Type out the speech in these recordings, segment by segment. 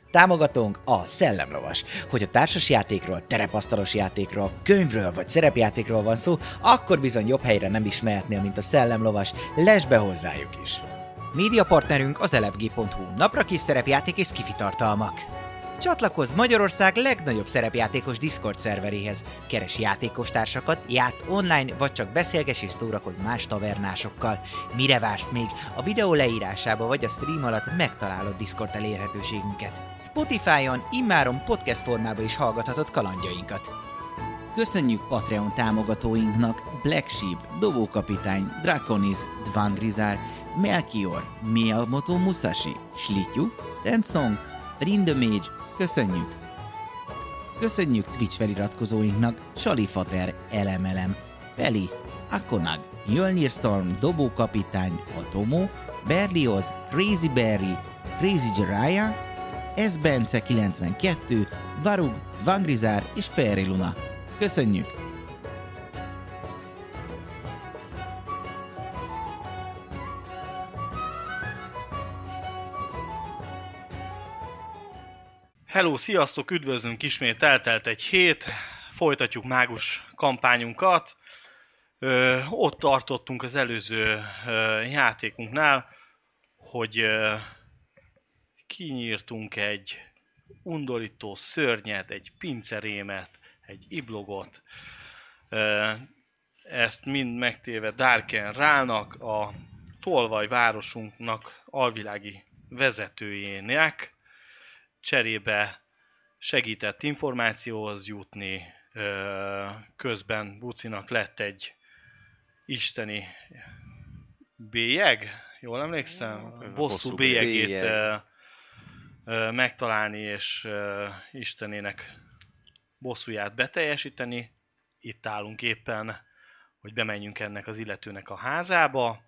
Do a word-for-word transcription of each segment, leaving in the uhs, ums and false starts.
Támogatónk a Szellemlovas. Hogy a társasjátékról, terepasztalos játékról, könyvről vagy szerepjátékról van szó, akkor bizony jobb helyre nem is mehetnél, mint a Szellemlovas. Lesz be hozzájuk is! Média partnerünk az elefg pont hu, napra kis szerepjáték és skifi tartalmak. Csatlakozz Magyarország legnagyobb szerepjátékos Discord szerveréhez. Keres játékostársakat, játsz online, vagy csak beszélges és szórakozz más tavernásokkal. Mire vársz még? A videó leírásába vagy a stream alatt megtalálod Discord elérhetőségünket. Spotify-on immáron podcast formában is hallgathatod kalandjainkat. Köszönjük Patreon támogatóinknak Black Sheep, Dobókapitány, Draconis, Dvangrizár, Melchior, Miyamoto Musashi, Slityu, Rensong, Rindemage, köszönjük! Köszönjük Twitch feliratkozóinknak Salifater, Elemelem, Peli, Akonag, Jölnir Storm, Dobókapitány, Atomo, Berlioz, Crazy Berry, Crazy Jiraiya, S. Bence kilencvenkettő, Varug, Vangrizár és Fairy Luna. Köszönjük! Hello, sziasztok, üdvözlünk ismét, eltelt egy hét, folytatjuk mágus kampányunkat. Ö, ott tartottunk az előző ö, játékunknál, hogy ö, kinyírtunk egy undorító szörnyet, egy pincerémet, egy iblogot. Ö, ezt mind megtéve Darken Rálnak, a Tolvaj városunknak alvilági vezetőjének. Cserébe segített információhoz jutni, közben Bucinak lett egy isteni bélyeg, jól emlékszem? Bosszú, Bosszú bélyegét bélyeg. megtalálni és istenének bosszúját beteljesíteni. Itt állunk éppen, hogy bemenjünk ennek az illetőnek a házába.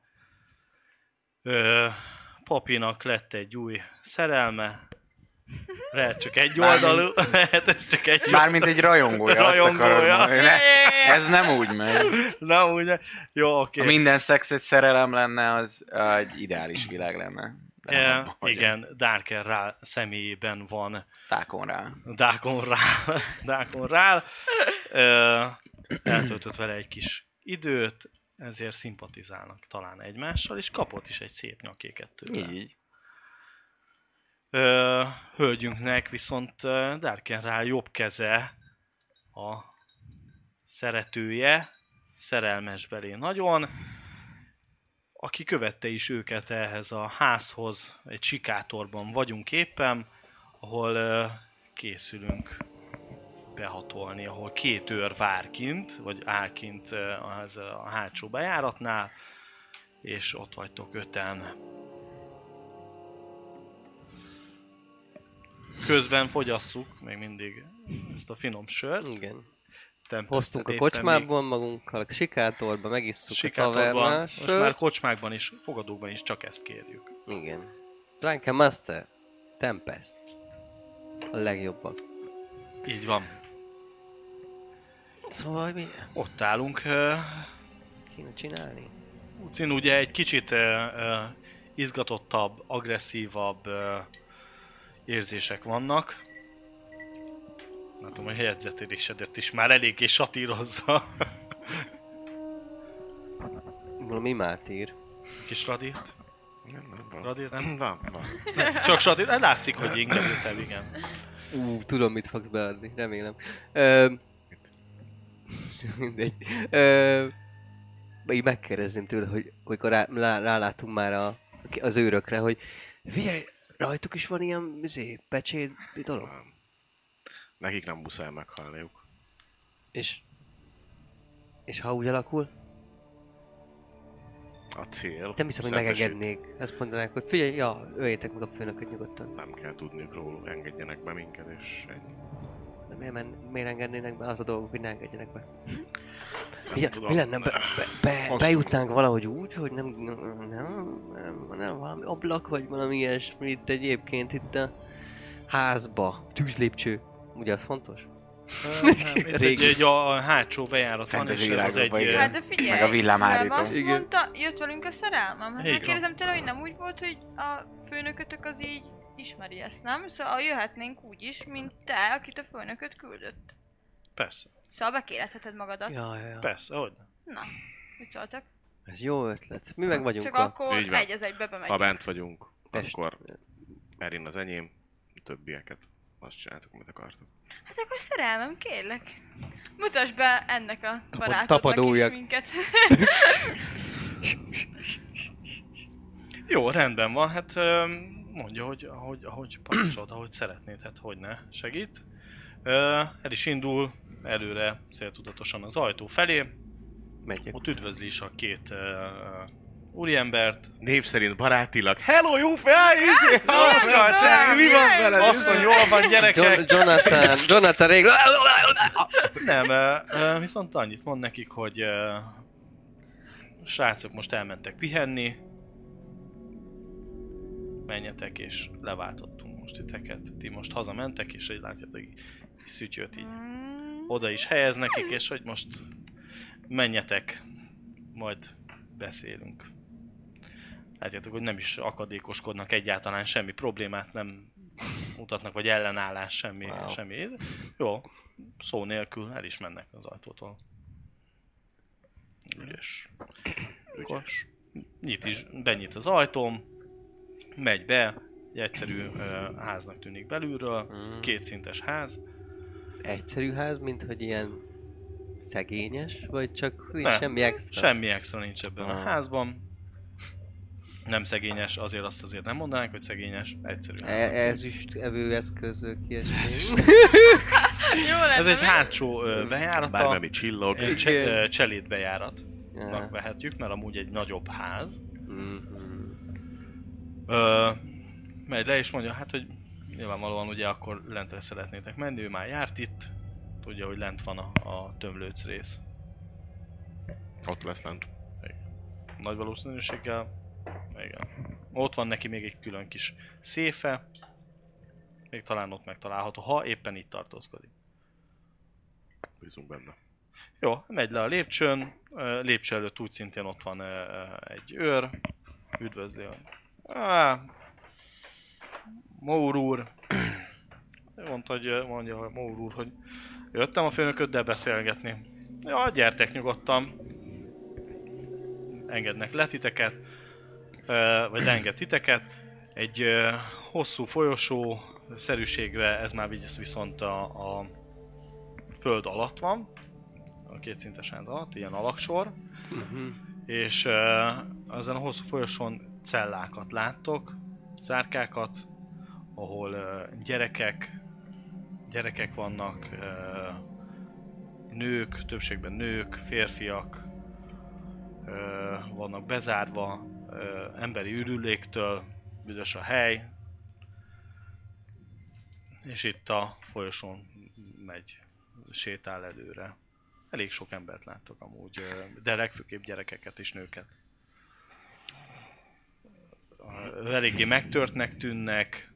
Papinak lett egy új szerelme, lehet csak egy oldalú, lehet ez csak egy oldalú. Mármint egy rajongója, azt akarod mondani. Ez nem úgy megy. Nem úgy megy. Jó, oké. Ha minden szex egy szerelem lenne, az egy ideális világ lenne. E, igen, Darken Rál személyében van Dákon Rál. Dákon Rál. Dákon Rál. Eltöltött vele egy kis időt, ezért szimpatizálnak talán egymással, és kapott is egy szép nyakéket tőle. Így. Ö, hölgyünknek viszont Darken Rál jobb keze, a szeretője, szerelmes belé nagyon, aki követte is őket ehhez a házhoz, egy sikátorban vagyunk éppen, ahol ö, készülünk behatolni, ahol két őr vár kint, vagy áll kint az a hátsó bejáratnál, és ott vagytok öten. Közben fogyasszuk még mindig ezt a finom sört. Igen. Hoztunk a kocsmából magunkkal, a sikátorba, megisszuk a tavernás sört. Most már kocsmákban is, fogadókban is csak ezt kérjük. Igen. Drunken Master, Tempest. A legjobbak. Így van. Szóval mi? Ott állunk. Kéne csinálni? Ucin ugye egy kicsit uh, uh, izgatottabb, agresszívabb uh, érzések vannak. Látom, hogy a jegyzetélésedet is már eléggé satírozza. Valami mátír. Kis radírt? Nem, nem van. Radírt nem? Van, van. Nem, csak satírt, látszik, hogy ingerültel, igen. Ú, tudom, mit fogsz beadni, remélem. Ö... Mindegy. Ö... Így megkérdezném tőle, hogy amikor rá, rálátunk már a, az őrökre, hogy figyelj, rajtuk is van ilyen izé, pecsét dolog? Nekik nem muszáj meghalniuk. És... És ha úgy alakul? A cél... Nem hiszem, hogy megengednék. Ezt mondanák, hogy figyelj, ja, öljétek meg a főnököt nyugodtan. Nem kell tudniuk róluk, engedjenek be minket, és ennyi. De miért, men, miért engednének be? Az a dolgok, hogy ne engedjenek be. Mi, tudom, mi lenne? Be, be, be, Azt bejutnánk valahogy úgy, hogy nem, nem, nem, nem valami ablak, vagy valami ilyesmi itt egyébként itt a házba. Tűzlépcső. Ugye az fontos? Itt egy, egy a hátsó bejárat van, és ez az egy... igen. Hát de figyelj, Meg a villámhárító. azt Igen. mondta, jött velünk a szerelmem. Hát Igen. megkérdezem tőle, hogy nem úgy volt, hogy a főnökötök az így ismeri ezt, nem? Szóval jöhetnénk úgy is, mint te, akit a főnököt küldött. Persze, Szóval bekéretheted magadat. Ja, ja, ja. persze, hogy Na, mit szóltak? Ez jó ötlet. Mi meg vagyunk Csak a... akkor Így van. egy az egybe Ha bemegyünk. bent vagyunk, Pest. akkor Erin az enyém, a többieket azt csináltok, amit akartok. Hát akkor szerelmem, kérlek. Mutasd be ennek a Tapad- barátodnak tapadójak. is minket. Jó, rendben van, hát öm, mondja, hogy ahogy, ahogy parancsolod, ahogy szeretnéd, hát hogy ne, segít. Ö, el is indul előre céltudatosan az ajtó felé, Megyek. ott üdvözli is a két uh, úriembert. Név szerint barátilag, hello, jó fel, izé, Jaj, Csági, mi van jaj, veled? Asszony, jól van, gyerekek! John- Jonathan, Jonathan rég... Nem, ö, ö, viszont annyit mond nekik, hogy ö, srácok most elmentek pihenni, menjetek és leváltottunk most titeket. Ti most hazamentek, és így látjátok, egy kis szütyőt így Mm, oda is helyez nekik, és hogy most menjetek, majd beszélünk. Látjátok, hogy nem is akadékoskodnak egyáltalán, semmi problémát nem mutatnak, vagy ellenállás, semmi, Wow. semmi. Jó, szó nélkül el is mennek az ajtótól. Ügyes. Ügyes. Nyit is, benyit az ajtóm, megy be, egy egyszerű ö, háznak tűnik belülről, Mm. kétszintes ház. Egyszerű ház, mint hogy ilyen szegényes, vagy csak nincs Nem, semmi extra? Semmi extra nincs ebben a Ah. házban. Nem szegényes, azért azt azért nem mondanánk, hogy szegényes, egyszerű E- ház. ezüst evőeszközök, ilyesmi. jó lenne. Ez egy mi? hátsó ö, bejárata, Bármemi csillog. egy cse- ö, cselét bejáratnak Ja. vehetjük, mert amúgy egy nagyobb ház. Mhm. Ö, megy le és mondja, hát hogy nyilvánvalóan ugye akkor lentre szeretnétek menni, ő már járt itt, tudja, hogy lent van a, a tömlőc rész. Ott lesz lent. Nagy valószínűséggel. Igen. Ott van neki még egy külön kis széfe. Még talán ott megtalálható, ha éppen itt tartózkodik. Bízunk benne. Jó, megy le a lépcsőn. Ö, Lépcső előtt úgy szintén ott van ö, ö, egy őr. Üdvözli. hogy, Á, Mour úr. Mondta, hogy, mondja hogy Mour úr, hogy jöttem a főnököddel beszélgetni. Ja, gyertek nyugodtan. Engednek le titeket. Ö, vagy leenged titeket. Egy ö, hosszú folyosó szerűségre, ez már visz- viszont a, a föld alatt van. A kétszintes ház alatt, ilyen alaksor. Mhm. És uh, ezen a hosszú folyosón cellákat láttok, zárkákat, ahol uh, gyerekek, gyerekek vannak, uh, nők, többségben nők, férfiak uh, vannak bezárva, uh, emberi ürüléktől, büdös a hely, és itt a folyosón megy, sétál előre. Elég sok embert láttok amúgy, ö, de legfőképp gyerekeket és nőket. Ö, Eléggé megtörtnek tűnnek.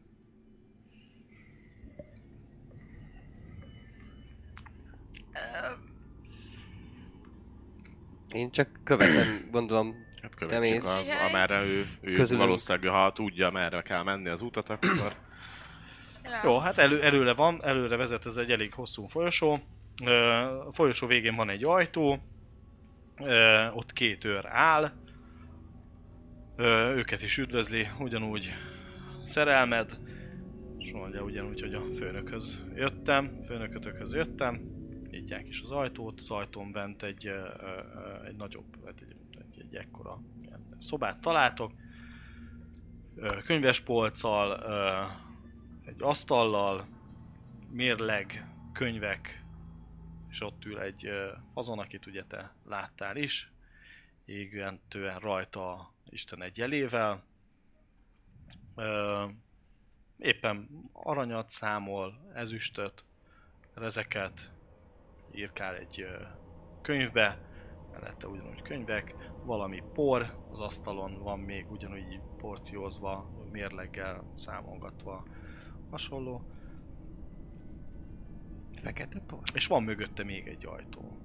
Én csak követem, gondolom, Hát Te követjük, mész. az, amerre ő, ő Közülünk. valószínűleg, ha tudja, merre kell menni az utat, akkor Ja. Jó, hát elő, előre van, előre vezet, ez egy elég hosszú folyosó. Ö, A folyosó végén van egy ajtó, ö, ott két őr áll. Ö, Őket is üdvözli, ugyanúgy szerelmed, és mondja ugyanúgy, hogy a főnökhöz jöttem, főnökötökhöz jöttem. Nyitják is az ajtót, az ajtón bent egy, ö, ö, egy nagyobb, egy, egy, egy ekkora ilyen szobát találtok. Ö, Könyvespolccal, ö, egy asztallal, mérleg, könyvek, és ott ül egy ö, azon, akit ugye te láttál is, égőentően rajta Isten egy jelével. Ö, éppen aranyat számol, ezüstöt, rezeket, írkál egy ö, könyvbe, mellette ugyanúgy könyvek, valami por, az asztalon van még ugyanúgy porciózva, mérleggel számolgatva, hasonló. fekete por. És van mögötte még egy ajtó.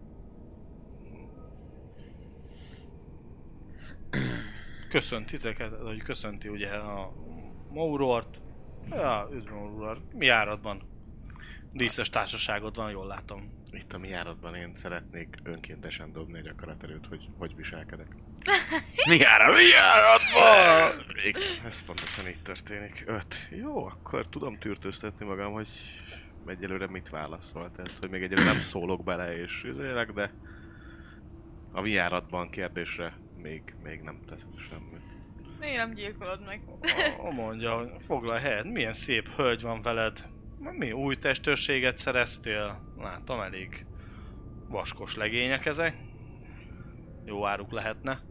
Köszönt titeket, vagy köszönti ugye a Maurort, Ja, üdvözlöm urar. Mi áradban? Díszes társaságod van, jól látom. Itt a mi járatban én szeretnék önkéntesen dobni egy akaraterőt, hogy hogy viselkedek. Mi járat? Mi járatban? Igen, ez pontosan így történik. Öt. Jó, akkor tudom tűrtőztetni magam, hogy egyelőre mit válaszol. Tehát, hogy még egyelőre nem szólok bele és üzélek, de a mi járatban kérdésre még, még nem teszek semmit. Miért nem gyilkolod meg? Ó, mondja, hogy foglalj helyet, milyen szép hölgy van veled. Mi új testőrséget szereztél? Látom, elég vaskos legények ezek. Jó áruk lehetne.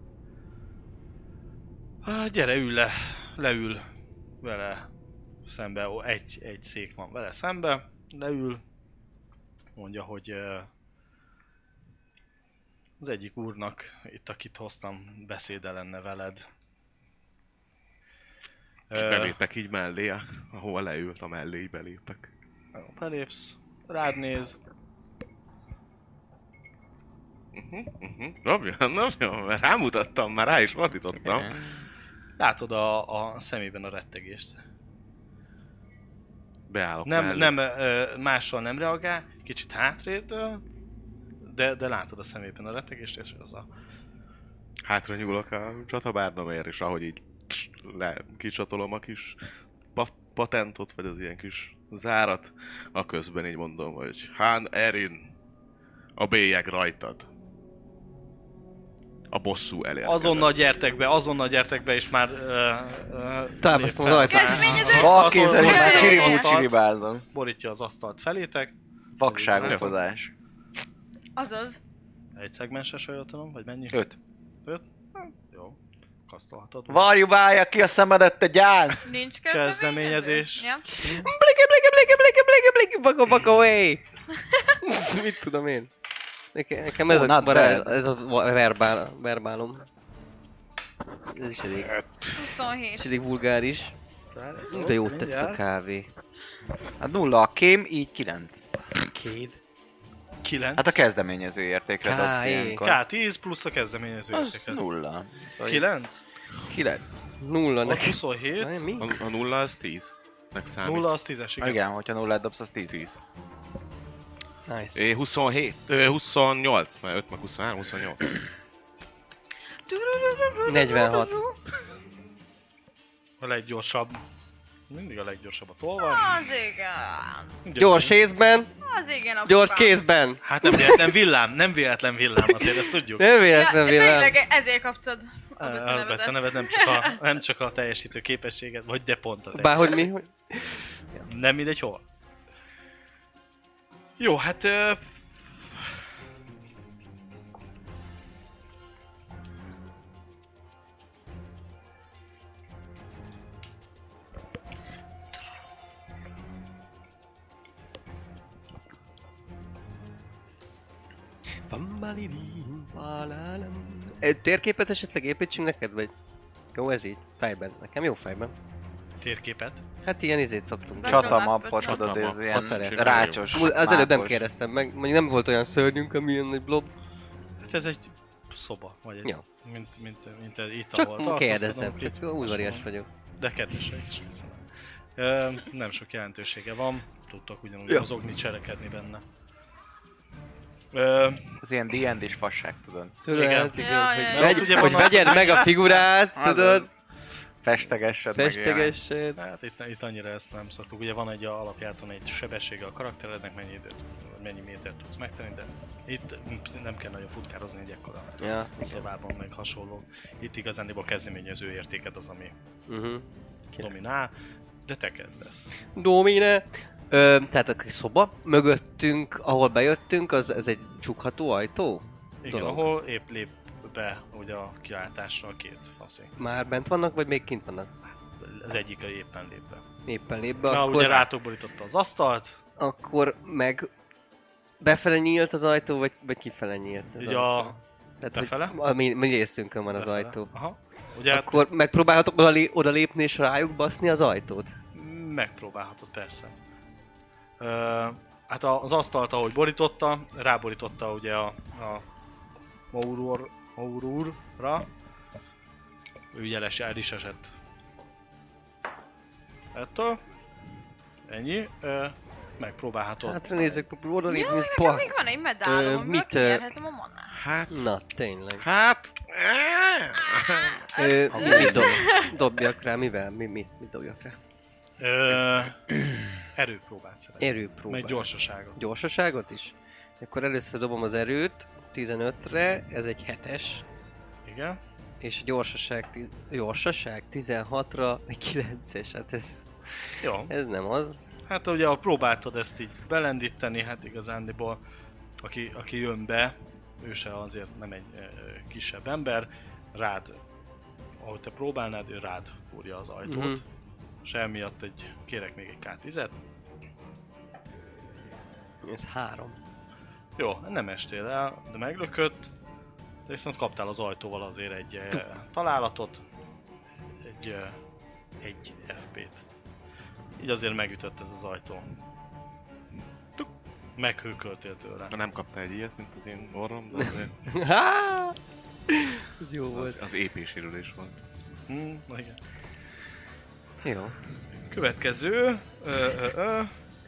Ah, gyere, ülj le, leül vele szembe, Ó, egy, egy szék van vele szembe, leül. Mondja, hogy uh, az egyik úrnak, itt akit hoztam, beszéde lenne veled. És belépek így mellé, ahova leült, a mellé így belépek. Jó, belépsz, rád néz. Uh-huh, uh-huh. Dobjon, dobjon, mert rámutattam, már rá is fordítottam. Látod a, a szemében a rettegést. Beállok Nem, mellé. nem, ö, mással nem reagál, kicsit hátrébb, de, de látod a szemében a rettegést, és az a... Hátra nyúlok a csatabárdomért, és ahogy így le kicsatolom a kis pat- patentot, vagy az ilyen kis zárat, a közben így mondom, hogy Hán Erin, a bélyeg rajtad. A bosszú elérkezett. Azonnal gyertek be, azonnal gyertek be, és már... Ö, ö, Támasztom lép az fel. ajtót. Kezdeményezés! Valaki Asztal- pedig már Jaj, csiribú asztalt, csiribázom. borítja az asztalt felétek. Vakságoskodás. Azaz. Egy szegmenses, ha jól tudom, vagy mennyi? Öt. Öt? Hát, jó. Kasztolhatod. Varjubálja ki a szemedet, te gyász! Nincs Kezdeményezés. kezdeményezés. Ja. Blike, blike, blike, blike, blike, blike, baka, baka, away! Mit tudom én? Nekem, nekem ez, Oh, a, not bará, bad. ez a va- verbál, verbálom. Ez is elég, ez huszonhét. elég vulgáris. De jót tetsz a Mindjárt. kávé. Hát nulla a kém, így kilenc. Kéd. Kilenc. Hát a kezdeményező értékre dobsz Ká, ilyenkor. K tíz plusz a kezdeményező Az értéket. nulla. Szóval kilenc? kilenc. Nulla Ott neki. huszonhét. Na, mi? A, a nulla az tíz. Nek számít. Nulla az tízes, igen. Igen, hogyha nullát dobsz, az tíz. tíz. Nice. É, huszonhét. Ö, huszonnyolc, mert öt meg huszonhárom, huszonnyolc. negyvenhat. A leggyorsabb. Mindig a leggyorsabb a tolvaj. Az igen. Gyors észben, Az igen a gyors pupám. kézben. Hát nem véletlen villám, nem véletlen villám, azért ezt tudjuk. Nem véletlen Ja, vélem. tényleg ezért kaptad a A becenevedet. becenevet nem csak a, nem csak a teljesítő képességet, vagy de pont a teljesítő. Bárhogy mi? hogy- Nem mindegy hol. Jó, hát... Ö... Bambalidim, balalem. Egy térképet esetleg építsünk neked, vagy? Jó ez így? Fejben. Nekem jó fejben. térképet. Hát ilyen izét szoktunk. Csat- Csatamap, Csatama. tudod, ez ilyen szeret. rácsos. Múl- Az előbb nem mákos. kérdeztem meg, mondjuk nem volt olyan szörnyünk, ami ilyen nagy blob. Hát ez egy szoba, vagy egy... Ja. Mint, mint, mint, mint itt, Csak ahol kérdezem, tartózkodunk, csak így udvarias hasonló. vagyok. De kedvesek is. Ö, nem sok jelentősége van, tudtok ugyanúgy Ja. mozogni, cselekedni benne. Ö, Az ilyen dé end és fasság, tudod. Tudod, Igen. hát igen, Ja, hogy, ja, ja. vegy, Ugye hogy van az- vegyed meg a figurát, tudod, Festegessed meg ilyen. festegessed. hát itt, itt annyira ezt nem szoktuk. Ugye van egy alapjáton egy sebessége a karakterednek, mennyi időt, vagy mennyi métert tudsz megtenni, de itt nem kell nagyon futkározni egy ekkora Ja, szobában, meg hasonló. Itt igazán a kezdeményező értéked az, ami uh-huh. dominál, de te kezdesz. Domine. Ö, tehát a szoba mögöttünk, ahol bejöttünk, az ez egy csukható ajtó? Igen, Dolog. ahol épp lép be ugye a kiáltásra a két faszi. Már bent vannak, vagy még kint vannak? Az egyik éppen lép be. Éppen lép be, Na, akkor, ugye rátok borította az asztalt, akkor meg befele nyílt az ajtó, vagy, vagy kifele nyílt az így ajtó? a... Tehát, befele? Hogy a mi, mi részünkön van az befele. ajtó. Aha. Ugye hát Akkor megpróbálhatok oda, lé- oda lépni és rájuk baszni az ajtót? megpróbálhatod, persze. Ö, hát a- az asztalt, ahogy borította, ráborította ugye a, a Maurur, Maururra. Ő jeles, el is esett ettől. ennyi. Ö, megpróbálhatod. Hátra nézek, oda lépni, Jó, ez nekem pa... még van egy Ö, medálom, amiből mit, ö, kinyerhetem a manát. Hát... Na, tényleg. Hát... Ö, mi, mit dob, dobjak rá, mivel? Mi, mi, mit dobjak rá? Ö, erőpróbát szeretnék. Erőpróbál. Meg gyorsaságot. Gyorsaságot is? Akkor először dobom az erőt, tizenötre, ez egy hetes. Igen. És a gyorsaság, tiz- gyorsaság tizenhatra, egy kilences, hát ez, Jó. ez nem az. Hát ugye, ha próbáltad ezt így belendíteni, hát igazándiból, aki, aki jön be, ő se azért nem egy e, kisebb ember, rád, ahogy te próbálnád, ő rád fúrja az ajtót. Mhm. És emiatt egy, kérek még egy ká tízet. Ez három. Jó, nem estél el, de meglökött, de viszont kaptál az ajtóval azért egy e, találatot, egy, e, egy ef pét. Így azért megütött ez az ajtó. Tuk. Meghőköltél tőle. Na, nem kaptál egy ilyet, mint az én orrom, de azért Há! Ez jó volt. az, az épésérülés volt. Hmm, na igen. Jó. Következő... Ö, ö, ö.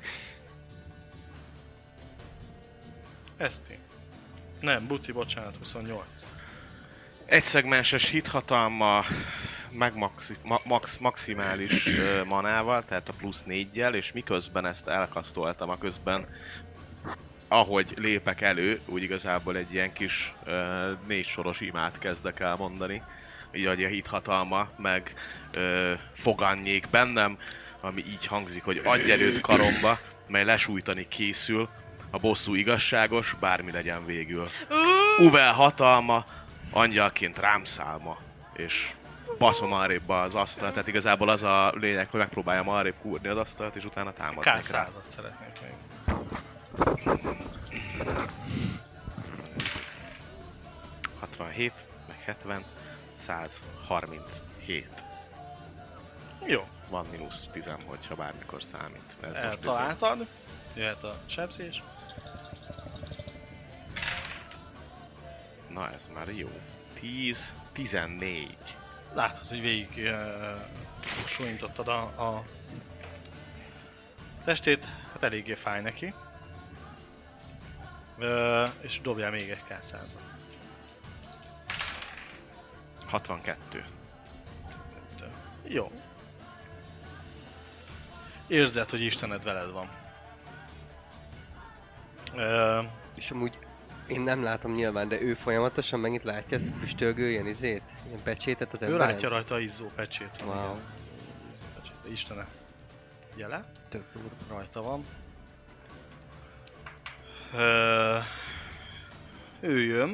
Eszti. Nem, Buci, bocsánat, huszonnyolc. Egyszegmenses hithatalma megmaxi, ma, max, maximális ö, manával, tehát a plusz néggyel, és miközben ezt elkasztoltam, a közben ahogy lépek elő, úgy igazából egy ilyen kis ö, négy soros imát kezdek el mondani. Így hogy a hithatalma meg ö, fogannyék bennem, ami így hangzik, hogy adj erőt karomba, mely lesújtani készül, a bosszú igazságos, bármi legyen végül. Uvel hatalma, angyalként rám szálma, és baszom arrébb az asztalt, tehát igazából az a lényeg, hogy megpróbáljam arrébb kúrni az asztalt, és utána támadnék rá. Kászázat szeretnék még. hatvanhét, meg hetven, száz harminchét. Jó, Van mínusz tíz, hogyha bármikor számít. Ez most ezért- eltaláltad. Jöhet a sebzés. Na ez már jó. tíz, tizennégy. Látod, hogy végig uh, súlyintottad a, a testét, hát eléggé fáj neki. Uh, és dobjál még egy ká százat. hatvankettő. Jó. Érzed, hogy Istened veled van. Uh, És amúgy én nem látom nyilván, de ő folyamatosan megint látja ezt a füstölgő ilyen izét, ilyen pecsétet az ő emberen. látja rajta izzó pecsét. Wow. Igen. Izzó pecsét. De Istene. Jele. Tök durva. Rajta van. Ö, ő jön.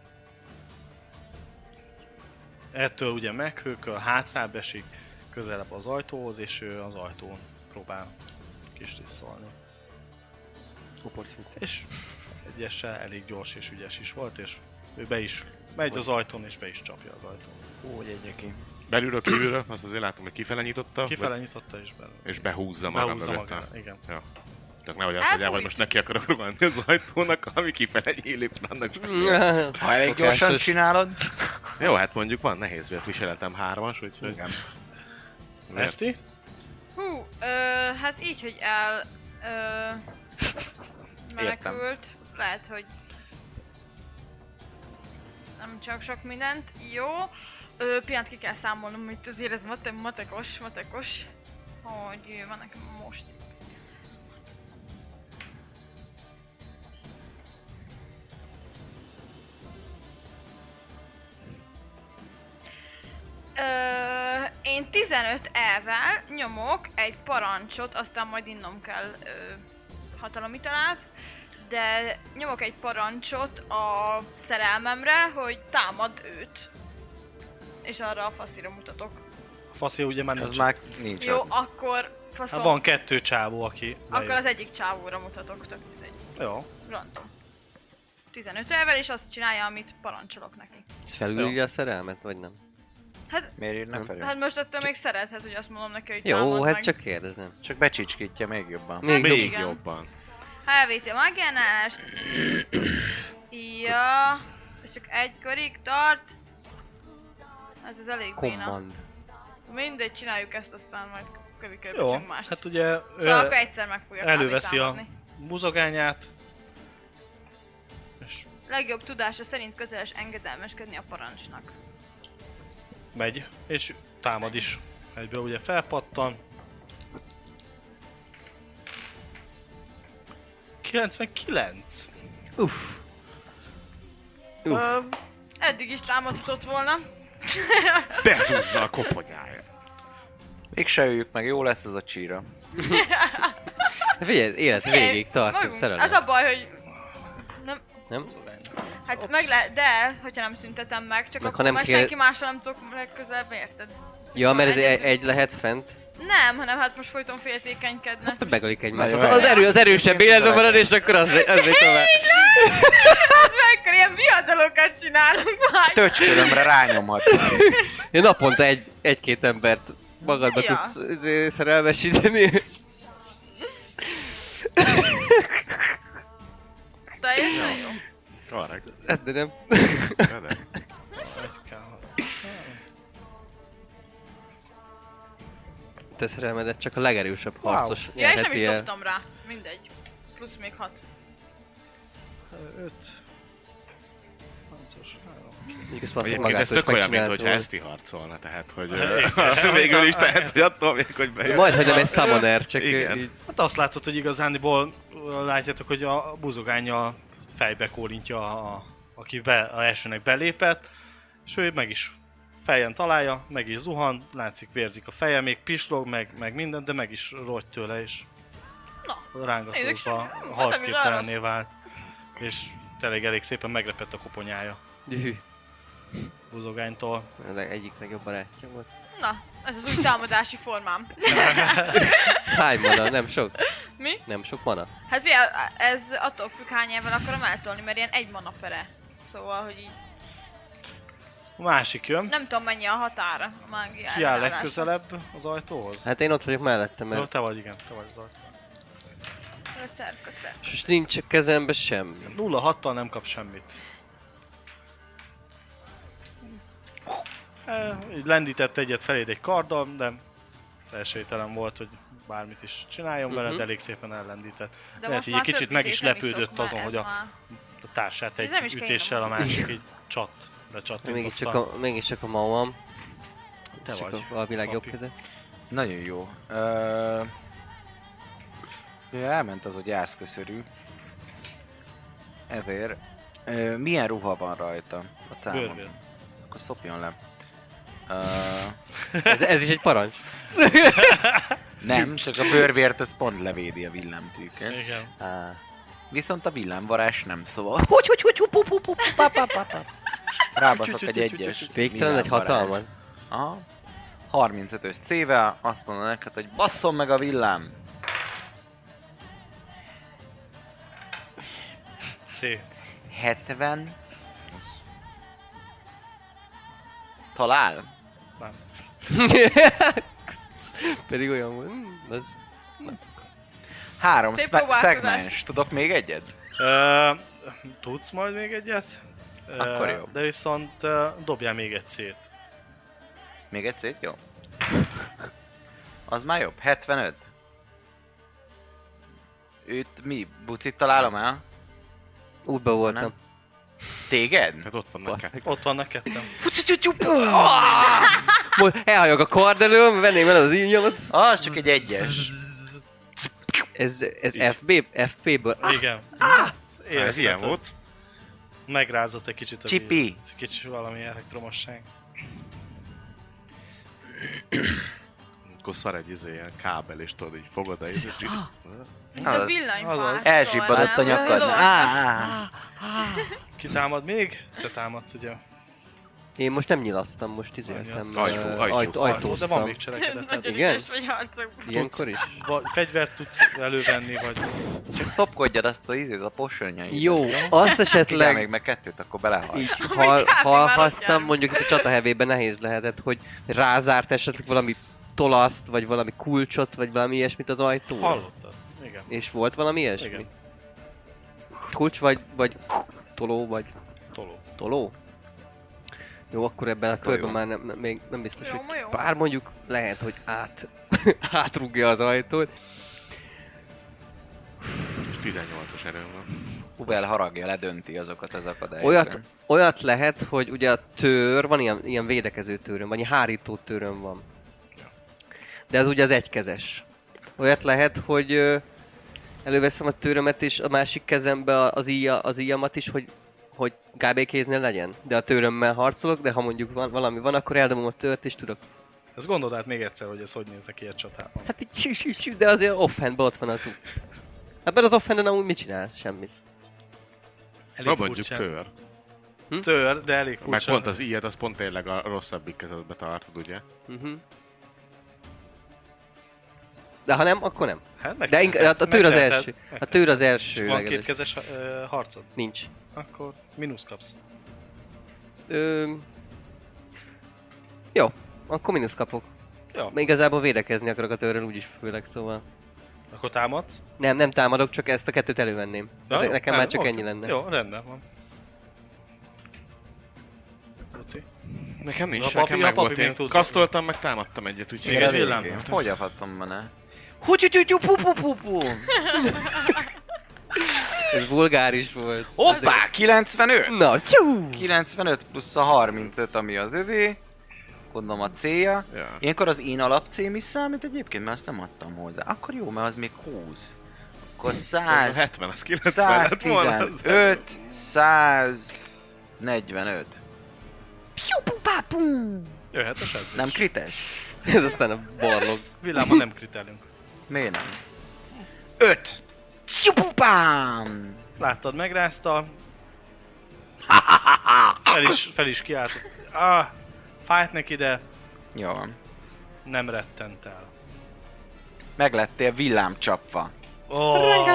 Ettől ugye meghőköl, hátrább esik, közelebb az ajtóhoz, és ő az ajtón próbál kis tisztolni. Opportunitás. És egyessel elég gyors és ügyes is volt, és ő be is megy az ajtón, és be is csapja az ajtón. Úgy egy ki. Belülről kívülről, azt azért látom, hogy kifele nyitotta. Kifele nyitotta és belőle. És behúzza maga Behúzza mögött. magára, igen. Ja. Csak nehogy azt mondják, hogy most neki akarok rohanni az ajtónak, ami kifele nyílik, annak sem. Ha elég Szokásos. gyorsan csinálod. Jó, hát mondjuk van nehéz vélt viseletem hármas, úgyhogy... Igen. Eszti? Hú, ö, hát így, hogy el ö, menekült, lehet, hogy nem csak sok mindent. Jó, ö, pillanat ki kell számolnom, itt azért ez mate, matekos, matekos, hogy van nekem most. Ö, én tizenöt E-vel nyomok egy parancsot, aztán majd innom kell ö, hatalomítalát, de nyomok egy parancsot a szerelmemre, hogy támad őt. És arra a faszira mutatok. A faszi ugye már Az nincs. már nincs Jó, ott. akkor faszom. Hát van kettő csávó, aki Akkor bejön. az egyik csávóra mutatok, tök mindegy. Jó. Random. tizenöt E-vel, és azt csinálja, amit parancsolok neki. Ez felülírja a szerelmet, vagy nem? Hát, Miért írnak felül? hát most attól még szerethet, hogy azt mondom neki, hogy Jó, támad hát meg. csak kérdezem. Csak becsicskítja még jobban. Még Hát jobb. Még igen. jobban. Ha elvéti a mágiánálást. Ja, és csak egy körig tart. Hát ez elég béna. Command. Mindegy, csináljuk ezt, aztán majd kövi-kövi Jó, csongmást. hát ugye Szóval ő akkor egyszer meg fogja előveszi a támadni. buzogányát, és Legjobb tudása szerint köteles engedelmeskedni a parancsnak. megy, és támad is. Egyből ugye felpattan. kilencvenkilenc. Uff. Uff. Ö, eddig is támadhatott volna. Bezúzza a koponyáját. Mégse öljük meg, jó lesz ez a csíra. Figyelj, élet végig tart, Magunk- ez szerelem. Az a baj, hogy... Nem, Nem? hát Ops. meg le, de, hogyha nem szüntetem meg, csak Meg akkor ha nem már kér- senki mással nem tudok legközelebb, érted? Ja, mert ez Egyedül- egy, egy lehet fent. Nem, hanem hát most folyton féltékenykedne. Megölik egymást. Az, Nagyon az, erő, az erősebb életben marad, és akkor az, az még tovább. Ez akkor ilyen viadalokat csinálunk már. Töcskörömre rányomhatnám. Ja, naponta egy, egy-két embert magadba Ja. tudsz izé, szerelmesíteni. Teljesen jó. Korrekt. Hát, de nem. De nem. Egy kell használni. Te szerelmedet csak a legerősebb Wow. harcos Ja, és nem is nyerheti el. dobtam rá. Mindegy. Plusz még hat. öt. Hancos, három. Mondjuk ezt valószínűleg Egyébként ez magától is tök olyan, mint megcsinálható. hogyha Eszti harcolna, tehát hogy Igen. ö, végül is lehet, hogy attól még, hogy bejön. Majd hagyom egy summoner, csak Igen. így. Hát azt látod, hogy igazániból látjátok, hogy a buzogánnyal fejbe kólintja, a, aki be, a elsőnek belépett, és ő meg is fején találja, meg is zuhan, látszik vérzik a feje, még pislog, meg, meg minden, de meg is rogy tőle, és Na, rángatózva nézzük, harcképtelenné nem is vált, és tényleg elég szépen megrepett a koponyája Dühű. buzogánytól. Az egyik legjobb barátja volt. Na, ez az új támadási formám. Hány mana? Nem sok? Mi? Nem sok mana? Hát figyelj, ez attól függ, hány évvel akarom eltolni, mert ilyen egy mana fere. Szóval, hogy így A másik jön, nem tudom mennyi a határa a mágia ki áll ellenállása. legközelebb az ajtóhoz. Hát én ott vagyok mellettem, Jó, mert te vagy, igen, te vagy az ajtó. Köcer, köcer. és most nincs a kezembe semmi. nulla hattal nem kap semmit. E, így lendített egyet feléd egy karddal, de esélytelen volt, hogy bármit is csináljon vele, Mhm. de elég szépen ellendített. De Lehet, most hogy már egy kicsit több meg is izét nem lepődött iszok, azon, mert hogy ez a, már- a társát Ez nem egy is ütéssel a kényelmes. másik így csat, Mégiscsak becsattintotta. a, mégiscsak a mamam. Te Csak vagy. a, a világ jobb papi. keze. Nagyon jó. Ö... Ugye elment az a gyászköszörű. Ezért... Ö, milyen ruha van rajta? A támad. Bőrvér. Akkor szopjon le. Ö... Ez, ez is egy parancs. Nem, csak a bőrvért ez pont levédi a villámtűket. Igen. Á. Viszont a villámvarás nem, szóval... Hogy, hogy, hogy, pu, pu, pu, pa, pa, pa, pa. Rábaszok egy egyes Végtelen egy villámvarázs. hatalmat. Aha. harmincötös cével azt mondom neked, hogy basszon meg a villám. C. hetven. Talál? Nem. Pedig olyan volt. Hm, az... Három Szép szme- próbálkozás. szegmens. Tudok még egyet? Ö, tudsz majd még egyet? Ö, Akkor jó. De viszont ö, dobjál még egy C-t. Még egy szét? Jó. Az már jobb. hetvenöt. Őt mi? Bucit találom el? Útba voltam. Nem. Téged? Hát ott van neked. Ott vannak ketten. Most elhagyok a kard elől, venném el az ínyat. Az csak egy egyes. Ez, ez F B? F P-ből. Igen. Ez Érezted, ilyen hogy volt. Megrázott egy kicsit a Csipi. víz. Kicsit valami elektromosság. Akkor szar egy izé, ilyen kábel, és tudod, így fogod a izé, Mint Az- a villanypár. azaz. Elzsibbadott a nyakad. Á, á. Ki támad még? Te támadsz, ugye? Én most nem nyilasztam, most izéltem. Ajtó, ö, ajtó, ajtó, ajtó, De van ajtóztam. még cselekedet. Nagyon Igen? ügyes vagy harcokban. Ilyenkor is? Vagy fegyvert tudsz elővenni, vagy... Csak szopkodjad azt a izét, a posonyait. Jó, azt Esetleg... esetleg még meg kettőt, akkor belehal. így Ami hall, kb. már hallhattam, ott mondjuk itt a csatahevében nehéz lehetett, hogy rázárt esetleg valami tolaszt, vagy valami kulcsot, vagy valami ilyesmit az ajtóra. Hallottad? Igen. És volt valami ilyesmi? Igen. Kulcs vagy, vagy toló, vagy Toló. toló? Jó, akkor ebben a Jó, körben jó. már nem, nem, még nem biztos, Jó, hogy jó. bár mondjuk lehet, hogy át, átrúgja az ajtót. És tizennyolcas erőm van. Uvel haragja, ledönti azokat az akadályokat. Olyat, olyat lehet, hogy ugye a tőr, van ilyen, ilyen védekező tőrön, vagy ilyen hárító tőrön van. De ez ugye az egykezes. Olyat lehet, hogy ö, előveszem a tőrömet és a másik kezembe a- az, íja, az íjamat is, hogy, hogy gé bé kéznél legyen. De a tőrömmel harcolok, de ha mondjuk van, valami van, akkor eldobom a tőrt és tudok. Ezt gondold át még egyszer, hogy ez hogy néz neki egy csatában. Hát így sü, sü, sü, de azért offhandban ott van a cucc. Ebben az offhanden amúgy mit csinálsz? Semmit. Elég Na mondjuk furcsa. tör. Tör, de elég Meg furcsa. pont az ilyet, az pont tényleg a rosszabbik kezedbe tartod, ugye? Uh-huh. De ha nem, akkor nem. Hát meg De inkább, a tőr az megteheted. első. A tőr az első. Csak van legalább. kétkezes uh, harcod? Nincs. Akkor mínusz kapsz. Ö... Jó, akkor mínusz kapok. Jó, Még igazából védekezni akarok a tőrrel úgyis főleg, szóval... akkor támadsz. Nem, nem támadok, csak ezt a kettőt elővenném. Ja, jó, Nekem már el- csak oké. ennyi lenne. Jó, rendben van. Luci. Nekem nincs, A papi- nekem a meg papi volt. még Én tud- kasztoltam, meg támadtam egyet, úgyhogy... Igen, ez- villám. Hogy adhatom benne? Hútyutyutyú pu pu pu pu. Ez vulgáris volt. Hoppá, kilencvenöt! Na, tyú! kilencvenöt plusz a harmincöt, ami az övé. Gondolom a célja. Ja. Ilyenkor az én alapcém is számít egyébként, mert azt nem adtam hozzá. Akkor jó, mert az még húsz. Akkor A száz, hetven, az kilencven lett volna. az- száztizenöt, száznegyvenöt. Jöhet a sebzés. Nem krites? Ez aztán a barlog. Villámon nem kritelünk. Miért nem? öt! Csupupám! Láttad, megrázta. Fel is, fel is kiáltott. Ah, fájt neki, de Jó van. nem rettent el. Meglettél villámcsapva. Oh,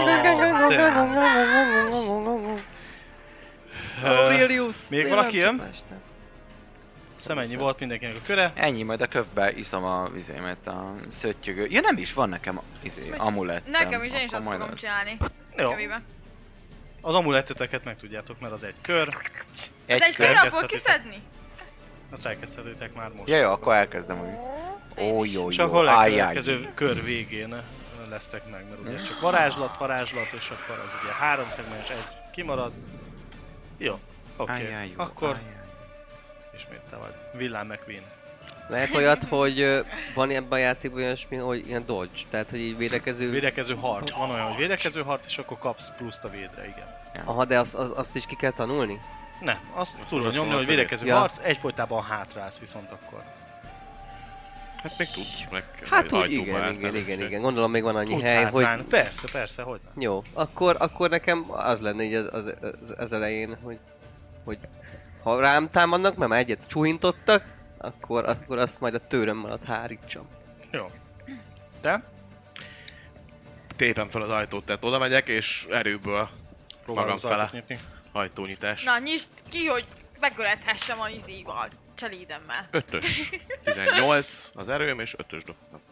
Aurelius! még valaki jön? Szemennyi volt mindenkinek a köre. Ennyi, majd a köpbe iszom a vizémet, a szöttyögő. Ja nem is, van nekem a, izé, amulettem. Nekem is, én is Akkor azt majd fogom az- csinálni. Jó, Kövibe. az amuletteteket megtudjátok, mert az egy kör. Ez egy kör. kör abból kezdhetitek. kiszedni? Azt elkezdhetitek már most. Ja, jó, akkor elkezdem úgy. Ó, jó, És jó, akkor a ájjáj. legkövetkező kör végén lesztek meg, mert ugye csak varázslat, varázslat, és akkor az ugye három szegmens, egy kimarad. Jó, oké. Ájjáj, jó, Akkor ájjáj. ismét te vagy. Villám McQueen. Lehet olyat, hogy ö, van ebben a játékban olyasmi, hogy ilyen dodge, tehát hogy így védekező... Védekező harc. Van olyan, hogy védekező harc, és akkor kapsz pluszt a védre, igen. Aha, de azt, az, azt is ki kell tanulni? Ne, azt tudod oda nyomni, szólnak, hogy védekező ja. harc, egyfolytában hátrálsz viszont akkor. Hát még tudsz, meg Hát úgy ajtóba igen, álltál, igen, igen, úgyhogy- igen. Gondolom még van annyi Tudsz hely, hogy... hátrálni. Persze, persze, hogy nem. Jó, akkor, akkor nekem az lenne így az, az, az, az elején, hogy, hogy ha rám támadnak, mert már egyet csúhintottak, akkor, akkor azt majd a tőrömmel ott hárítsam. Jó. De? Tépem fel az ajtót, tehát oda megyek, és erőből Próbálom magam az ajtót fele nyitni. ajtónyitás. Na, nyisd ki, hogy megölethessem a izéval. Cselédemmel. Ötös. tizennyolc az erőm, és ötös dobtam.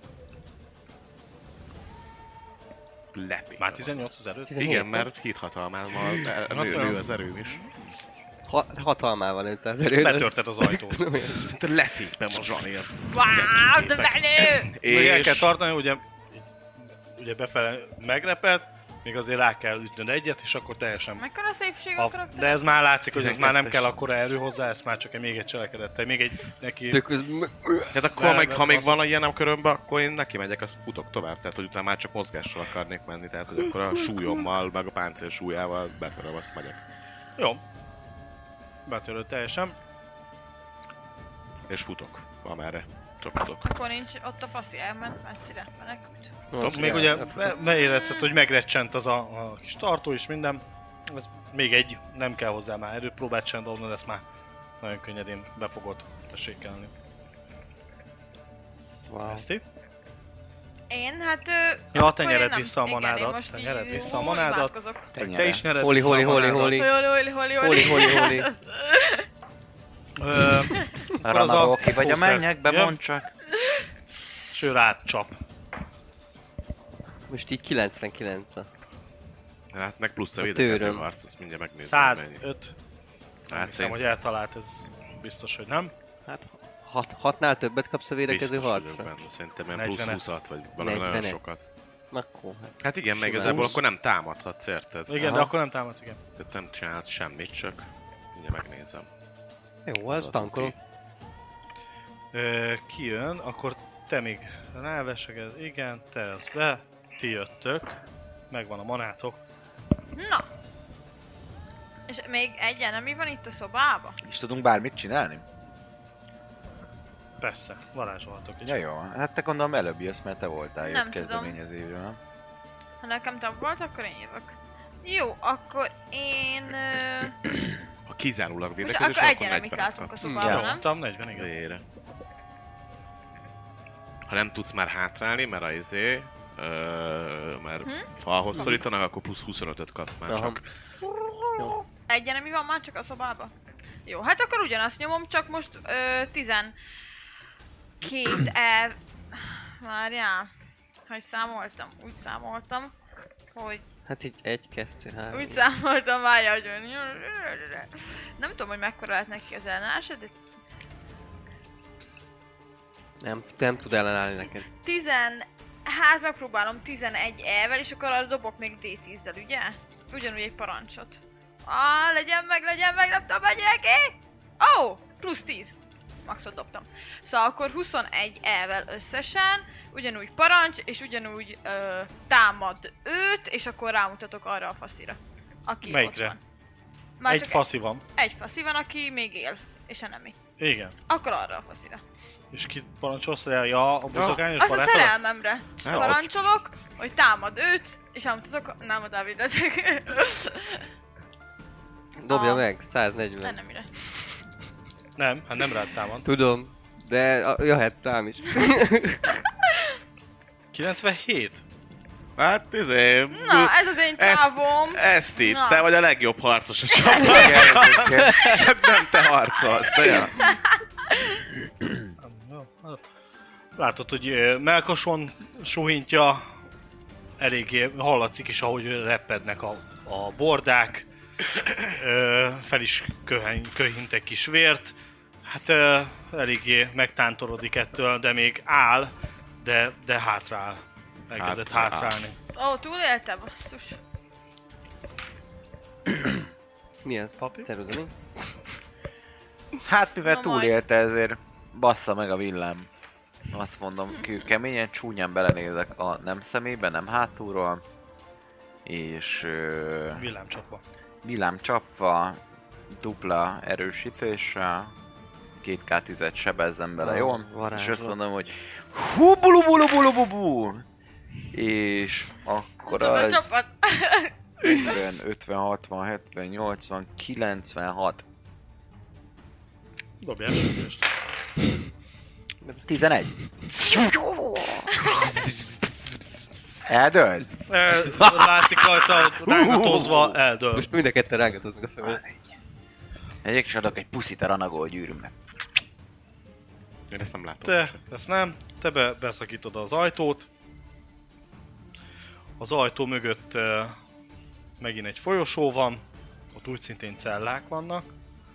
Lepé. Már tizennyolc az erőt? tizenhét, Igen, nem? mert hídhatalmával nő, Hát nő olyan. az erőm is. Ha, hatalmával nőtt az erőd. ez- Letörted az ajtót. ez nem olyan. Te letépem a zsanér. Wow, de menő! Még el És kell tartani, ugye, ugye befele megreped, még azért rá kell ütnöd egyet, és akkor teljesen... Mekkora szépség A, a karakter? de ez már látszik, hogy ez már nem tizenkettes. kell akkora erő hozzá, ez már csak egy, még egy cselekedet. Még egy neki... De közben... hát akkor, Nem, meg, nem, ha még az- van ilyen a körömben, akkor én neki megyek, azt futok tovább. Tehát, hogy utána már csak mozgással akarnék menni. Tehát, hogy akkor a súlyommal, meg a páncél súlyával betöröm, azt megyek. Jó. Betöröd teljesen. És futok, amerre csak futok. Akkor nincs ott a faszi, elment messzire, menekült. Most Még kell. ugye be- beérezted, hogy megrecsent az a, a kis tartó és minden. Ez még egy, nem kell hozzá már erőt, próbáld csendolnod, ezt már nagyon könnyedén befogod. Tessék elni. Wow. Eszti? Én, hát... Ö, Ja, akkor te én nyered nem. vissza a Igen, én manádat, most te így nyered vissza a úgy manádat. imádkozok. Te is nyered Holi, vissza holi, a holi, manádat. holi. Holi, holi, holi, Holi, holi, holi. Ö, akkor az a Ranagó, ki vagy a fószer mennyekbe, jön, mondd csak. és ő rád csap. Most így kilencvenkilenc. Hát meg plusz a A védekező tőröm. harc, azt mindjárt megnézem, mennyi. százöt. Nem Hát hiszem, szép. hogy eltalált ez. biztos, hogy nem. Hát hat, hatnál többet kapsz a védekező Biztos vagyok harcra? benne. Szerintem ilyen plusz negyvenet. húszat, vagy valami nagyon negyvenet. sokat. Akkor, hát. Hát igen, meg Simán. igazából húsz. akkor nem támadhatsz, érted? Igen, Aha. de akkor nem támadsz, igen. Tehát nem csinálsz semmit, csak mindjárt megnézem. Jó, az tankolom. Ö, kijön, akkor te még elveseged, igen, te az be, ti jöttök, megvan a manátok. Na! És még egy enemi van itt a szobába? És tudunk bármit csinálni? Persze, varázsolhatok egy. Ja jó, hát te gondolom előbb jössz, mert te voltál Nem jobb tudom. kezdeményezőről, nem? Ha nekem több volt, akkor én jövök. Jó, akkor én... Ö... Ha kizárólag Most védekezés, akkor egy akkor enemit negyvenet látunk a kapsz. szobában, Jó, nem? mondtam, negyven, igen. Vére. Ha nem tudsz már hátrálni, mert a izé, ö, mert Hm? falhoz szorítanak, akkor plusz huszonötöt kapsz már Aha. csak. Egy enemi van már csak a szobában? Jó, hát akkor ugyanazt nyomom, csak most ö, tizenkét e... Várjál, hogy számoltam, úgy számoltam, hogy Hát így egy, kettő, három. úgy számoltam, várjál, hogy... Nem tudom, hogy mekkora lehet neki az ellenállása, de Nem, nem tud ellenállni neked. tizen... Hát megpróbálom tizenegy e-vel, és akkor arra dobok még dé tízzel, ugye? Ugyanúgy egy parancsot. Á, legyen meg, legyen meg, nem tudom, mennyire ki! Ó, oh, plusz tíz. Maxot dobtam. Szóval akkor huszonegy e-vel összesen, ugyanúgy parancs, és ugyanúgy ö, támad őt, és akkor rámutatok arra a faszira, aki Melyikre? ott van. Már Egy csak faszi van. egy faszi van, aki még él, és enemi. Igen. Akkor arra a faszira. És ki parancsolsz rá? Ja, a buzogányos Az a barátodat? szerelmemre Hát, parancsolok, hogy támad őt, és elmutatok, nem a Dávidra, csak... Dobja A- meg, száznegyven. Nem, mire. Nem, hát nem rád támad. Tudom, de a- jöhet rám is. kilencvenhét? Hát izé... Na, ez az én Ezt- csávom. Ezt itt, Na. te vagy a legjobb harcos a csapatban. Csak nem te harcolsz, te ja. Látod, hogy ö, melkason suhintja, eléggé hallatszik is, ahogy repednek a, a bordák, ö, fel is köhen, köhint egy kis vért, hát ö, eléggé megtántorodik ettől, de még áll, de, de hátrál, elkezdett Hátrál. hátrálni. Ó, túlélte, basszus. Mi az? Papi? Ceruza, mi? Hát mivel Na túlélte, ezért bassza meg a villám. Azt mondom, kő keményen, csúnyán belenézek a nem szemébe, nem hátulról. És ö, Villámcsapva. villám csapva, dupla erősítéssel, két ká tízet sebezzem bele, Ah, jó? varázslat. És azt mondom, hogy hú bulu bulu bulu bulu bulu. És akkor Tudom, a az csapat. ötven, ötven, hatvan, hetven, nyolcvan, kilencvenhat, Dobjál előzést. tizenegy. Eldőlt? E, látszik rajta, hogy rángatozva eldől. Most mind a ketten rángatod meg a föld. Egyek is adok egy puszit a ranagó gyűrűmnek. Én ezt nem látom. Te, ezt nem, te be, beszakítod az ajtót. Az ajtó mögött uh, megint egy folyosó van, ott úgy szintén cellák vannak.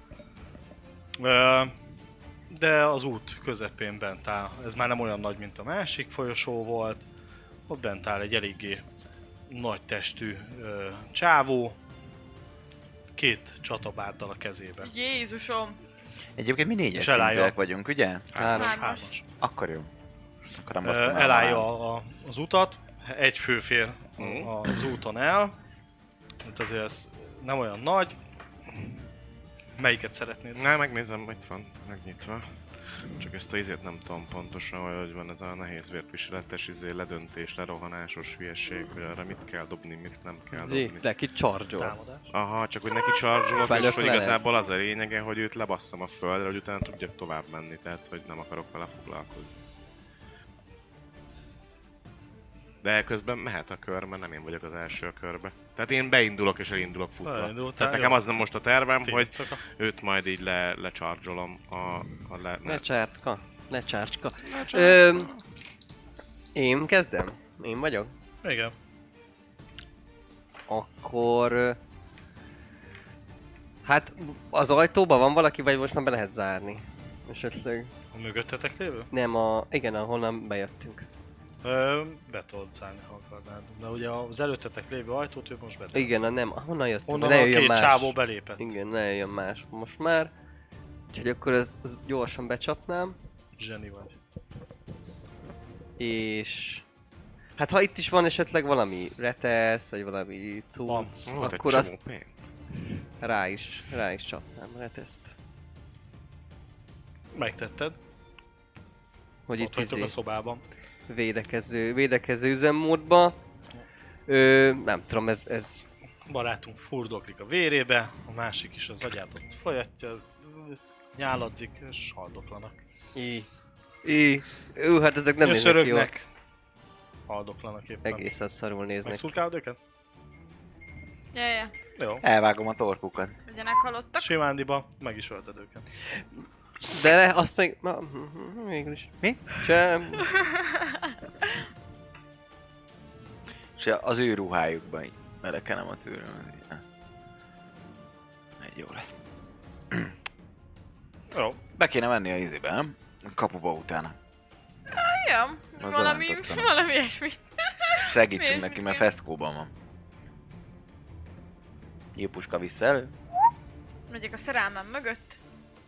Uh, de az út közepén bent áll, ez már nem olyan nagy, mint a másik folyosó volt. Ott bent áll egy eléggé nagy testű uh, csávó, két csatabárdal a kezében. Jézusom. Egyébként mi négyes És elállja. szintűek vagyunk, ugye? Három. Hármas. Hármas. Akkor jó. Akkor nem Ö, azt mondanám. elállja a, az utat, egy fő fér Mhm. az úton el, hát azért ez nem olyan nagy. Melyiket szeretnéd? Na, megnézem, itt van, megnyitva. Csak ezt a izét nem tudom pontosan, hogy van ez a nehéz vértviseletes izé, ledöntés, lerohanásos hülyeség, hogy arra mit kell dobni, mit nem kell dobni. Zé, neki charge-olsz. Támadás. Aha, csak hogy neki charge-olok, és Felök hogy le igazából az a lényege, hogy őt lebasszam a földre, hogy utána tudjak tovább menni, tehát hogy nem akarok vele foglalkozni. De közben mehet a kör, mert nem én vagyok az első a körbe. Tehát én beindulok és elindulok futva. Beindultál, Tehát nekem jó. az nem most a tervem, Ti hogy jöttök a- őt majd így le, lecharge-olom a, a le... Ne csártka, ne csárcska. Ö, én kezdem? Én vagyok? Igen. Akkor... ö, Hát az ajtóban van valaki, vagy most már be lehet zárni? Esetleg. A mögöttetek lévő? Nem, a... igen, ahonnan bejöttünk. Ö, be tudod zárni, ha akarnád. De ugye az előttetek lévő ajtót ő most be. Igen, a nem, honnan jöttünk? Onnan Ne a jöjjön két más. csávó belépett. Igen, ne jöjjön más most már. Úgyhogy akkor ezt gyorsan becsapnám. Zseni vagy. És... Hát ha itt is van esetleg valami retesz, vagy valami Van. cucc, Volt egy akkor csomó azt pénz. rá is, rá is csapnám a reteszt. Megtetted. Hogy Ott itt vagytok izé, a szobában. védekező, védekező üzemmódba. Ö, nem tudom, ez, ez... Barátunk furdoklik a vérébe, a másik is az agyát ott folyatja, nyáladzik és haldoklanak. I. I. Ú, hát ezek nem néznek jól. Nyöszörögnek. Haldoklanak éppen. Egészen szarul néznek. Megszurkálod őket? Ja, ja. Jó. Elvágom a torkukat. Legyenek halottak. Simándiba meg is ölted őket. De le, azt meg... Ma, mégis. Mi? Sem. És az ő ruhájukban így belekenem a tőröm. Egy jó lesz. Jó. Be kéne menni a izébe, nem? A kapuba utána. Ja, Majd valami, berántottam. valami ilyesmit. Segítsünk Miért, neki, mit mert kell? feszkóban van. Jépuska vissza elő. Megyek a szerelmem mögött.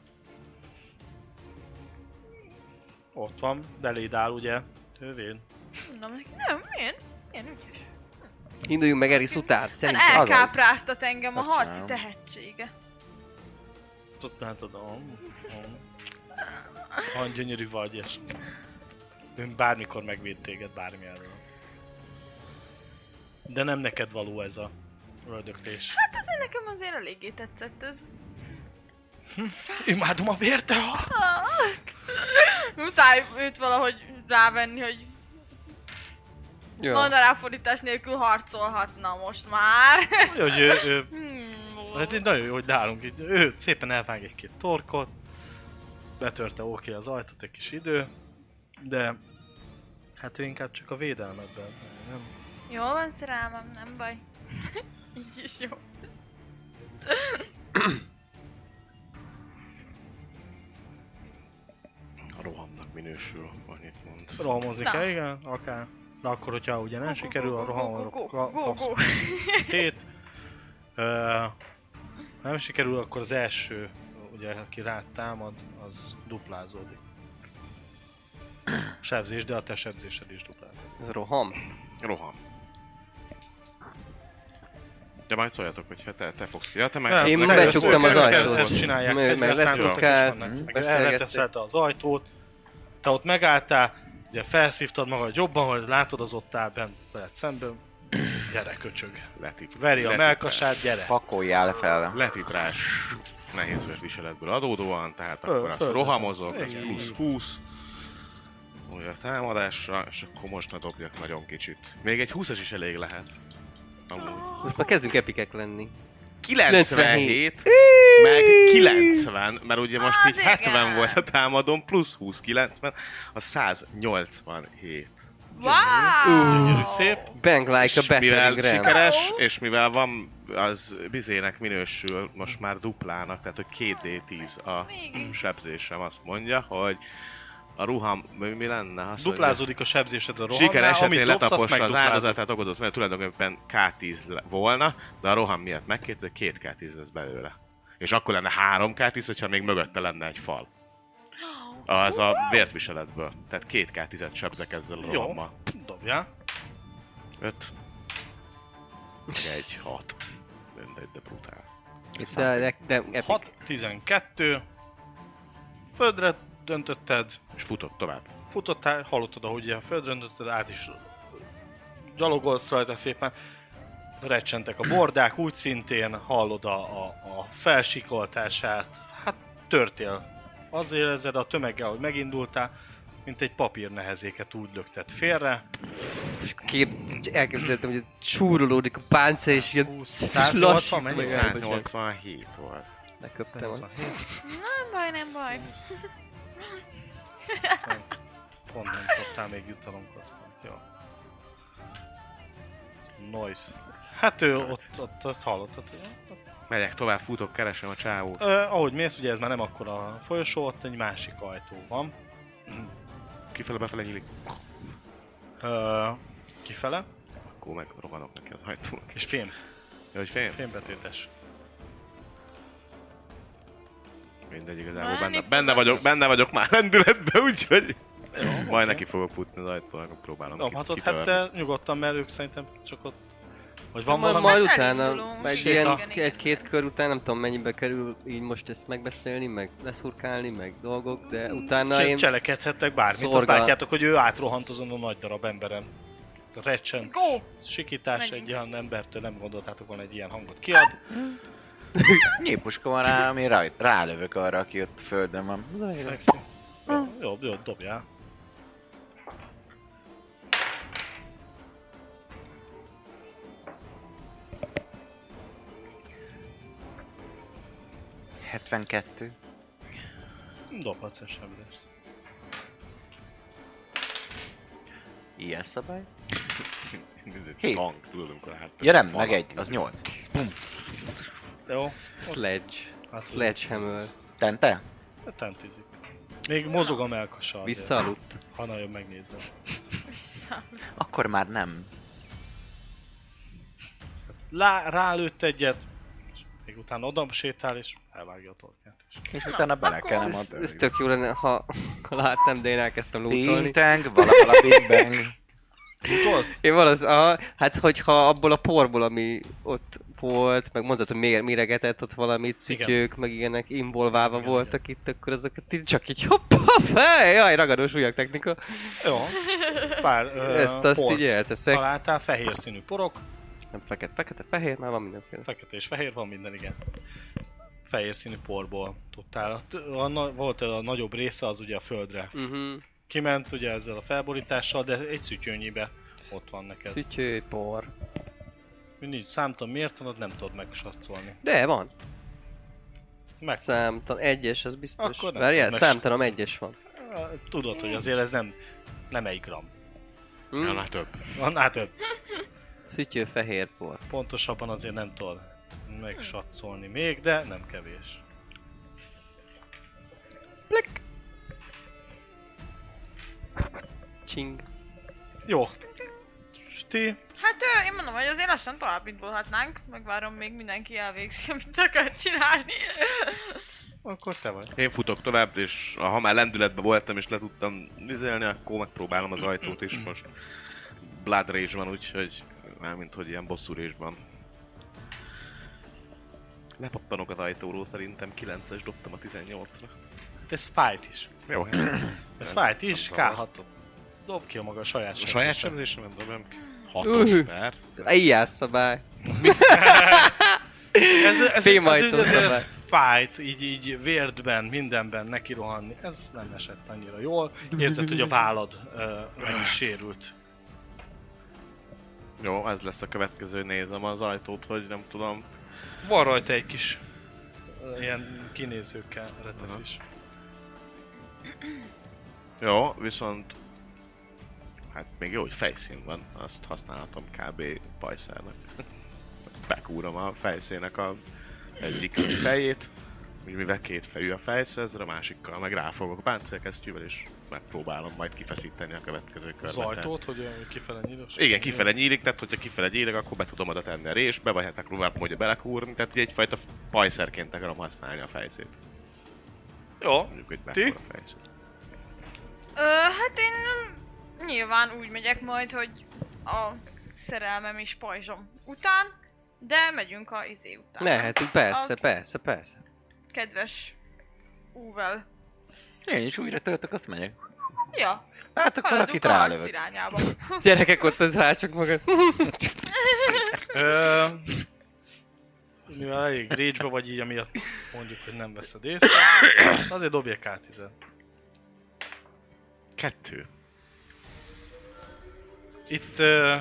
Ott van, beléd áll ugye. Tövén. Mondom neki, nem, milyen? Milyen ügyes. Induljunk meg Eris után, Hát szerintem. elkápráztat engem a Azt harci csinálom. tehetsége. Ott látod, om, om. Olyan gyönyörű vagy, és ön bármikor megvéd téged bármi elől. De nem neked való ez a öldöklés. Hát azért nekem azért eléggé tetszett ez. Imádom a vért, te hal! Muszáj őt valahogy rávenni, hogy Ja. mandaráfordítás nélkül harcolhatna most már. Hogy ő, ő, Hmm. hát így nagyon jó, hogy nálunk így, ő szépen elvág egy-két torkot, betörte oké okay, az ajtót egy kis idő, de hát ő inkább csak a védelmedben, nem? Jó van szerelmem, nem baj. Így is jó. A rohamnak minősül, annyit mond. Rohamozni Na. kell, igen, akár. De akkor, hogyha ugye nem sikerül a rohamra Go, go, go, kapsz go. tét. Ö, nem sikerül, akkor az első, ugye, aki rád támad, az duplázódik. Sebzés, de a te sebzésed is duplázódik. Ez roham. Roham. De majd szóljatok, hogyha te, te fogsz ki. Ja, te meg... Nem, Én meg becsuktam ezt- az ezt- ajtót. Ezt csinálják, Meg- meg fegyvertáncokat is leszurkált, vannak, meg beszélgettek. elreteszelte az ajtót. Te ott megálltál, ugye felszívtad magad jobban, hogy látod, az ott áll bent veled szemben. Gyere, köcsög. Letit, Veri a letitrás. melkasát, gyere. Pakoljál fel. Letitrás nehézves viseletből adódóan, tehát Föl- akkor azt föl- rohamozok, az Igen. plusz húsz. Újra támadásra, és akkor most ne dobjak nagyon kicsit. Még egy húszas is elég lehet. Amúgy. Most már kezdünk epikek lenni. kilencvenhét, meg kilencven, mert ugye most Az így hetven igen. volt a támadón, plusz húsz, kilencven, az száznyolcvanhét. Wow! Gyönyörű, szép. Bang like a És mivel battering ram. sikeres, és mivel van, az bizének minősül most már duplának, tehát hogy két dé tíz a Mégis. sebzésem, azt mondja, hogy a ruham, mi mi lenne? Azt Duplázódik a sebzésed a mondja, siker rohamnál, esetén amit dobsz, azt letapossa az megduplázod. áldozatát, okozott, mert tulajdonképpen ká tíz le- volna, de a roham miatt megkérdez, két ká tíz lesz belőle. És akkor lenne három ká tíz, hogyha még mögötte lenne egy fal. Az a vértviseletből. Tehát két ká tízet sebzek ezzel a Jó. rohammal. Dobjál. öt. Meg egy hat. Mindegy, de brutál. De, de, de epic. hat, tizenkettő. Földre döntötted, És futott tovább. futottál, hallottad, ahogy ilyen földre döntötted, át is gyalogolsz rajta szépen. Recsentek a bordák, úgy szintén hallod a, a, a felsikoltását. Hát törtél. Az érezed a tömeggel, hogy megindultál, mint egy papírnehezéket úgy lökted félre. Kép, elképzeltem, hogy súrolódik a páncél, és ilyen húsz, száznyolcvan, mennyi? lassít meg. száznyolcvanhét volt. Leköptem. száznyolcvanhét. Nem baj, nem baj. Pont nem kaptál még jutalomkockát, jó. Noise. Hát ő ott, ott azt hallottad, hogy... Megyek tovább, futok, keresem a csávót. Ö, ahogy mész, ugye ez már nem akkora folyosó, ott egy másik ajtó van. Kifele befele nyílik. Ö, kifele, Akkor meg rohanok neki az ajtónak. és fém, Ja, hogy fél? fémbetétes. Mindegy, igazából Menni benne, fogok. benne vagyok, benne vagyok már lendületben, úgyhogy... Majd neki fogok futni az ajtónak, próbálom Dobhatod, kit- hát kitörni. te nyugodtan, mert ők szerintem csak ott... Vagy van Majd, valami... majd Hát utána, elindulunk. egy Séta. ilyen Igen, igen. egy-két kör után, nem tudom mennyibe kerül így most ezt megbeszélni, meg leszurkálni, meg dolgok, de utána Cs- én... cselekedhettek bármit, azt Szorgal. látjátok, hogy ő átrohant azon a nagy darab emberen. Recsent, Go! sikítás, Menjünk. egy ilyen embertől nem gondoltátok volna egy ilyen hangot kiad. Nyílpuska van rá, ami rá, rálövök arra, aki ott a földön van. Fekszik. Jó, jó, jó, dobjál. hetvenkettő. Dobhatsz egy sebzést. Ilyen szabály? Ez egy Hét. hang, tudod, amikor hát... Ja nem, meg egy, az nyolc. Jó, Sledge. azt Sledgehammer. Tente? tentízik. Még mozog a melkasa azért, Visszaaludt. ha nagyon megnézem. Akkor már nem. Lá, rálőtt egyet, és még utána oda sétál és elvágja a torkát is. És Na, utána akkor- belekelem Ez, a ez tök jó lenne, ha, ha látnám, de én elkezdtem lootolni. Ting-tang, vala-vala Big Bang. Utolsz? Én valószínűleg, aha, hát hogyha abból a porból, ami ott volt, meg mondtad, hogy még méregetett ott valamit, szütyők, meg ilyenek involválva Igen, voltak itt, akkor azokat így csak így hoppa, fej, jaj, ragadós ujjak technika. Jó. Pár ö, Ezt azt port így elteszek. találtál, fehér színű porok, Nem fekete, fekete, fehér, már van mindenféle. fekete és fehér van minden, igen. Fehér színű porból tudtál. A, a, volt a nagyobb része az ugye a földre. Mhm, Kiment ugye ezzel a felborítással, de egy szütyőnyibe ott van neked. szütyő, por. Nincs számtalan, miért van, ott nem tudod megsatszolni. De van, Meg számtalan, egyes, az biztos. Akkor nem Várjál, tudom, számtalan meg- egyes van. tudod, hogy azért ez nem, nem egy gram. Hm? Annál több. Annál több. Szütyő, fehér, por. Pontosabban azért nem tudod megsatszolni még, de nem kevés. Csing. Jó. Ti? Hát ö, én mondom, hogy azért lassan tovább indulhatnánk. Megvárom, még mindenki elvégzi, amit akar csinálni. Akkor te vagy. Én futok tovább, és ha már lendületben voltam és le tudtam vizelni, akkor megpróbálom az ajtót is. Most Blood Rage van, úgyhogy mármint, hogy ilyen bosszú rage van. Lepattanok az ajtóról, szerintem kilences dobtam a tizennyolcra. Ez fight is. Jó. Ez fight is, nem ká zavar. hat. Dob ki a maga saját A saját sebzése. sebzésem dobom ki. Hatos, Üh. persze. Ilyen szabály. Ez, ez, ez, Fémajtó ez, ez, ez szabály. fight, így, így vérdben, mindenben neki rohanni. Ez nem esett annyira jól. Érzed, hogy a vállad uh, meg is sérült. Jó, ez lesz a következő, nézem az ajtót, hogy nem tudom. Van rajta egy kis uh, ilyen kinézőkkel retesz Aha. is. Jó, viszont... Hát még jó, hogy fejszín van, azt használhatom kb. Pajszernek. Bekúrom a fejszének a egyik fejét, úgy mivel két fejű a fejsze, ezzel a másikkal meg ráfogok a páncélkesztyűvel, és megpróbálom majd kifeszíteni a következő körbe. Az ajtót, hogy olyan, hogy kifele nyílos? Igen, kifele nyílik, tehát hogyha kifele nyílik, akkor be tudom oda tenni a résbe, vagy hát megpróbálom ugye belekúrni, tehát így egyfajta pajszerként akarom használni a fejszét. Jó. Mondjuk, hogy Ti? mekkora fejszét. Ö, hát én nyilván úgy megyek majd, hogy a szerelmem és pajzsom után, de megyünk a izé után. Mehetünk, persze, A persze, persze. kedves Úvel. Én is újra töltök, azt megyek. Ja, Hát akkor haladunk akit a harc rálövök. irányába. Gyerekek ott az rácsok magad. Ö, mivel elég rage vagy így, amiatt mondjuk, hogy nem veszed észre, azért dobj egy ká tíz. Kettő. Itt... Uh,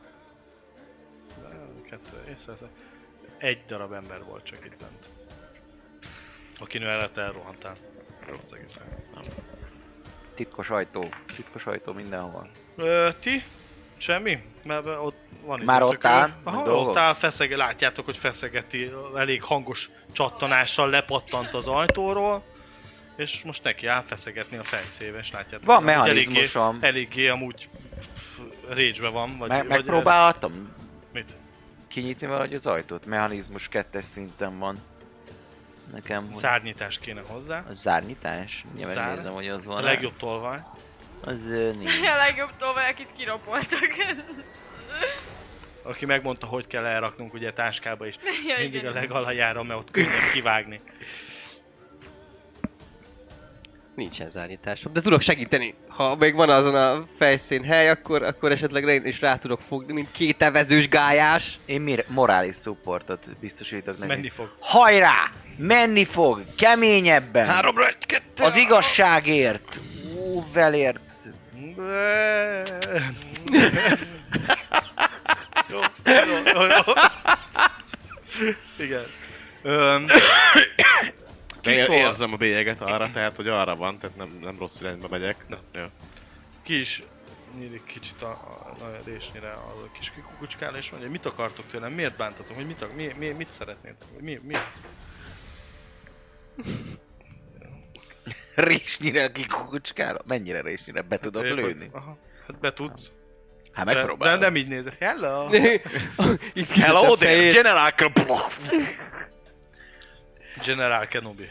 kettő, észreveszek. Egy darab ember volt csak itt bent. Akinő előtt elrohantál. Az egészen. Nem. Titkos ajtó, titkos ajtó mindenhol. Ö, ti Semmi? Mert ott van Már időtök. ott áll, Aha, meg dolgok? ott áll, feszege, látjátok, hogy feszegeti, elég hangos csattanással lepattant az ajtóról, és most neki áll feszegetni a fejszével, és látjátok. Van hogy mechanizmusom. Eléggé, eléggé amúgy rage-be van. Vagy, Me- vagy megpróbálhatom Mit? kinyitni valahogy az ajtót? Mechanizmus kettes szinten van. Nekem, hogy Szárnyítást kéne hozzá. a zárnyitás? Nyilván Zár. nézem, hogy az A van. legjobb tolvaj. Az ö, nincs. A legjobb tolvaj, akit kiropoltak. Aki megmondta, hogy kell elraknunk ugye táskába is. Ja, Mindig igen. a legalajára, mert ott könnyebb kivágni. Nincsen zárnyításom, de tudok segíteni. Ha még van azon a fejszín hely, akkor, akkor esetleg én is rá tudok fogni, mint két evezős gályás. Én mir- morális supportot biztosítok neki. Menni fog. Hajrá! Menni fog! Keményebben! Háromra egy, kettő. Az igazságért! Ú, velért! Jó, jó, jó, jó. Igen. Öm, Én szól? érzem a bélyeget arra, tehát hogy arra van, tehát nem, nem rossz irányba megyek. Jó. ki is nyílik kicsit a, a nagy résnyire a kis kukucskára, és mondja, mit akartok tőlem, miért bántatok, hogy mit, ak- mi, mi, mit szeretnétek, mi, mi? Résnyire kikukucskára? Mennyire résnyire? Be tudok Épp, lőni? Aha, hát be tudsz. Hát De, megpróbálom. de nem így nézek. Hello! Itt Hello there, fejét. General Kapla! General Kenobi.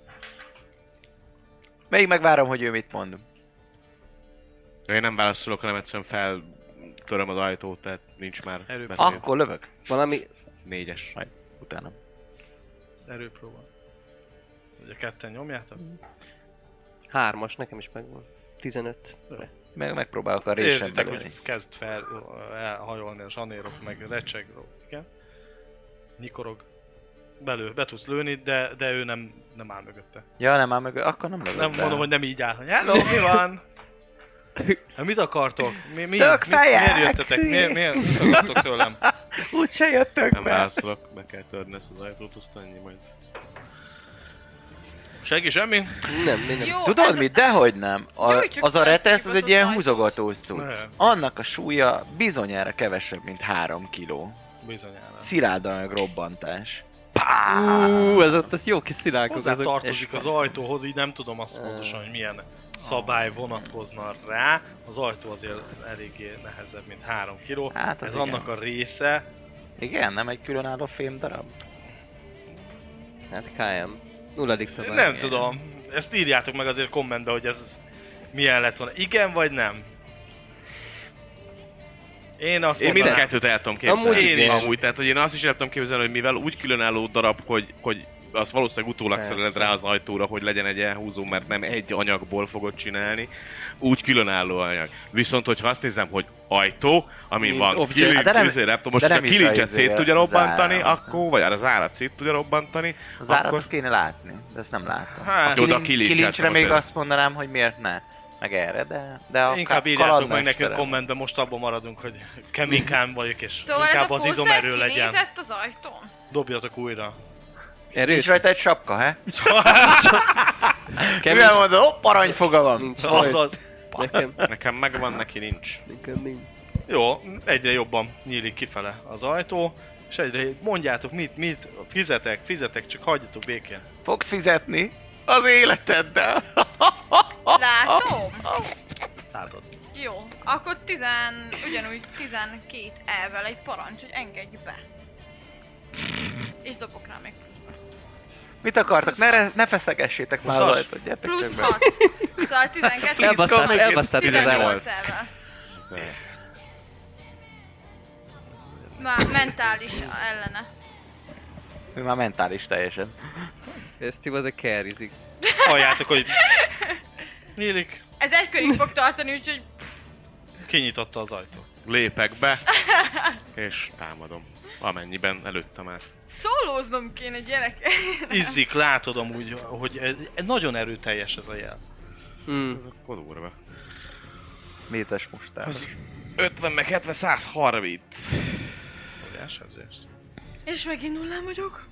Még megvárom, hogy ő mit mond. Én nem válaszolok, hanem egyszerűen feltöröm az ajtót, tehát nincs már Erőbb. beszél. Akkor lövök. Valami... Négyes. Majd utána. Erőpróba. Ugye ketten nyomjátok? Hármas, nekem is megvan. tizenöt. Meg megpróbálok a résen Érzitek, belőni. hogy kezd fel elhajolni a zsanérok, meg recseg, igen. Nyikorog. Belő, be tudsz lőni, de, de ő nem, nem áll mögötte. Ja, nem áll mögött, akkor nem lövök Nem be. mondom, hogy nem így áll, hogy hello, mi van? Hát mit akartok? Mi, mi, Tök mi, fejek! miért jöttetek? Miért, miért mit akartok tőlem? Úgyse jöttök Nem be. válaszolok, be kell törni ezt az ajtót, aztán ennyi majd. Senki semmi? Nem, még nem. Jó, Tudod ez mit? Dehogy nem. A, Jó, csak az a retesz, az egy ilyen felszívott húzogatós cucc. Nem. Annak a súlya bizonyára kevesebb, mint három kiló. Bizonyára. Szilárd anyag robbantás. Ú, ez ott az jó kis szilánkok Hozzá azok. tartozik az ajtóhoz, így nem tudom azt pontosan, hogy milyen szabály vonatkozna rá. Az ajtó azért eléggé nehezebb, mint három kiló. Hát, az Ez igen. annak a része. Igen, nem egy különálló fém darab? Hát ká em. Nulladik szabály. Nem tudom. Ezt írjátok meg azért kommentbe, hogy ez milyen lett volna. Igen vagy nem? Én azt Én mind a mondanám. kettőt el tudom képzelni. Amúgy én is. Amúgy, tehát hogy én azt is el tudom képzelni, hogy mivel úgy különálló darab, hogy, hogy azt valószínűleg utólag Persze. szereled rá az ajtóra, hogy legyen egy elhúzó, mert nem egy anyagból fogod csinálni, úgy különálló anyag. Viszont, hogyha azt nézem, hogy ajtó, amin Mint van object. kilincs, Hát de nem- izé, nem tudom, most de ha nem is kilincset a izé, szét tudja az robbantani, áram. akkor, vagy az állat szét tudja robbantani, Az árat akkor... azt kéne látni, de ezt nem látom. Hát, Jó, de a Kilin- kilincset kilincsre szokott még el. azt mondanám, hogy miért ne. Meg erre, de, de a Inkább ka- írjátok meg kalandmestere- nekünk kommentben, most abban maradunk, hogy keménykám vagyok, és Szóval ez inkább a az fószer izomerő legyen. kinézett az ajtón? Dobjatok újra. Erős? Nincs rajta egy sapka, he? Kemény. Mivel mondod, hopp, aranyfoga van. Nincs Azaz. Nekem, Nekem megvan, neki nincs. nekem nincs. Jó, egyre jobban nyílik kifele az ajtó, és egyre mondjátok mit, mit, fizetek, fizetek, csak hagyjatok békén. Fogsz fizetni az életeddel. Látom? Látod. Jó, akkor tizen, ugyanúgy tizenkét elvel egy parancs, hogy engedj be. És dobok rá még plusz. Mit akartok? Ne, re- ne feszegessétek már az Huszas? ajtót, gyertek Plusz csak be. hat. Szóval tizenkettő, Elbasszál, elbasszál tizennyolc tizennyolc. elvel. Már mentális ellene. Ő már mentális teljesen. Ezt az a carryzik. Halljátok, hogy nyílik, Ez egy körig fog tartani, úgyhogy kinyitotta az ajtót. Lépek be, és támadom. Amennyiben előtte már. szólóznom kéne, gyerek. Izzik, látod amúgy, hogy ez- nagyon erőteljes ez a jel. Hmm. Ez akkor durva. Métes mostár. Az ötven meg hetven, száz harminc. Óriás sebzés. És megint nullán vagyok.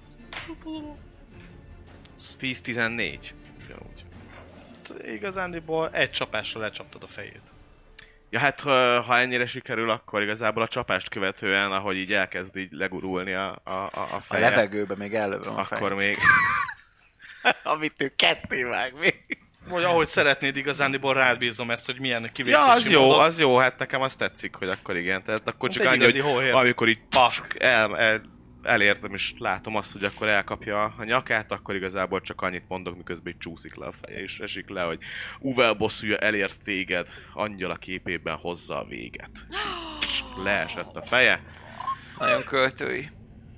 Az tíz tizennégy. Ugyanúgy. Igazándiból egy csapással lecsaptad a fejét. Ja hát, ha ha ennyire sikerül, akkor igazából a csapást követően, ahogy így elkezd így legurulni a, a, a, a A feje, levegőbe még előbb a akkor még... Amit ő ketté vág még. Vagy ahogy szeretnéd, igazándiból rád bízom ezt, hogy milyen Ja, kivégzési az jó, módot. az jó, hát nekem az tetszik, hogy akkor igen. Tehát akkor Mint csak egy annyi, igazi hogy hóhér. amikor így el, el, elértem és látom azt, hogy akkor elkapja a nyakát, akkor igazából csak annyit mondok, miközben így csúszik le a feje, és esik le, hogy Uvel bosszúja elért téged, angyal a képében hozza a véget. És így leesett a feje, Nagyon költői.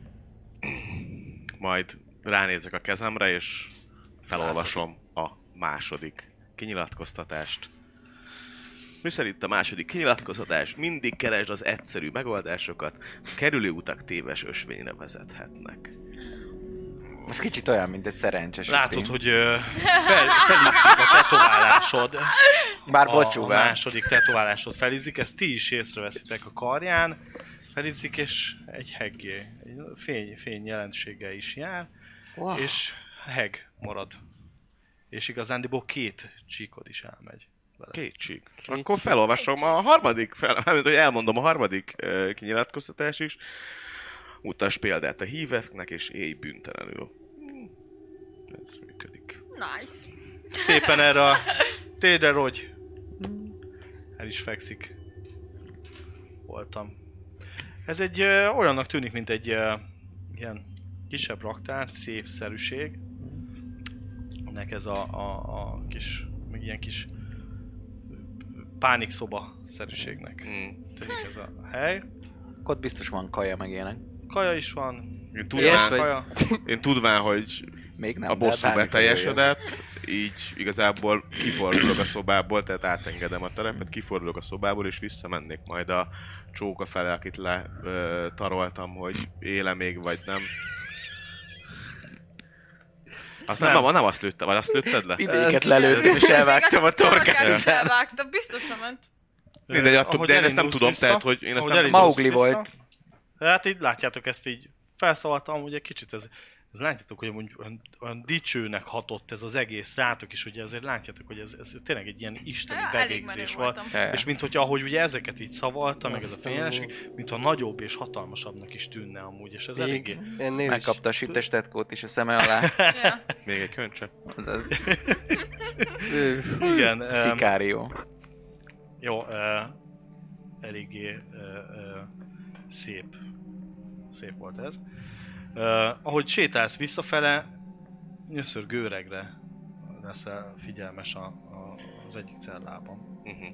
majd ránézek a kezemre, és felolvasom a második kinyilatkoztatást. Miszerint a második kinyilatkoztatás: mindig keresd az egyszerű megoldásokat, a kerülő utak téves ösvényre vezethetnek. Ez kicsit olyan, mint egy szerencsés. Látod, hogy ö, fel, felízik a tetoválásod. Bár a, bocsú, a második tetoválásod felízik, ezt ti is észreveszitek a karján. Felízik, és egy heggé, egy fény, fény jelenséggel is jár, Wow. és heg marad. És igazándiból két csíkod is elmegy vele. Két csík. Akkor felolvasom a harmadik, fel, hát, hogy elmondom a harmadik uh, kinyilatkoztatás is. Mutass példát a híveknek, és élj bűntelenül. Hmm. Ez működik. Nice. Szépen erre a térdre rogy. El is fekszik. Voltam. Ez egy ö, olyannak tűnik, mint egy ö, ilyen kisebb raktár, szépszerűség. Ennek ez a, a, a kis, még ilyen kis pánikszoba szerűségnek Hmm. tűnik ez a hely. Ott biztos van kaja meg ilyenek. Kaja is van. Én Ilyes tudván, vagy? Kaja. én tudván, hogy Még nem. a de bosszú bármikor beteljesedett, így igazából kifordulok a szobából, tehát átengedem a terepet, kifordulok a szobából, és visszamennék majd a csóka fele, akit le ö, taroltam, hogy éle még, vagy nem. Azt nem, Nem. nem, nem azt lőttem, vagy azt lőtted le? Vidéket lelőttem, és elvágtam a torkát. is elvágtam, biztosan ment. Mindegy, attól, Ahogy de én ezt nem elindulsz tudom, vissza, tehát, hogy én ezt ahogy nem... elindulsz Mowgli vissza, volt. Hát így látjátok ezt így, felszavaltam, ugye kicsit ez, ez látjátok, hogy amúgy olyan, olyan dicsőnek hatott ez az egész rátok is, ugye ezért látjátok, hogy ez, ez tényleg egy ilyen isteni Ja, elég bevégzés menő volt. voltam. Ja. És mint hogyha ahogy ugye ezeket így szavalta, meg ez a Azt a fényesség, mintha nagyobb és hatalmasabb is tűnne amúgy, és ez eléggé... Ennél is. Megkapta a sütes tetkót is a szeme alá. Ja. Még egy könycse. Azaz. Ő, Igen, em, Szikárió. jó, uh, eléggé uh, uh, szép, szép volt ez. Uh, ahogy sétálsz visszafele, nyöször gőregre leszel figyelmes a, a, az egyik cellában. Uh-huh.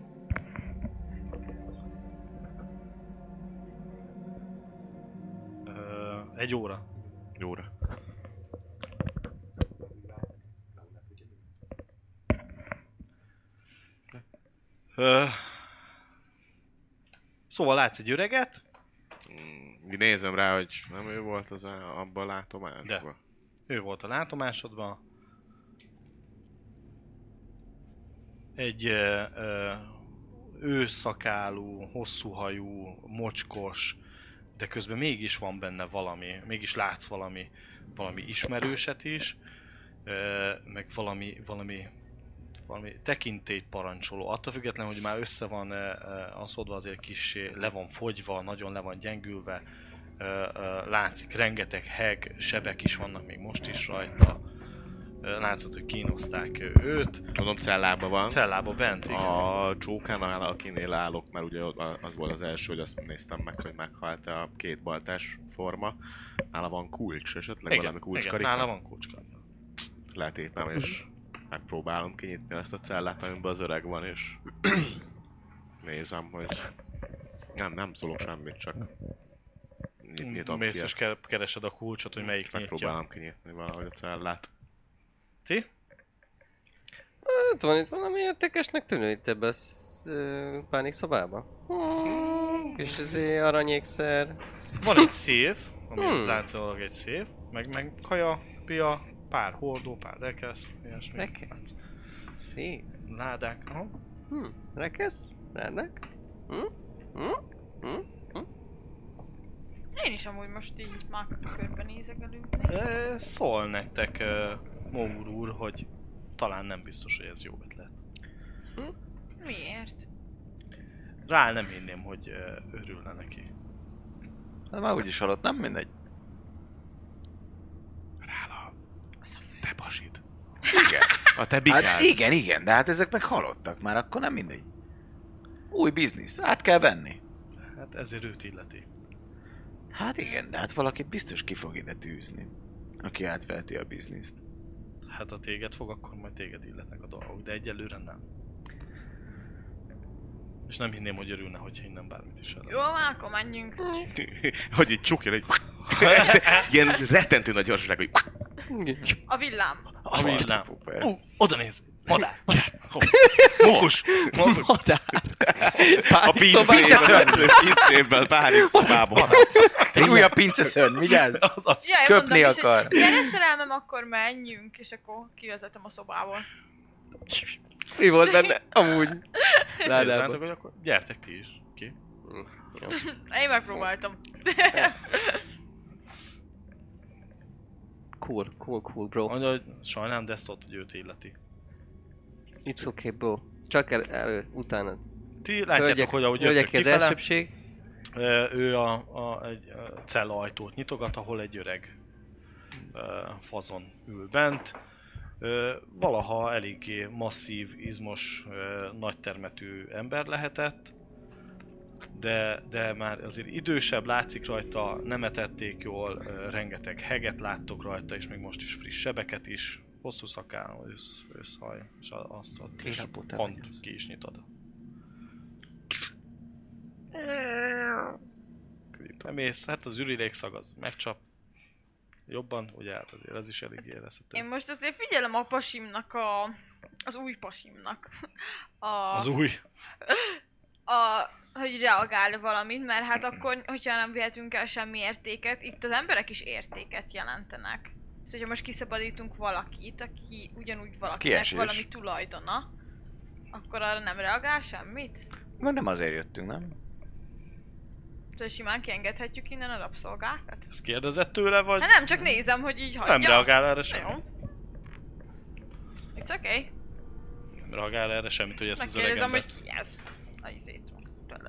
Uh, egy óra. Jóra. Uh, szóval látsz egy öreget, Mm, nézem rá, hogy nem ő volt az a, abban a látomásban. De. ő volt a látomásodban. Egy ö, ö, ősszakálú, hosszú hajú, mocskos, de közben mégis van benne valami, mégis látsz valami, valami ismerőset is, ö, meg valami, valami, valami tekintélyt parancsoló. Attól függetlenül, hogy már össze van ö, ö, aszodva, azért kissé le van fogyva, nagyon le van gyengülve, ö, ö, látszik rengeteg heg, sebek is vannak még most is rajta. Ö, látszott, hogy kínozták őt. Tudom, cellában van. Cellába bent, igen. A csókánál, akinél állok, mert ugye az volt az első, hogy azt néztem meg, hogy meghalt a két baltás forma. Nála van kulcs, esetleg Igen, valami igen, kulcskarika. nála van kulcskarika. Letépem, és megpróbálom kinyitni ezt a cellát, amiben az öreg van, és nézem, hogy nem, nem szólok semmit, csak nyit- nyitom Mész ki, és ke- keresed a kulcsot, hogy melyik és nyitja. megpróbálom kinyitni valahogy a cellát. Ti? hát van itt valami értékesnek tűnő itt ebbe a sz- ö, pánik szobába. Hmm, kis izé, aranyékszer. Van egy széf, ami Hmm. látszólag egy széf, meg, meg kaja, pia, pár hordó, pár rekesz, ilyesmi. Rekesz? Szép. Ládák, aha. Hm, rekesz? Rának? Hm? Hm? Hm? Hm? Én is amúgy most így már körbenézek előtt. E, szól nektek uh, Mogur úr, hogy talán nem biztos, hogy ez jó ötlet. Miért? Rál nem hinném, hogy uh, örülne neki. Hát már úgyis halott, nem mindegy. Rála. Te pasid. Igen. A te bikád. Hát igen, igen, de hát ezek meg halottak már, akkor nem mindegy. Új biznisz, át kell venni. Hát ezért őt illeti. Hát igen, de hát valaki biztos ki fog ide tűzni, aki átveheti a bizniszt. Hát ha téged fog, akkor majd téged illetnek a dolgok, de egyelőre nem. És nem hinném, hogy örülne, hogyha innen bármit is Jó, már akkor menjünk. Hogy így csukja egy... Ilyen rettentő nagy gyorsaság, hogy... A villám. A villám. Szuper. Ú, oda nézz! Madár! Madár! Mókus! Mókus! Madár! A pincében, pincében, Párizs szobában. Egy újabb pinceszörny, vigyázz! Az, az. Jaj, Köpni mondom is, akar. hogy gyere szerelmem, akkor menjünk, és akkor kivezetem a szobából. Mi volt benne? Amúgy. Ládában. Ládában. Hogy akkor gyertek ti is. Ki? Én megpróbáltam. Cool, cool, cool, bro. Mondja, hogy sajnálom, de ezt ott, hogy őt illeti. It's okay, bro. Csak el, elő, utána. Ti látjátok, Hölgyek, hogy ahogy hölgyek jöttök az kifele, elsőbség. ö, ő a, a, egy a cella ajtót nyitogat, ahol egy öreg ö, fazon ül bent. Ö, valaha eléggé masszív, izmos, ö, nagytermetű ember lehetett, de, de már azért idősebb, látszik rajta, nem etették jól, ö, rengeteg heget láttok rajta, és még most is friss sebeket is, hosszú szakál, ősz, őszhaj, és azt ott és Télapótál pont vagy az. ki is nyitod. Bemész, hát az ürülékszag az megcsap. Jobban, ugye hát azért ez is elég érezhető. Én most azért figyelem a pasimnak a... Az új pasimnak. A... Az új. a, hogy reagál valamit, mert hát akkor, hogyha nem vihetünk el semmi értéket, itt az emberek is értéket jelentenek. Szóval, hogyha most kiszabadítunk valakit, aki ugyanúgy valakinek kiesés. valami tulajdona, akkor arra nem reagál semmit? Mert nem azért jöttünk, nem? Tehát simán kiengedhetjük innen a rabszolgákat? Ezt kérdezett tőle, vagy Hát nem, csak nézem, hogy így hagyja. nem reagál erre Na semmit? jó. It's okay. Nem reagál erre semmit, hogy ezt az öreg Megkérdezem, embert... hogy ki ez. A izét tőled.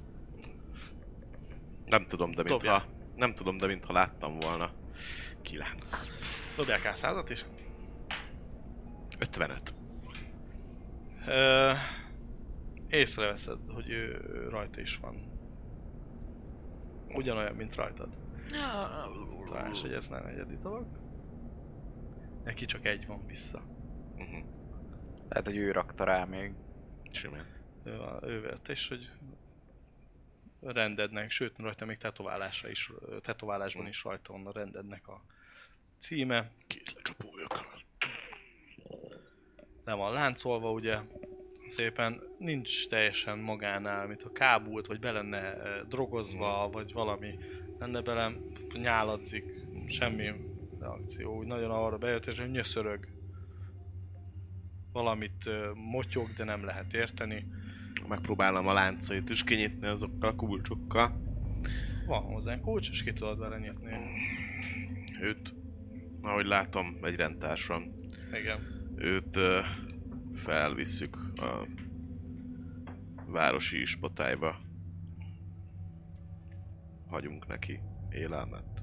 Nem tudom, de Dobjál. mintha... Nem tudom, de mintha láttam volna. Kilenc. Dobják el százat is. ötvenöt. Ö, észreveszed, hogy ő, ő rajta is van. Ugyanolyan, mint rajtad. Találás, hogy ez nem egyedi dolog. Neki csak egy van vissza. Uh-huh. Lehet, hogy ő rakta rá még. Simán. Ő, ő vette, és hogy rendednek, sőt rajta még tetoválásra is, tetoválásban is rajta van a rendednek a címe. Két lecsapójuk. Le van láncolva, ugye, szépen nincs teljesen magánál, mintha kábult, vagy be lenne eh, drogozva, vagy valami lenne bele, nyáladzik, semmi reakció, úgy nagyon arra bejött, és hogy nyöszörög. Valamit eh, motyog, de nem lehet érteni. Megpróbálom a láncait is kinyitni azokkal a kulcsokkal. Van hozzánk kulcs, és ki tudod vele nyitni. Őt, ahogy látom, egy rendtársam. Igen. Őt ö, felvisszük a városi ispotályba. Hagyunk neki élelmet,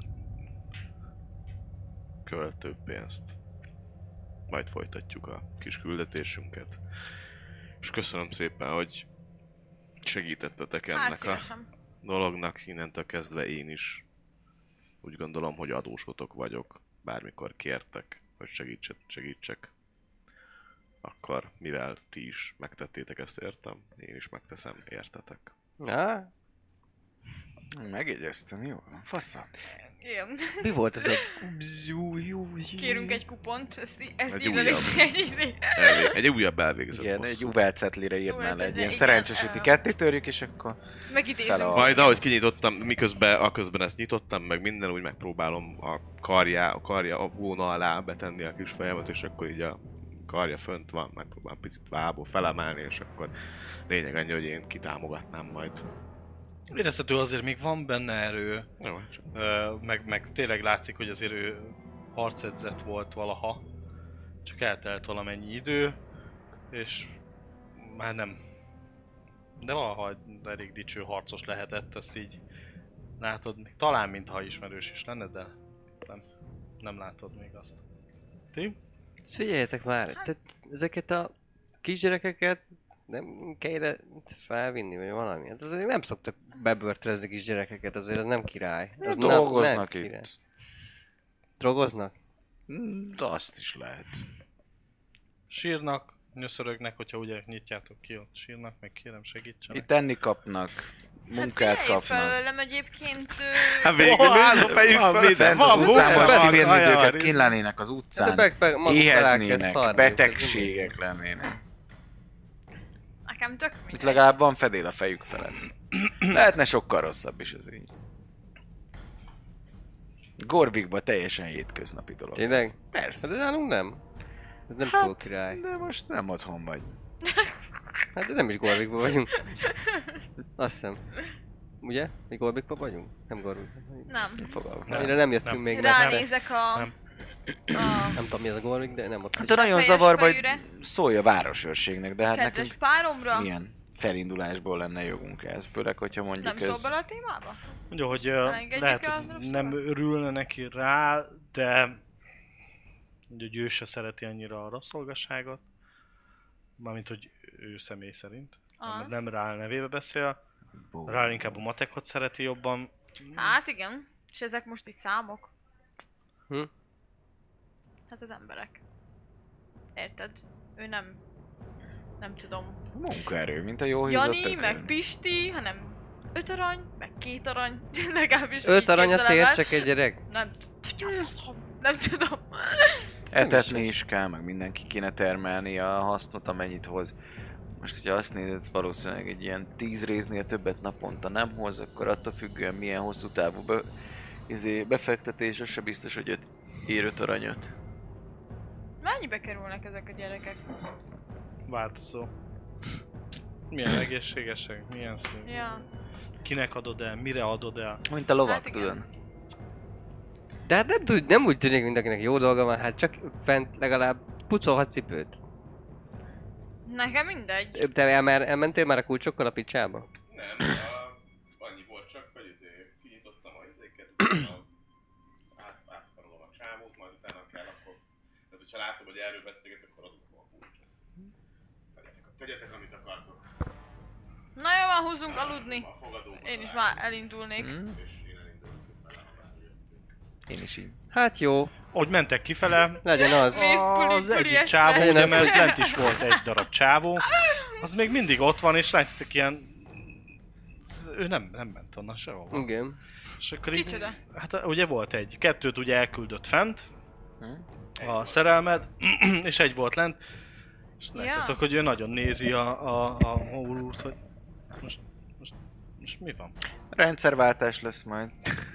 költőpénzt. Majd folytatjuk a kis küldetésünket. És köszönöm szépen, hogy segítettetek Hát ennek a szívesen. dolognak. Innentől kezdve én is úgy gondolom, hogy adósotok vagyok. Bármikor kértek, hogy segítsek, segítsek. Akkor mivel ti is megtettétek ezt értem, én is megteszem értetek. Á, Megjegyeztem, jó? Faszom. Igen. mi volt ez a... Kérünk egy kupont, ezt, í- ezt Egy írd el újabb. is egy izé. Elvég, egy újabb elvégzett Igen, bosszú. egy uvelcetlire írnál Uvelcetlire, egy ilyen igen. szerencsésíti ketté törjük, és akkor... Megidézünk. Fele a- Majd ahogy kinyitottam, miközben a közben ezt nyitottam, meg minden, úgy megpróbálom a karja, a karja a hóna alá betenni a kis fejemet, és akkor így a karja fönt van, megpróbálom picit vából felemelni, és akkor lényeg annyi, hogy én kitámogatnám majd. Érezhető azért még van benne erő, Jó, csak ö, meg, meg tényleg látszik, hogy azért ő harcedzett volt valaha. Csak eltelt valamennyi idő, és már nem, De valahogy elég dicső harcos lehetett, ezt így látod, még talán mintha ismerős is lenne, de nem, nem látod még azt. Ti? Ezt figyeljetek már, tehát ezeket a kisgyerekeket nem kell felvinni, vagy valami. Hát azért nem szoktak bebörtönözni kisgyerekeket, azért az nem király. Az nem, Dolgoznak nem itt. király. Drogoznak? Mm, De azt is lehet. Sírnak, nyöszörögnek, hogyha ugye nyitjátok ki, ott sírnak, meg kérem segítsenek. Itt enni kapnak, munkát hát kapnak. felőlem egyébként... Hát végül házba is fejük van fölött, minden. Fent az Van utcán munka, most van kivenni kaja, őket, izé. kint lennének az De utcán, meg, meg maguk alá kell éheznének, szarni. betegségek lennének. Nekem tök Itt mindegy. legalább van fedél a fejük felett. Lehetne sokkal rosszabb is az így. Gorvikban teljesen hétköznapi dolog. Tényleg? Persze. Hát de nálunk nem. Ez nem Hát, túl király. De most nem otthon vagy. Hát de nem is Gorvikban vagyunk. Azt hiszem. Ugye? Mi Gorvikban vagyunk? Nem Gorvikban vagyunk. Nem. Fogalmam. Nem. Mire nem jöttünk Nem. még messze. Ránézek a... Nem. a Nem tudom mi az a Gorvik, de nem ott. Hát is. de nagyon fejes zavarba, hogy fejűre. szólj a városőrségnek, de hát kedves nekünk páromra. milyen felindulásból lenne jogunk ez, főleg, hogyha mondjuk Nem szól ez... bele a témába? Mondja, hogy ö, Elengedjük lehet, el hogy a nem rabszolgát? örülne neki rá, de ugye, hogy ő se szereti annyira a rabszolgasságot. Mármint, hogy ő személy szerint. Aha. Nem, nem Rál nevébe beszél. Rál inkább a matekot szereti jobban. Hát igen. És ezek most itt számok. Hm? Hát az emberek. Érted? Ő nem... Nem tudom. Munkaerő, mint a jó hízott Jani, tökön. meg Pisti, hanem öt arany, meg két arany. Legalábbis Öt így aranyat képzelem el. ér csak egy gyerek? Nem tudja, faszom. Nem tudom. Etetni is kell, meg mindenki kéne termelni a hasznot, amennyit hoz. Most, hogyha azt nézed, valószínűleg egy ilyen tíz résznél többet naponta nem hoz, akkor attól függően milyen hosszú távú be, izé, befektetés, az se biztos, hogy öt, ér öt aranyat. Mennyibe kerülnek ezek a gyerekek? Változó. Milyen egészségesek, milyen szín. Ja. Kinek adod el, mire adod el. Mint a lovak, Hát igen. tudod? De hát nem, tud, nem úgy tűnik mindenkinek jó dolga van, hát csak fent legalább pucolhat cipőt. Nekem mindegy. Te el, már, elmentél már a kulcsokkal a picsába? Nem, a, annyi volt csak, hogy izé, kinyitottam a izéket, utána át, átkarolom a csávót, majd utána kell akkor... Tehát, hogyha látom, hogy erről beszélget, akkor adok a kulcsot. Tegyetek, tegyetek, amit akartok. Na jó, van, húzzunk aludni. A fogadóba Én is találkozunk, már elindulnék. Hm? És én elindulok vele, ha már jöttünk. Én is így. Hát jó, Ahogy mentek kifele, legyen az. Mész puli, az puli egyik este. csávó, Én ugye, ezt- mert lent is volt egy darab csávó, az még mindig ott van, és látjátok ilyen... Ő nem, nem ment onnan sehova. Igen. És akkor így, Kicsoda? hát ugye volt egy, kettőt ugye elküldött fent, Hm? a szerelmed, és egy volt lent, és Ja. látjátok, hogy ő nagyon nézi a, a, a úrt, hogy most, most, most mi van? Rendszerváltás lesz majd.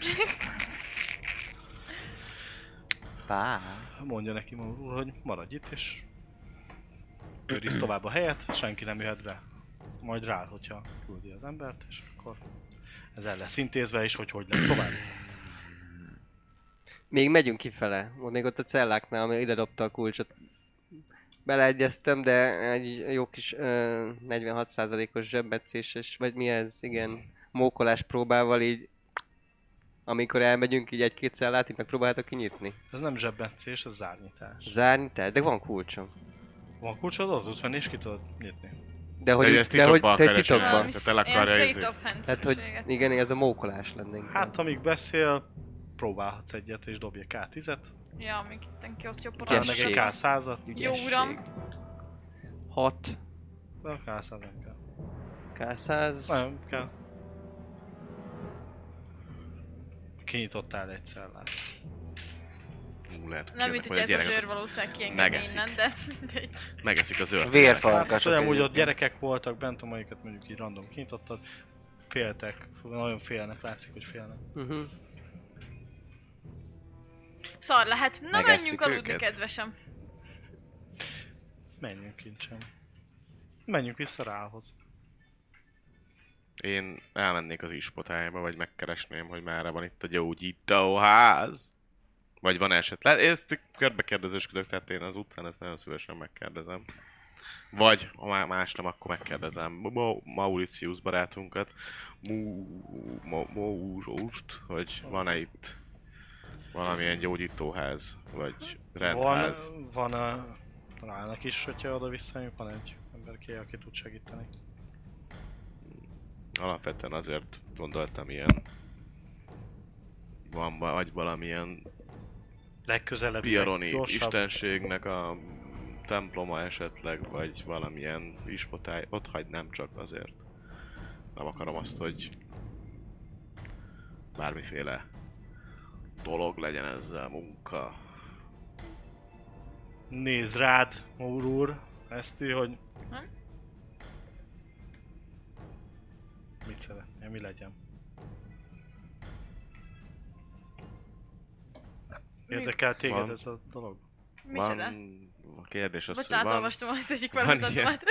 Pá. Mondja neki Maur úr, hogy maradj itt, és őriz tovább a helyet, senki nem jöhet be. Majd rá, hogyha küldi az embert, és akkor ez el lesz intézve, és hogy hogy lesz tovább. Még megyünk kifele. Még ott a celláknál, ami ide dobta a kulcsot. Beleegyeztem, de egy jó kis ö, negyvenhat százalékos zsebbetszéses, vagy mi ez, igen, mókolás próbával így, amikor elmegyünk, így egy-két cellát, így megpróbáltak kinyitni. Ez nem zsebbetszés, ez zárnyitás. Zárni, de van kulcsom. Van kulcsod, ott tudsz menni, és ki tudod nyitni. De hogy, hogy úgy- ezt de hogy titokban te keresed. titokban. Valami Tehát el akarja ilyen izé. state of hand Tehát, hogy szükséget. igen, ez a mókolás lenne inkább. Hát, amíg beszél, próbálhatsz egyet, és dobj egy ká tízet, Ja, amíg itten kiosztja talán meg Ügyesség. egy ká százat, Jó uram. hat, de a ká száz nem kell. ká száz, Nem kell. Kinyitottál egy cellát. Ú, lehet, hogy Nem, kijönnek mint hogy majd a ez a gyerekek, zsőr azt valószínűleg kiengedni megeszik. innen, de mindegy. Megeszik a zöld. Vérfarkasok. Hát, olyan úgy ott egyébként. gyerekek voltak bent, amelyiket mondjuk így random kinyitottad. Féltek, nagyon félnek, látszik, hogy félnek. uh-huh. Szar lehet. Na Megesszük menjünk aludni, őket? kedvesem. Menjünk kincsem. Menjünk vissza Rálhoz. Én elmennék az ispotályba, vagy megkeresném, hogy merre van itt a gyógyítóház. Vagy van esetleg. Ezt körbekérdezősködök, tehát én az utcán ezt nagyon szívesen megkérdezem. Vagy, ha más nem, akkor megkérdezem Ma- Mauritius barátunkat, Mózsóst, hogy van-e itt valamilyen gyógyítóház, vagy rendház. Van, van a... találnak is, hogyha oda visszajönk, van egy emberké, aki tud segíteni. Alapvetően azért gondoltam ilyen... Van vagy valamilyen Legközelebb, Piaroni gyorsabb. istenségnek a temploma esetleg, vagy valamilyen ispotály, ott hagynám csak azért. Nem akarom azt, hogy bármiféle dolog legyen ezzel, munka. Nézd rád, Mór úr, ezt ő, hogy... Nem? Mit szeretnél, mi legyen? Érdekel téged Van. ez a dolog? Micsoda? Van, a kérdés az, Bocsánat, hogy van, olvastam azt egyik van felmutatómat.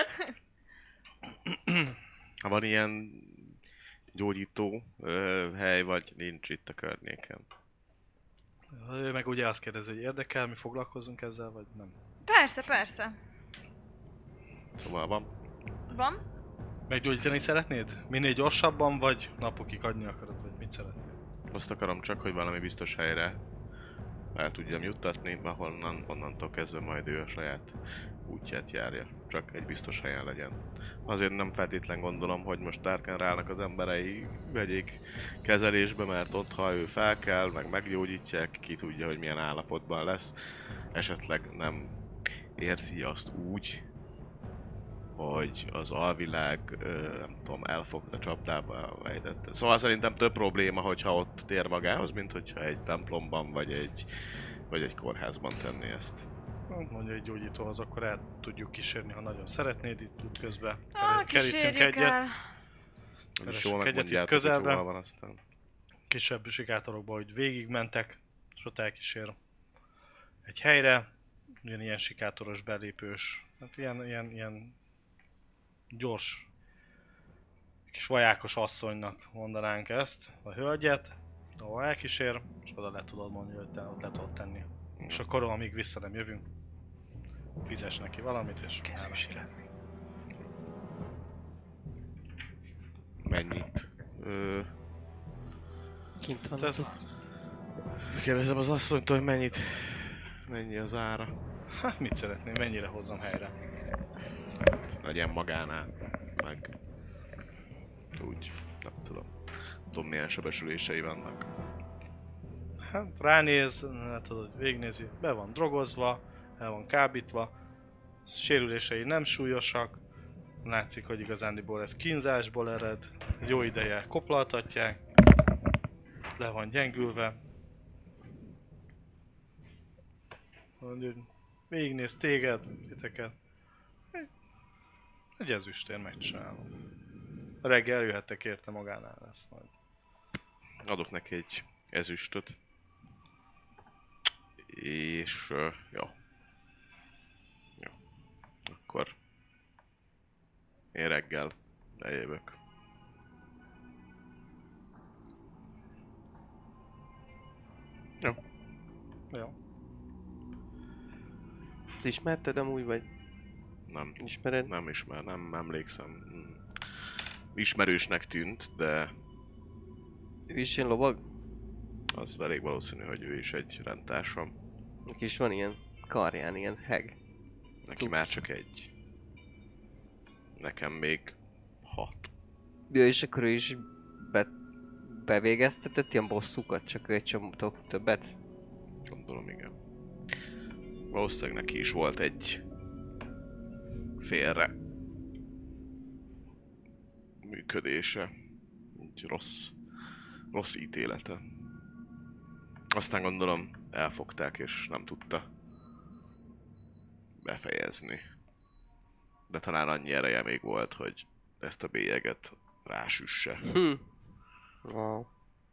ha van ilyen gyógyító ö, hely, vagy nincs itt a környéken. Ő meg ugye azt kérdezi, hogy érdekel, mi foglalkozunk ezzel, vagy nem? Persze, persze. Szóval van. Van? Meggyógyítani szeretnéd? Minél gyorsabban, vagy napokig adni akarod, vagy mit szeretnél? Azt akarom csak, hogy valami biztos helyre el tudjam juttatni, ahonnan, onnantól kezdve majd ő a saját útját járja. Csak egy biztos helyen legyen. Azért nem feltétlen gondolom, hogy most Tarkenrálnak az emberei vegyék kezelésbe, mert ott, ha ő fel kell, meg meggyógyítják, ki tudja, hogy milyen állapotban lesz. Esetleg nem érzi azt úgy, hogy az alvilág, ö, nem tudom, elfogta csapdába vejtette. Szóval szerintem több probléma, hogyha ott tér magához, mint hogyha egy templomban vagy egy, vagy egy kórházban tenni ezt. Mondja egy gyógyítóhoz, akkor el tudjuk kísérni, ha nagyon szeretnéd, itt út közben. Ah, Kerítünk kísérjük egyet. el. Nem is Keressük jól egyet itt megmondjátok, közelben. hogy hol van aztán. Kisebb sikátorokba, hogy végigmentek, és ott elkísér egy helyre, ugyanilyen sikátoros belépős, hát ilyen, ilyen, ilyen gyors, kis vajákos asszonynak mondanánk ezt, a hölgyet, ahol elkísér, és oda le tudod mondani, hogy te ott le tudod tenni. És akkor, amíg vissza nem jövünk, fizes neki valamit, és elmehet. Mennyit? Ö, Kint van. Hát ezt, kérdezem az asszonytól, hogy mennyit, mennyi az ára. hát mit szeretném, mennyire hozzam helyre? Legyen magánál, meg úgy, nem tudom. Tudom, milyen sebesülései vannak. Hát ránéz, nem tudod, végignézi, be van drogozva, el van kábítva, sérülései nem súlyosak, látszik, hogy igazándiból ez kínzásból ered, jó ideje koplaltatják, le van gyengülve. Mondja, hogy végignéz téged, titeket. Egy- Egy ezüstér megcsinálom. Reggel jöhettek érte, magánál lesz majd. Adok neki egy ezüstöt. És... Uh, jó. Jó. Akkor... Én reggel eljövök. Jó. Jó. Ezt ismerted amúgy, vagy Nem. ismered? Nem ismer, nem emlékszem. Mm. Ismerősnek tűnt, de Ő is ilyen lovag? az elég valószínű, hogy ő is egy rendtársam. Neki is van ilyen karján, ilyen heg. Neki már csak egy. Nekem még hat. Ja, és akkor ő is be, bevégeztetett ilyen bosszúkat, csak ő egy csomó többet. Gondolom, igen. Valószínűleg neki is volt egy félre működése. Egy rossz, rossz ítélete. Aztán gondolom elfogták és nem tudta befejezni. De talán annyi ereje még volt, hogy ezt a bélyeget rásüsse. Hm. Wow.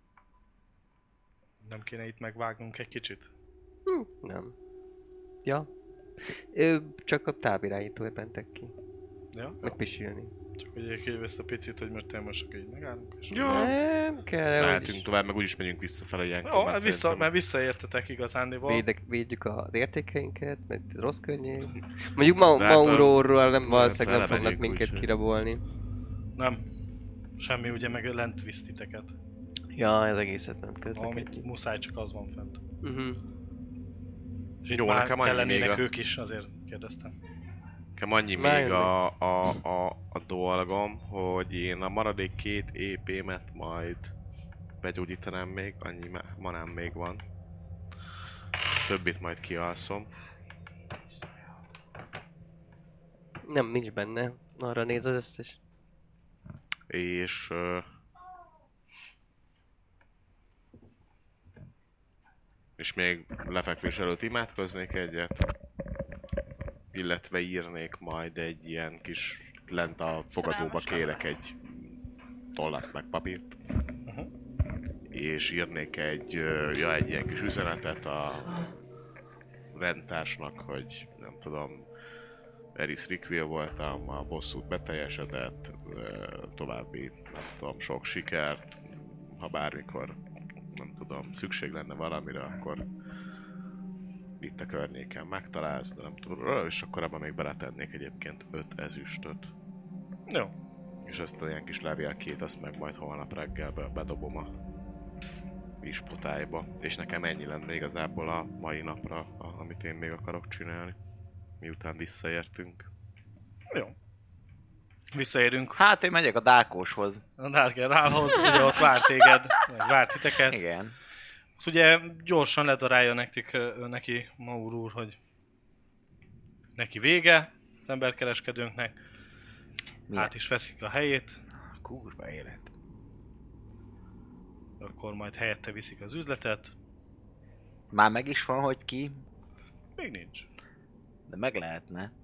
Nem kéne itt megvágnunk egy kicsit? Hm. Nem. Ja. Ő csak a távirányítóért mentek ki. Ja? Meg pisilni. Csak hogy ezt a picit, hogy most tényleg most így megállunk. És Jó. Nem kell, hogy Mehetünk tovább, meg úgyis megyünk visszafele ilyenkor. Jó, mert hát vissza, szerintem- mert visszaértetek igazándiból. védek, védjük az értékeinket, meg rossz környék. Mondjuk ma, De hát a- Maurorról nem de valószínűleg vele nem fognak megyünk, minket úgyhogy. kirabolni. Nem. Semmi, ugye meg lent visz titeket. Ja, ez egészet nem Amit közlekedjük. muszáj, csak az van fent. Uh-huh. És itt Jó, már nekem annyi kellenének még a- ők is, azért kérdeztem. Nekem annyi Már még jönnek. a, a, a, a dolgom, hogy én a maradék két é pé-met majd begyógyítanám még, annyi ma- manám még van. Többit majd kialszom. Nem, nincs benne. Arra néz az összes. És... ö, és még lefekvés előtt imádkoznék egyet. Illetve írnék majd egy ilyen kis... Lent a fogadóba Szerelmes kérek egy tollat meg papírt. Uh-huh. És írnék egy, ö, ja, egy ilyen kis üzenetet a rendtársnak, hogy nem tudom, Eris Rickville voltam, a bosszút beteljesedett, ö, további, nem tudom, sok sikert, ha bármikor, nem tudom, szükség lenne valamire, akkor itt a környéken megtalálsz, de nem tudom, és akkor abban még beletennék egyébként öt ezüstöt. Jó. És ezt a ilyen kis levélkét, azt meg majd holnap reggelbe bedobom a ispotályba. És nekem ennyi lenne igazából a mai napra, a, amit én még akarok csinálni. Miután visszaértünk. Jó. Visszaérünk Hát én megyek a Dákóshoz. a Dargerálhoz, ugye ott vár téged, meg vár titeket. Igen. Ott ugye gyorsan ledarálja nekik, ö, neki Maur úr, hogy neki vége az emberkereskedőnknek. Mi? Át is veszik a helyét, Kurva élet. akkor majd helyette viszik az üzletet. Már meg is van, hogy ki, Még nincs. de meg lehetne.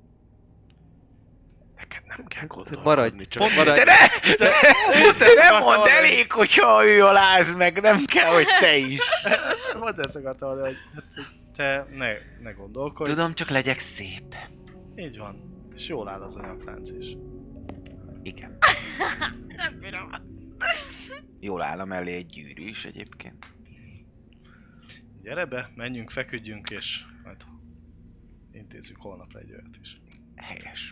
Neked nem kell Maradj, gondolkodni, csak maradj. Te ne! Te, te nem mondd elég, hogyha ő jól állsz meg, nem kell, hogy te is. Mondd ezt akartam, hogy te ne, ne gondolkodj. Tudom, csak legyek szép. Így van. És jól áll az a nyaklánc is. Igen. Nem bírom. Jól állam elé egy gyűrű is egyébként. Gyere be, menjünk, feküdjünk, és majd intézzük holnapra egy olyat is. Helyes.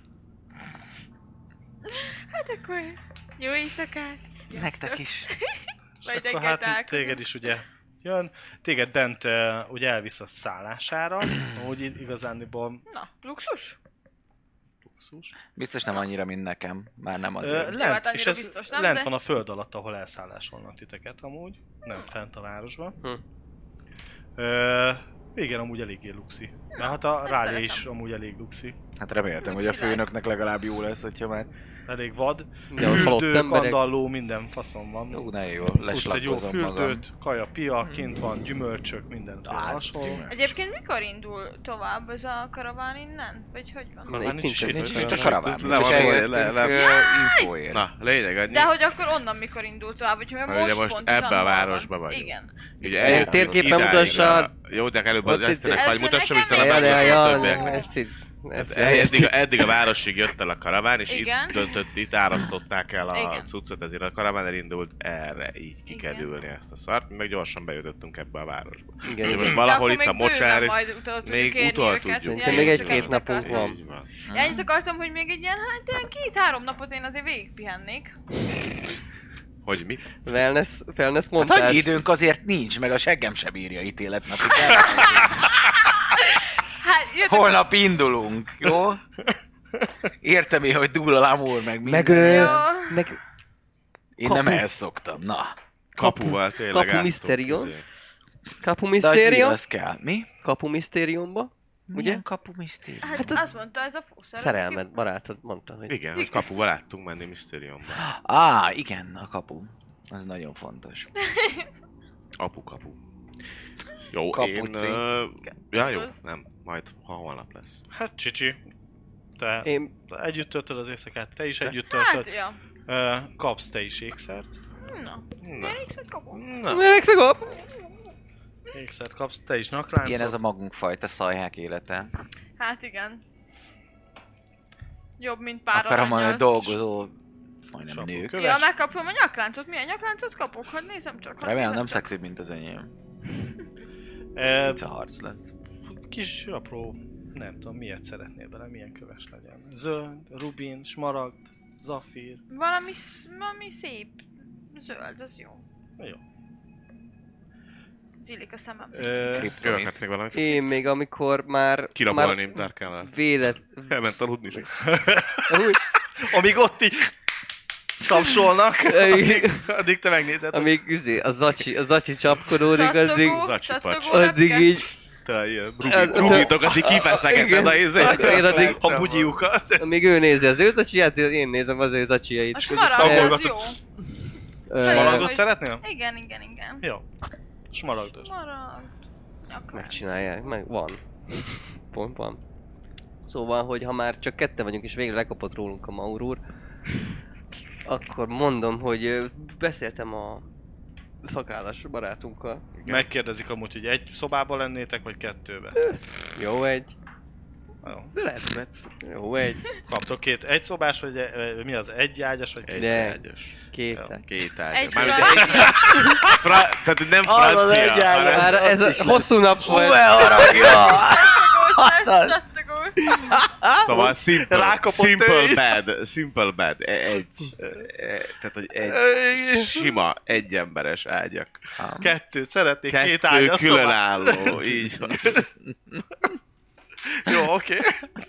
Hát akkor jó éjszakát. Nektek is. És Majd akkor reggel hát találkozunk. téged is ugye jön. Téged Dent uh, ugye elvisz a szállására, úgy igazándiból Na, luxus? luxus. Biztos nem annyira, mint nekem. Már nem Ö, azért. Jó, lent, hát és annyira ez biztos nem, lent de- van a föld alatt, ahol elszállásolnak titeket amúgy. Nem fent a városban. Hm. Ö, igen, amúgy eléggé luxi. Mert hát a ezt rádió szeretem. is amúgy elég luxi. Hát reméltem, hogy a főnöknek legalább jó lesz, hogyha már... Elég vad. De ott halott Fürdő, emberek. kandalló, minden faszon van. Jó, ne jó, Tudsz egy jó leslakozom magam. fürdőt, kaja, pia, kint van, gyümölcsök, minden Ah, ez hasonló. gyümölcs. Egyébként mikor indul tovább ez a karaván innen? Vagy hogy van? Van, Már itt nincs nincs is egy itt, Nincs itt a karaván. karaván. Ez le van Csak szó, eljöttünk, le- le- ö, infóért. Na, lényeg annyi. De hogy akkor onnan mikor indul tovább, hogy Hát most, ugye most pontosan ebbe a hol van? városba vagyunk. Igen. Ugye Egy eljutunk térképen idáig mutassad. a- Jó, de előbb az Ott itt- Eszternek majd Először mutassam, és nekem utána még- Ja, ja, megmutatom a ja, többieknek. ezt így... Ezt, Hát eddig, eddig a városig jött el a karaván, és Igen. itt döntött, itt árasztották el a Igen. cuccot, ezért a karaván elindult erre, így ki kell Igen. ülni ezt a szart, mi meg gyorsan bejutottünk ebbe a városba. Igen, Ugye igen. most De valahol akkor itt a még bőven mocsár, és majd utol tudjuk még érni utol őket. tudjuk. Ja, Te én még csak egy-két ennyit napunk akartam. van. így van. Ja, ennyit akartam, hogy még egy ilyen, hát ilyen két-három napot én azért végigpihennék. Hogy mit? Wellness, wellness Hát montás. annyi időnk azért nincs, meg a seggem sem bírja ítéletnapig. Hát, jöttök, Holnap indulunk, jó? Értem én, hogy dull a lámúr, meg minden. Meg, ö, Jó. meg Én kapu. nem ehhez szoktam, na. Kapuval tényleg kapu átszok Mysterion. izé. Kapu De a Mysterium. gyűr az kell. Mi? Kapu Mysteriumba. Ugye? Milyen kapu misztéri? hát, Hát az- azt mondta ez a fószer. Szerelmed, barátod mondta, hogy... Igen, hogy kapuval láttunk menni Mysteriumba. Á, igen, a kapu. Az nagyon fontos. Apu kapu. Jó, Kapuci. én... Uh, ja, jó, Az- nem. Majd, ha holnap lesz. Hát Csicsi, te Én... együtt töltöd az éjszakát, te is együtt Hát, töltöd. ja. Ö, kapsz te is ékszert. Na, Na, én is kapom. na. Megszagom! Ékszert kapsz, te is nakláncot. Ilyen ez a magunk fajta szajhák élete. Hát igen. Jobb, mint pár Akarom mondani, hogy aranyjal. dolgozó Majdnem Sapó nők. köves. Ja, megkapom a nyakláncot. Milyen nyakláncot kapok? Hogy nézem csak. hogy Remélem nézem nem csak. szexibb, mint az enyém. E, Cica harc lesz. kis apró, nem tudom, miért szeretnél bele, milyen köves legyen. Zöld, rubin, smaragd, zafír. Valami, sz- valami szép zöld, az jó. Jó. Zillik a szemem. Ö, Követnek még valamit. Én még amikor már... Kirabolni már Dark Elf. Vélet... Elment aludni is. Úgy, amíg ott így tapsolnak, addig, addig te megnézed. hogy- amíg izé, a zacsi, a zacsi csapkodódik, addig... Csattogó, Zacsi csattogó pacs. Addig lepke. így... Te ilyen Ez- Rubi- Rubitokat így kifeszegeted a izét. Én addig... A bugyiukat. Amíg ő nézi az ő zacsiját, én nézem az ő zacsiait. A smaragd az jó. Ö, Smaragdot hogy- szeretnél? Igen, igen, igen. Jó. Smaragdos. Smaragd. Nyakláncot. Megcsinálják, meg van. Pont van. Szóval, hogy ha már csak ketten vagyunk és végre lekapott rólunk a Maur úr, akkor mondom, hogy ö, beszéltem a szakállas barátunkkal. Megkérdezik amúgy, hogy egy szobában lennétek, vagy kettőbe. Jó egy. Jó. De lehet, mert jó egy. Kaptok két egy szobás, vagy e- mi az, egy ágyas, vagy Egy De. ágyas. Két. Jó. Két Egy ágyas. Mármint francia. egy... Fra... Tehát nem Az egy francia, ágyas. hanem... Már ez a hosszú nap volt. Csattogós lesz, csattogós. Szóval simple, Rákapott ő simple is. bed, simple bed, E- egy, e- tehát hogy egy sima, egyemberes ágyak. Kettőt szeretnék, két Kettő ágyas szobát. különálló, így van. Jó, oké.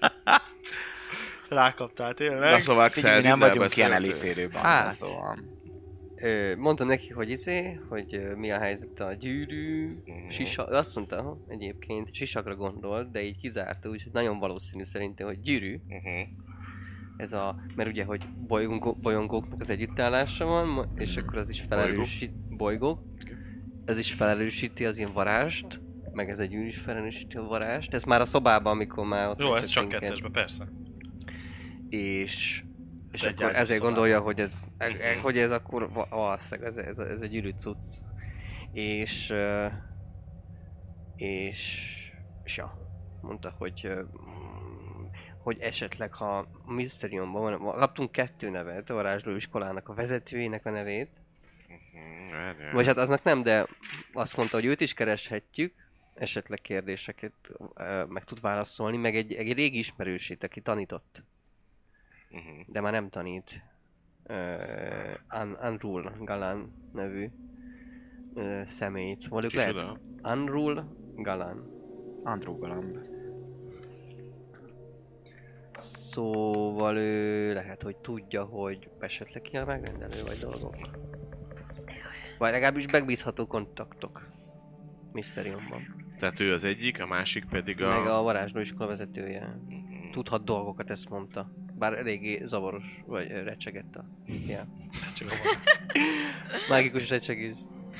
Rákaptál tényleg. Na szóval Figyelj, Axel, nem vagyunk ilyen beszéltünk. elítélő banda, Hát. szóval. Ö, mondtam neki, hogy izé, hogy ö, mi a helyzet a gyűrű, Mhm. sisa, ő azt mondta egyébként, sisakra gondolt, de így kizárta, úgyhogy nagyon valószínű szerintem, hogy gyűrű, Mhm. ez a, mert ugye, hogy bolygó, bolyongóknak az együttállása van, ma- és akkor az is felelősít, bolygók, ez is felelősíti az ilyen varást, meg ez a gyűrű is felelősíti a varást, ez már a szobában, amikor már ott Jó, ez voltak csak minket. kettesbe, persze. És, és Egy akkor ágyas ezért szobában. gondolja, hogy ez, e- e- hogy ez akkor va- valószínűleg ez, ez, ez egy gyűrű cucc. És, ö, és, és ja, mondta, hogy, ö, mm, hogy esetleg ha a Mysteriumban van, van- kaptunk kettő nevet, a varázslóiskolának a vezetőjének a nevét, Mhm, várjál. vagy hát aznak nem, de azt mondta, hogy őt is kereshetjük, esetleg kérdéseket ö, meg tud válaszolni, meg egy, egy régi ismerősét, aki tanított. Mhm. De már nem tanít. Uh, Un- Unrul Galan nevű uh, személyt. Szóval ők lehet... Kicsoda? Unrul Galan. Andrew Galamb. Szóval ő lehet, hogy tudja, hogy esetleg ki a megrendelő vagy dolgok. Vagy legalábbis megbízható kontaktok. Mysteriumban. Tehát ő az egyik, a másik pedig a... Meg a varázslóiskola vezetője. Mhm. Tudhat dolgokat, ezt mondta. Bár eléggé zavaros, vagy ö, recsegett a... Ja. Csak a Mágikus recsegés.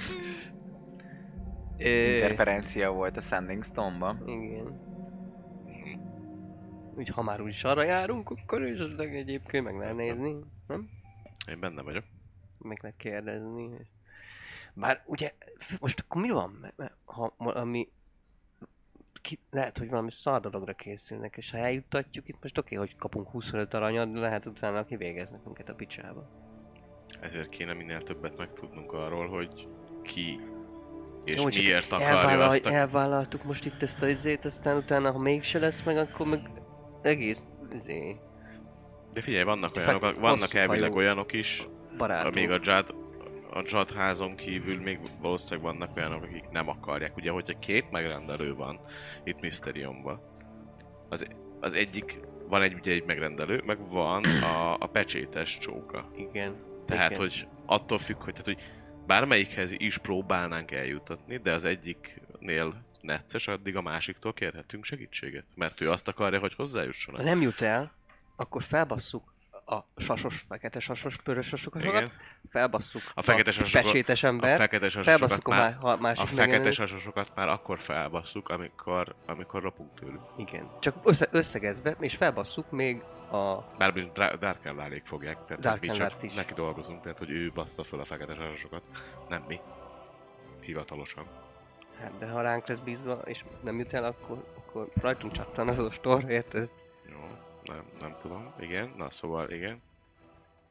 Ö, Interferencia volt a Sending Stone-ban. igen. Mhm. Úgy ha már úgyis arra járunk, akkor esetleg egyébként meg lehet nézni, nem? Én benne vagyok. Meg lehet kérdezni. Bár ugye, most akkor mi van? Mert- mert Ha valami... Ki, lehet, hogy valami szar dologra készülnek, és ha eljuttatjuk itt, most oké, hogy kapunk huszonöt aranyat, de lehet utána kivégeznek minket a picsába. Ezért kéne minél többet megtudnunk arról, hogy ki és Jó, csak miért akarja elvállal, azt a... elvállaltuk most itt ezt a izét, aztán utána, ha mégse lesz meg, akkor meg egész izé, De figyelj, vannak Fe- olyanok, vannak hosszú elvileg hajú olyanok is, barátunk. még a Jad, a Jad házon kívül még valószínűleg vannak olyanok, akik nem akarják. Ugye, hogyha két megrendelő van itt Mysteriumban, az, az egyik, van egy, ugye egy megrendelő, meg van a, a pecsétes csóka. Igen. Tehát, igen. hogy attól függ, hogy, tehát, hogy bármelyikhez is próbálnánk eljutatni, de az egyiknél necces, addig a másiktól kérhetünk segítséget. Mert ő azt akarja, hogy Ha hozzájusson. nem jut el, akkor felbasszuk a sasos, fekete sasos, pörös sasokat, Igen. felbasszuk A fekete sasokat- pecsétes A ember, fekete sasosokat felbasszuk a már, má- ha- másik a fekete megjelenő- sasosokat már akkor felbasszuk, amikor, amikor lopunk tőlük. Igen. Csak össze, összegezve, és felbasszuk még a... Bármint Dark Elválék fogják, tehát Dark mi csak Elvárt is. neki dolgozunk, tehát hogy ő bassza föl a fekete sasosokat, nem mi. Hivatalosan. Hát de ha ránk lesz bízva, és nem jut el, akkor, akkor rajtunk csattan az ostor, érted? Jó, nem, nem tudom. Igen, na szóval igen.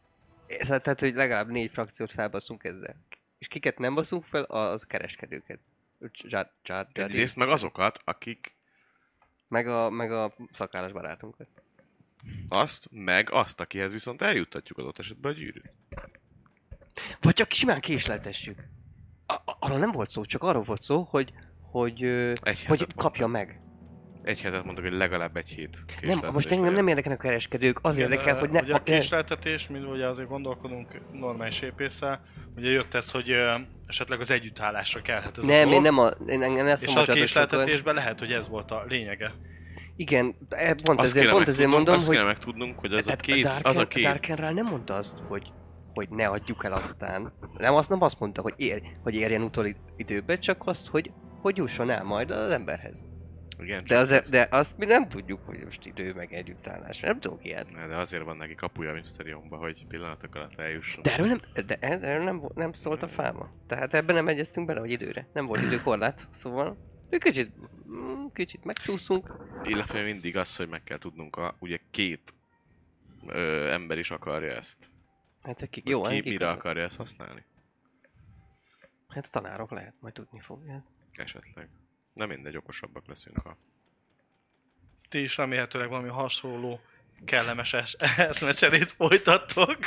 Ez, tehát, hogy legalább négy frakciót felbasszunk ezzel. És kiket nem basszunk fel, az a kereskedőket. Zsad, zsad, zsad, Egyrészt meg azokat, akik meg a, meg a szakállas barátunkat. azt, meg azt, akihez viszont eljuttatjuk adott esetben a gyűrűt. Vagy csak simán késleltessük. A- arról nem volt szó, csak arról volt szó, hogy, hogy, ö, Egy hogy hetet kapja mondtam. meg. Egy hetet mondok, hogy legalább egy hét Nem, késleltetés most engem legyen. nem érdekelnek a kereskedők, az Igen, érdekel, ö, hogy ne... Ugye a- a késleltetés, mint ugye azért gondolkodunk normális épésszel, ugye jött ez, hogy ö, esetleg az együttállásra kellhet ez a Nem, dolog, én nem a... Én, én ezt és mondom, a hogy késleltetésben lehet, hogy ez volt a lényege. Igen, e, pont Azt ezért, kéne pont ezért megtudnunk- mondom, azt hogy... kéne megtudnunk, hogy az a Tehát két, Darken, az a két, Darkenrál nem mondta azt, hogy, hogy ne adjuk el aztán. Nem azt, nem azt mondta, hogy, ér, hogy érjen utol időbe, csak azt, hogy, hogy jusson el majd az emberhez. igen, De, csak az, ez- de azt mi nem tudjuk, hogy most idő meg együttállás. Nem tudok ilyet. Ne, de azért van neki kapuja a Mysteriumba, hogy pillanatok alatt eljusson. De erről nem, de ez, erről nem, vo- nem szólt a fáma. Tehát ebben nem egyeztünk bele, hogy időre. Nem volt időkorlát, szóval egy kicsit, mm, kicsit megcsúszunk. Illetve mindig az, hogy meg kell tudnunk, a, ugye két ö, ember is akarja ezt. Hát akik, Jó, jó, ki akik mire azok. akarja ezt használni? Hát a tanárok lehet, majd tudni fogják. Esetleg. Nem mindegy, okosabbak leszünk, ha... Ti is remélhetőleg valami hasonló kellemes es- eszmecserét folytattok.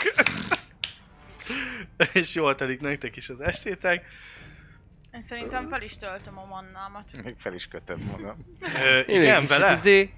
És jól telik nektek is az estétek. Én szerintem fel is töltöm a mannámat. Még fel is kötöm magam. Ö, Én igen, még vele? Izé,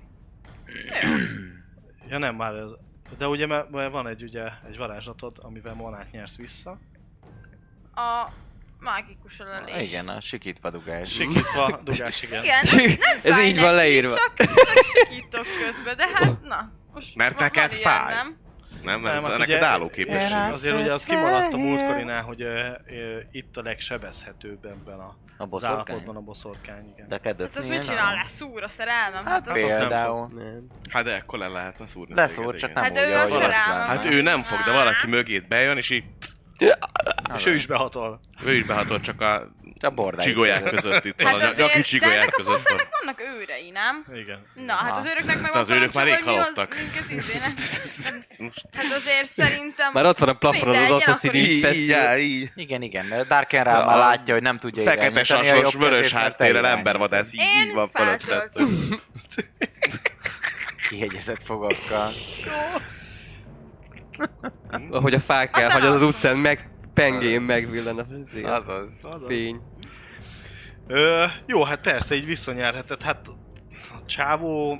Ja nem, már ez... De ugye mert mert van egy, ugye, egy varázslatod, amivel manát nyersz vissza. A mágikus ölelés. Igen, a sikítva dugás. Sikítva, dugás, igen. Igen, nem, nem Ez fáj így van neki, leírva. Csak, csak sikítok közben, de hát na. Most Mert van neked ilyen, fáj. Nem? Nem, mert ez hát neked álló képesség. Azért ugye az kimaradt a múltkorinál, hogy uh, uh, itt a legsebezhetőbb ebben a, A az boszorkány? állapotban a boszorkány, igen. De kell Hát az döfni, mit csinál? Leszúr a szerelmem? Hát az- például. nem. Hát de ekkor le lehetne szúrni. Leszúr, téged, csak igen. nem Hát úgy, ő a ahogy szerelmem. azt Hát ő nem fog, de valaki mögét bejön, és így És ő is behatol. ő is behatol, csak a A bordáig. csigóják között itt Hát van, a azért, nyaki de csigóják ennek a között van. faszának vannak őrei, nem? Igen. Na, hát az őröknek meg De az van őrök már parancsol, rég hogy mi halottak. az- minket izé, nem? Hát azért szerintem... Már ott van a plafonon az Mindegy, Assassin's akkor is. Creed Így, fesztivál. így, így. Igen, igen. Darkenrál már látja, hogy nem tudja Fekete irányítani, a sasos, jobb vörös kezét meg te háttérrel irányítod. embervadász, így, így Én van fölötted. feltöltöm. Kihegyezett fogakkal. Ahogy a fák Aztán elhagy az az- utcán, meg pengén megvillan az izé, a Azaz. fény. Ö, jó, hát persze, így visszanyerheted. Hát a csávó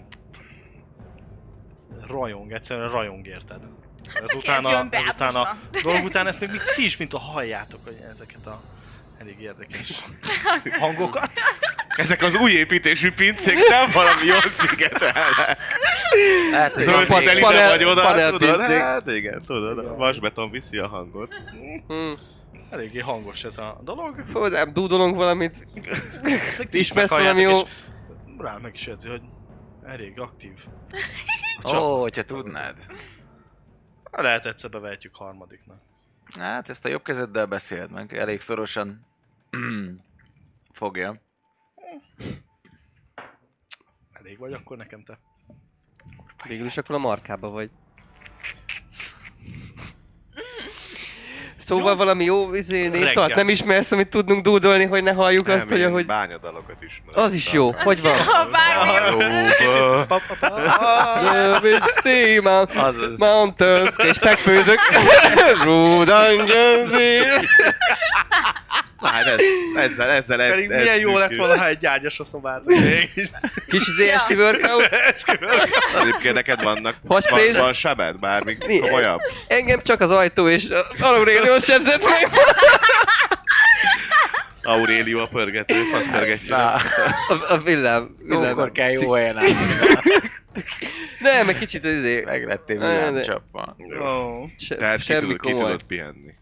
rajong, egyszerűen rajong, érted? Hát ezután jön a, be, ezután a most dolog után ezt még mi- ti is, mint a halljátok, hogy ezeket a elég érdekes hangokat. Ezek az új építésű pincék nem valami jól szigetelnek. Hát, ez Zöld jobb panel végre. ide vagy oda, panel tudod? pincék. Hát igen, tudod, a vasbeton viszi a hangot. Hm. Eléggé hangos ez a dolog. Hú, nem dúdolunk valamit. Ezt meg ti is Ismersz valami meghalljátok, jó... és rá meg is jegyzi, hogy elég aktív. Ó, hogyha tudnád. Lehet egyszer bevehetjük harmadiknak. Hát ezt a jobb kezeddel beszéld meg, elég szorosan fogja. Elég vagy akkor nekem te. Végül is akkor a markába vagy. Szóval Jó. valami jó izé, Reggel. néptalat nem ismersz, amit tudnunk dúdolni, hogy ne halljuk azt, hogy ahogy... Bányadalokat ismerek. Az is jó, hogy van? Ha bármi... The Misty Mount- Azaz. Mountains, és fekfőzök. Rude Dungeons. Na hát ez, ezzel, ezzel Pedig milyen jó lett volna, ha egy ágyas a szobát, mégis. Kis izé esti workout. Egyébként neked vannak, Hasprés. van, van sebed, bármi Mi? komolyabb. Engem csak az ajtó és Aurelion sebzett meg. Aurélió a pörgető, fasz pörgetjük. Na, A, a villám. villám. jókor kell jó helyen állni. Nem, egy kicsit izé. Meg lettél Ne, ne. villámcsapva. Ó. Se, Tehát ki, semmi tudod, ki komoly. tudod pihenni.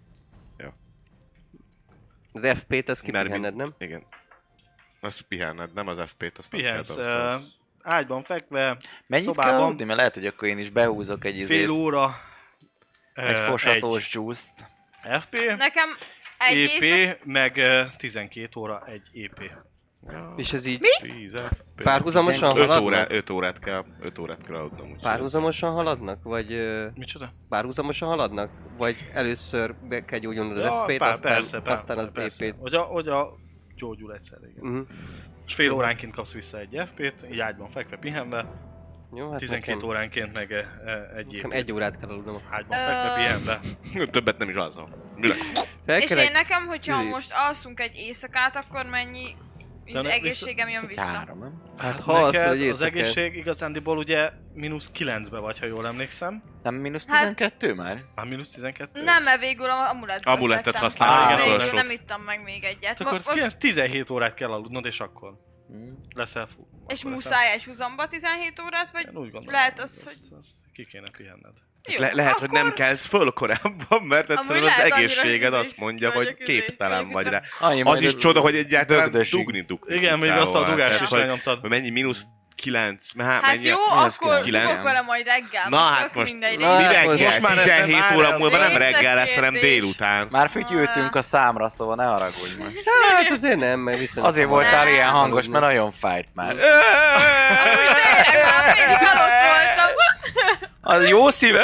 Az ef pét azt Mert kipihenned, mi- nem? Igen. Azt pihenned, nem az ef pét, azt nem Pihensz, kell uh, dobsz. ágyban fekve, Mennyit kell szobában, aludni? Mert lehet, hogy akkor én is behúzok egy, izét, fél óra, egy ö, fosatós juice-t. egy ef pé, Nekem egy é pé, éjszak... meg ö, tizenkét óra egy é pé. Ja, És ez így tíz ef pé. párhuzamosan öt haladnak? órát, öt órát kell, öt órát kell aludnom. úgyhogy- Párhuzamosan haladnak? Vagy ö, Micsoda? párhuzamosan haladnak? Vagy először be kell gyógyulnod az Ja, ef pét, pár- aztán, persze, pár- aztán az persze. é pét? Hogy a, hogy a gyógyul egyszer, igen. Uh-huh. És fél óránként kapsz vissza egy ef pét, így ágyban fekve, pihenve, Jó, hát tizenkét nekem, óránként meg e- e- egy nekem é pét. egy órát kell aludnom. Ágyban Ö, fekve, pihenve. Többet nem is azzal. Mi lesz? Fel És kell én nekem, hogyha Izé. most alszunk egy éjszakát, akkor mennyi De az ne- egészségem jön vissza? Három, nem? Hát ha az, Neked hogy az éjszaka... egészség igazándiból ugye mínusz kilencbe vagy, ha jól emlékszem. Nem mínusz Hát- tizenkettő már? Már mínusz tizenkettő? Nem, mert végül a amulettből Amulettet szedtem. használod, Ah, igen, végül utolsót. nem ittam meg még egyet. Hát akkor Mo- kilenc tizenhét órát kell aludnod, és akkor Mm. leszel fú. És akkor leszel- muszáj egy húzamba tizenhét órát, vagy Én úgy gondolom, lehet az, hogy hogy... azt, azt ki kéne pihenned. Jó, Le- lehet, hogy nem akkor- kelsz föl korábban, mert egyszerűen Amúgy az lehet, annyira egészséged azt izé- mondja, vagyok hogy izé, képtelen vagyok vagy izé. rá. Annyi Az majd is a- csoda, hogy egyáltalán bögdösig. dugni dugni. Igen, még tudtál azt a volna. dugást Tehát, is hogy- lenyomtad. hogy mennyi mínusz kilenc, hát, Hát mennyi jó, mi az akkor kilenc? fogok vele majd reggel. Na most hát tök most mindegy, Na, mi rész- hát reggel? most már ezt nem tizenhét várjál. óra múlva nem reggel lesz, hanem Részletkérdés. délután. Már fütyültünk a számra, szóval ne haragudj most. Hát azért nem, mert viszonylag... Azért hamar- voltál Nem. ilyen hangos, mert nagyon fájt már. Amúgy tényleg már félig halott voltam. Az jó szívem.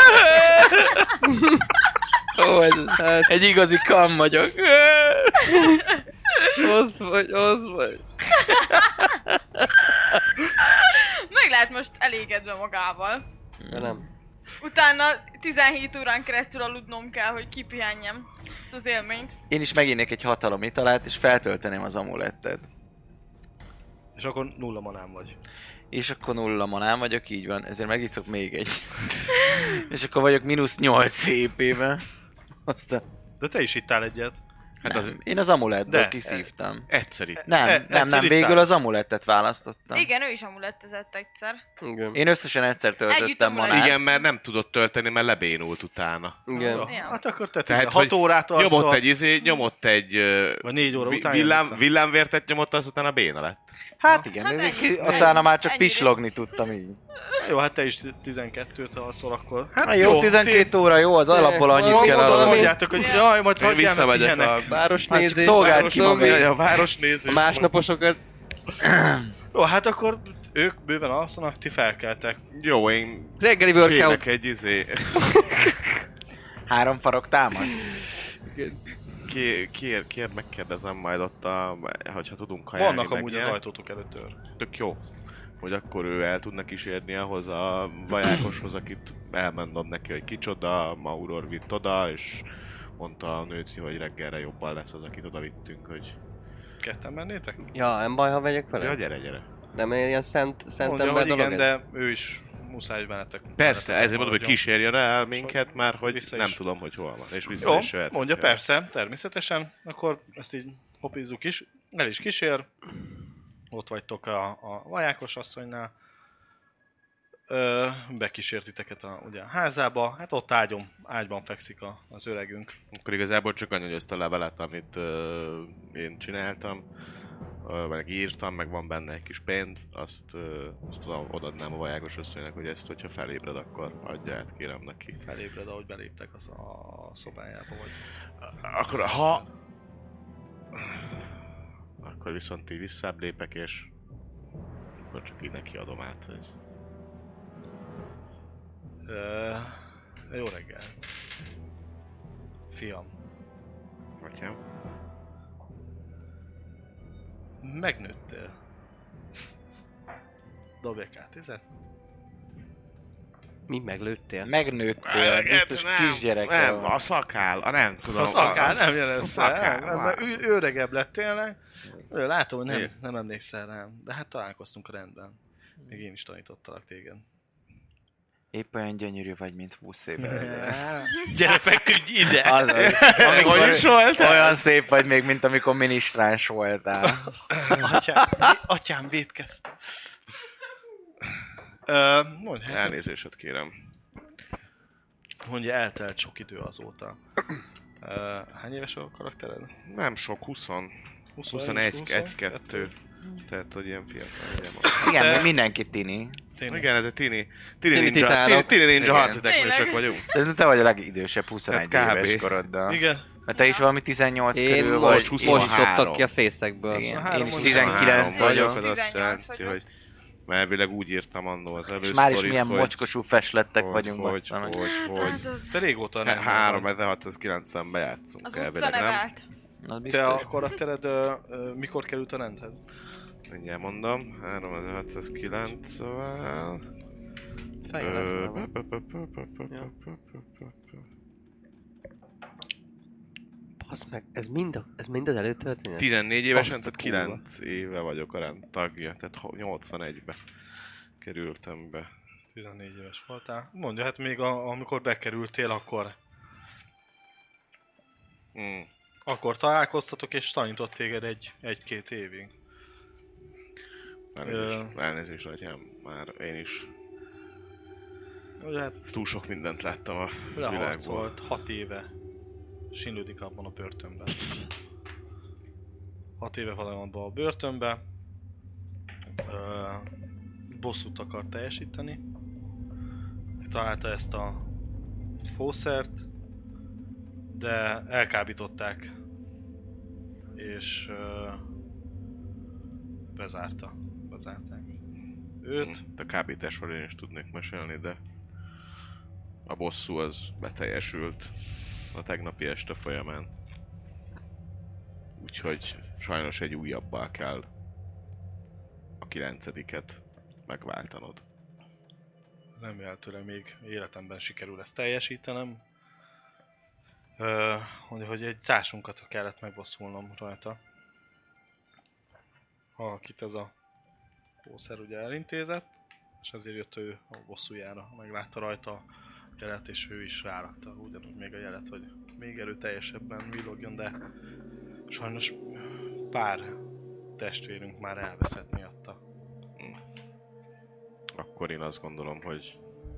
Ó, ez Hát, egy igazi kam vagyok. az vagy, az vagy. Meg lehet most elégedve magával. De nem. Utána tizenhét órán keresztül aludnom kell, hogy kipihenjem ezt az élményt. Én is meginnék egy hatalom italát, és feltölteném az amulettet. És akkor nulla manám vagy. És akkor nulla manám vagyok, így van, ezért megiszok még egy. És akkor vagyok mínusz nyolc há pé-ben. Aztán... De te is ittál egyet. Hát az, én az amulettből De. kiszívtam. Egyszer itt. Nem, e- nem, nem, egyszer végül ittál. az amulettet választottam. Igen, ő is amulettezett egyszer. Igen. Én összesen egyszer Együtt töltöttem amulett. manát. Igen, mert nem tudott tölteni, mert lebénult utána. Igen. Jó, Ja. hát akkor te Tehát, tizenhat hogy órát alszol. Nyomott egy izé, nyomott egy ö, Vagy négy óra vi- után villám, jön vissza. villámvértet nyomott, azután a béna lett. Hát igen, Hát hát ennyi. utána már csak Ennyi. pislogni tudtam így. Jó, hát te is tizenkettőt alszol akkor. Hát Hát jó, tizenkét óra jó, az alapból annyit Mondom, kell mondom, aludni. Mondjátok, hogy jaj, majd Én hagyjál, meg visszamegyek a pihenek. Városnézés, Hát csak szolgáld ki városzombi, magad. a városnézés. másnaposokat. Jó, hát akkor ők bőven alszanak, ti felkeltek. Jó, én Reggeli workout. kérek egy izé... Három farok támasz. Kér, kér, kér, megkérdezem majd ott, a, hogyha tudunk kajálni. Vannak meg amúgy az ilyen. ajtótok előtt őr. Tök jó, hogy akkor ő el tudna kísérni ahhoz a vajákoshoz, akit elmondom neki, hogy kicsoda, Mauror vitt oda, és mondta a nőci, hogy reggelre jobban lesz az, akit oda vittünk, hogy... Ketten mennétek? Ja, nem baj, ha megyek vele? Ja, gyere, gyere. Nem ilyen szent, szent Mondja, ember hogy dolog igen, ez? de ő is muszáj veletek. Persze, veletek ezért mondom, hogy maradjon. kísérjen el minket, már hogy Vissza nem is. tudom, hogy hol van, és vissza Jó, is jöhet. mondja, hogyha- persze, természetesen. Akkor ezt így hopizzuk is. El is kísér. Ott vagytok a, a vajákos asszonynál. Ö, bekísért titeket a, ugye, a házába. Hát ott ágyom, ágyban fekszik a, az öregünk. Akkor igazából csak annyi, hogy ezt a levelet, amit ö, én csináltam, ö, meg írtam, meg van benne egy kis pénz, azt, ö, azt oda, odaadnám a vajákos asszonynak, hogy ezt, hogyha felébred, akkor adja át, kérem neki. Felébred, ahogy beléptek az a szobájába. Vagy... Akkor ha... Akkor viszont így visszább lépek, és akkor csak így neki adom át. Hogy... Ö, jó reggel. Fiam, Atyám. megnőttél. Dobj egy ká tízet. Mi meglőttél? Megnőttél, biztos kisgyerek. Nem, a szakál, a nem tudom. A szakál a- nem a jelensz szakál, el, már. ő, ő öregebb lettél, ne? Ő, látom, hogy nem, Igen. nem emlékszel rám, de hát találkoztunk a rendben. Még én is tanítottalak téged. Épp olyan gyönyörű vagy, mint húsz évvel. Gyere, feküdj ide! Az, az, amikor Hogy is voltál? olyan szép vagy még, mint amikor minisztráns voltál. Atyám, atyám vétkeztem. Ö, mondj, hát, Elnézést kérem. mondja, eltelt sok idő azóta. Ö, hány éves a karaktered? Nem sok, húsz, huszonegy, egy, kettő. Tehát, hogy ilyen fiatal legyen. Igen, Te- mert mindenki tini. Tényleg? Igen, ez egy tini, tini, Tini ninja, titánok. tini, tini ninja Igen. harci teknősök Tényleg. vagyunk. De te vagy a legidősebb huszonegy Hát kb. éves koroddal. Igen. Mert te is valami tizennyolc Én körül most, vagy. most huszonhárom. dobtak ki a fészekből. Igen, Én én is is tizenkilenc tizenkilenc vagyok. Az azt tizennyolc jelenti, vagyok. hogy mert elvileg úgy írtam annó az És elősztorit, már is milyen hogy... mocskosú feslettek hogy, vagyunk, hogy, bassza meg. hogy, hogy, Hát az, Te régóta hogy nem háromezer-hatszázkilencvenben játszunk az elvileg, utca nem? nevelt. Az Te biztos. a karaktered ö, ö, mikor került a rendhez? Mindjárt mondom, háromezer-hatszázkilenc-vel... Fejjel Ö, van. p- p- p- p- p- p- Ja. p- p- p- p- Basz meg, ez mind, a, ez mind az előtörténet? tizennégy évesen, Azt a tehát kurva. kilenc éve vagyok a rend tagja, tehát ho- nyolcvanegybe kerültem be. tizennégy éves voltál. Mondja, hát még a, amikor bekerültél, akkor, Mm. akkor találkoztatok és tanított téged egy, egy-két évig. Elnézést, Ö. elnézést, atyám, már én is Ugye hát túl sok mindent láttam a világból. leharcolt hat éve. Sínlődik abban a börtönben. Hat éve van abban a börtönben. Ö, bosszút akar teljesíteni. Találta ezt a fószert, de elkábították. És ö, bezárta. Bezárták őt. Hm, a kábításról én is tudnék mesélni, de a bosszú az beteljesült a tegnapi este folyamán. Úgyhogy sajnos egy újabbal kell a kilencediket megváltanod. Remélhetőleg még életemben sikerül ezt teljesítenem. Ö, hogy, hogy egy társunkat kellett megbosszulnom rajta. Akit ez a fószer ugye elintézett, és ezért jött ő a bosszújára. Meglátta rajta a jelet, és ő is rárakta ugyanúgy még a jelet, hogy még erőteljesebben villogjon, de sajnos pár testvérünk már elveszett miatta. Akkor én azt gondolom, hogy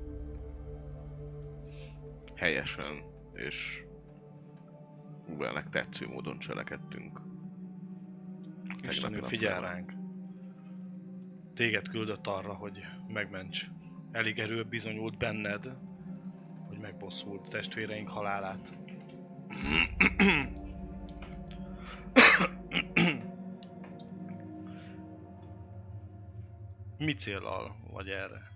helyesen és Ubernek tetsző módon cselekedtünk. Istenünk Tegnapi figyel napján. ránk. Téged küldött arra, hogy megments. Elég erő bizonyult benned, hogy megbosszult testvéreink halálát. Mi céllal vagy erre?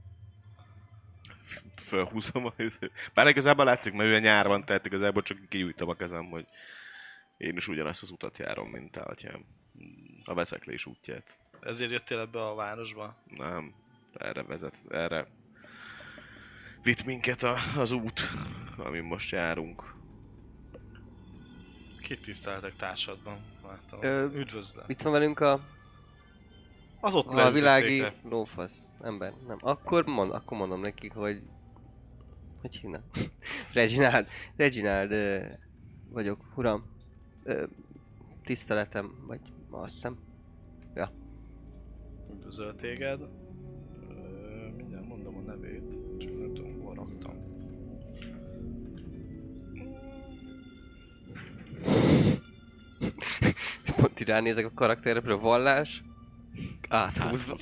Fölhúzom a... Bár igazából látszik, mert ő a nyár van, tehát igazából csak kinyújtom a kezem, hogy én is ugyanazt az utat járom, mint te, atyám. A veszeklés útját. Ezért jöttél ebbe a városba? Nem, erre vezet, erre vitt minket a, az út, amin most járunk. Kit tiszteltek társadban? Láttam. Ö, Üdvözlöm. Itt van velünk a, Az ott a leült világi cégre. lófasz ember. Nem, akkor, mond, akkor mondom nekik, hogy... Hogy hívnak? Reginald. Reginald ö, vagyok, uram. Ö, tiszteletem, vagy azt hiszem. Ja. Üdvözöl téged. Ö, mindjárt mondom a nevét, csak nem tudom, hol raktam. Pont így ránézek a karakterre, a vallás. Áthúzva.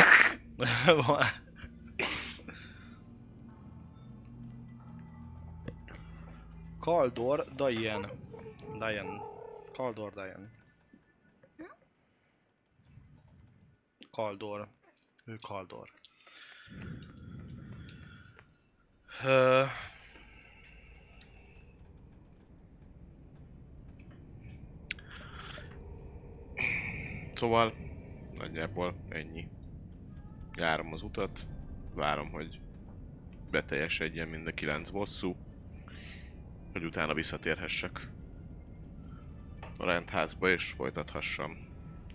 Kaldor Dayen. Dayen. Kaldor Dayen. Kaldor. Ő Kaldor. Ö... Szóval nagyjából ennyi. Járom az utat, várom, hogy beteljesedjen mind a kilenc bosszú, hogy utána visszatérhessek a rendházba és folytathassam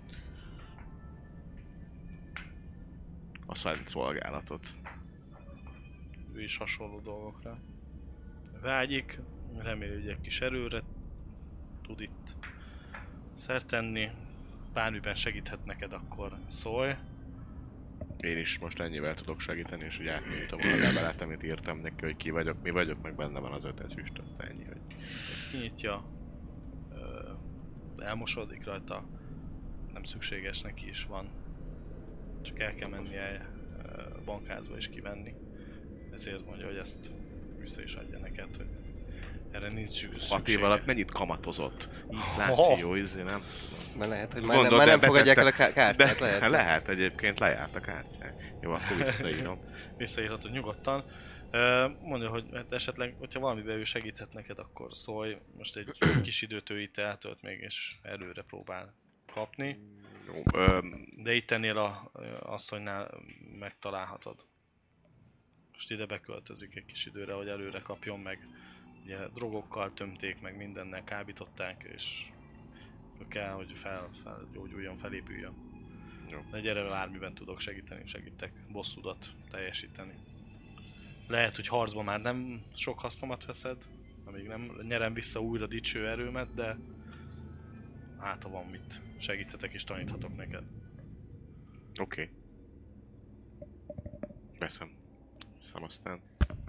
a szent szolgálatot. Ő is hasonló dolgokra vágyik, reméli, hogy egy kis erőre tud itt szert tenni. Bármiben segíthet neked, akkor szólj. Én is most ennyivel tudok segíteni, és hogy átnyújtom a levelet, amit írtam neki, hogy ki vagyok, mi vagyok, meg benne van az öt ezüst, aztán ennyi, hogy... Kinyitja, ö, elmosodik rajta, nem szükséges, neki is van. Csak el kell mennie ö, bankházba és kivenni. Ezért mondja, hogy ezt vissza is adja neked, hogy erre nincs szüksége. hat év alatt mennyit kamatozott? Infláció, Oh. izé, nem? Mert lehet, hogy már nem, Gondolod, már nem de fogadják el a betette- ká- kártyát, De lehet. lehet. lehet, egyébként lejárt a kártyák. Jó, akkor visszaírom. Visszaírhatod nyugodtan. Ö, Mondja, hogy hát esetleg, hogyha valamiben ő segíthet neked, akkor szólj. Most egy kis időt ő itt eltölt még, és előre próbál kapni. Jó, öm, De itt ennél a ö, asszonynál megtalálhatod. Most ide beköltözik egy kis időre, hogy előre kapjon meg. Ugye drogokkal tömték, meg mindennel kábították, és kell, hogy fel, felgyógyuljon, felépüljön. Jó. De gyere, bármiben tudok segíteni, segítek bosszudat teljesíteni. Lehet, hogy harcban már nem sok hasznomat veszed, amíg nem nyerem vissza újra dicső erőmet, de hát ha van mit segíthetek és taníthatok neked. oké. Okay. Veszem. Veszem aztán.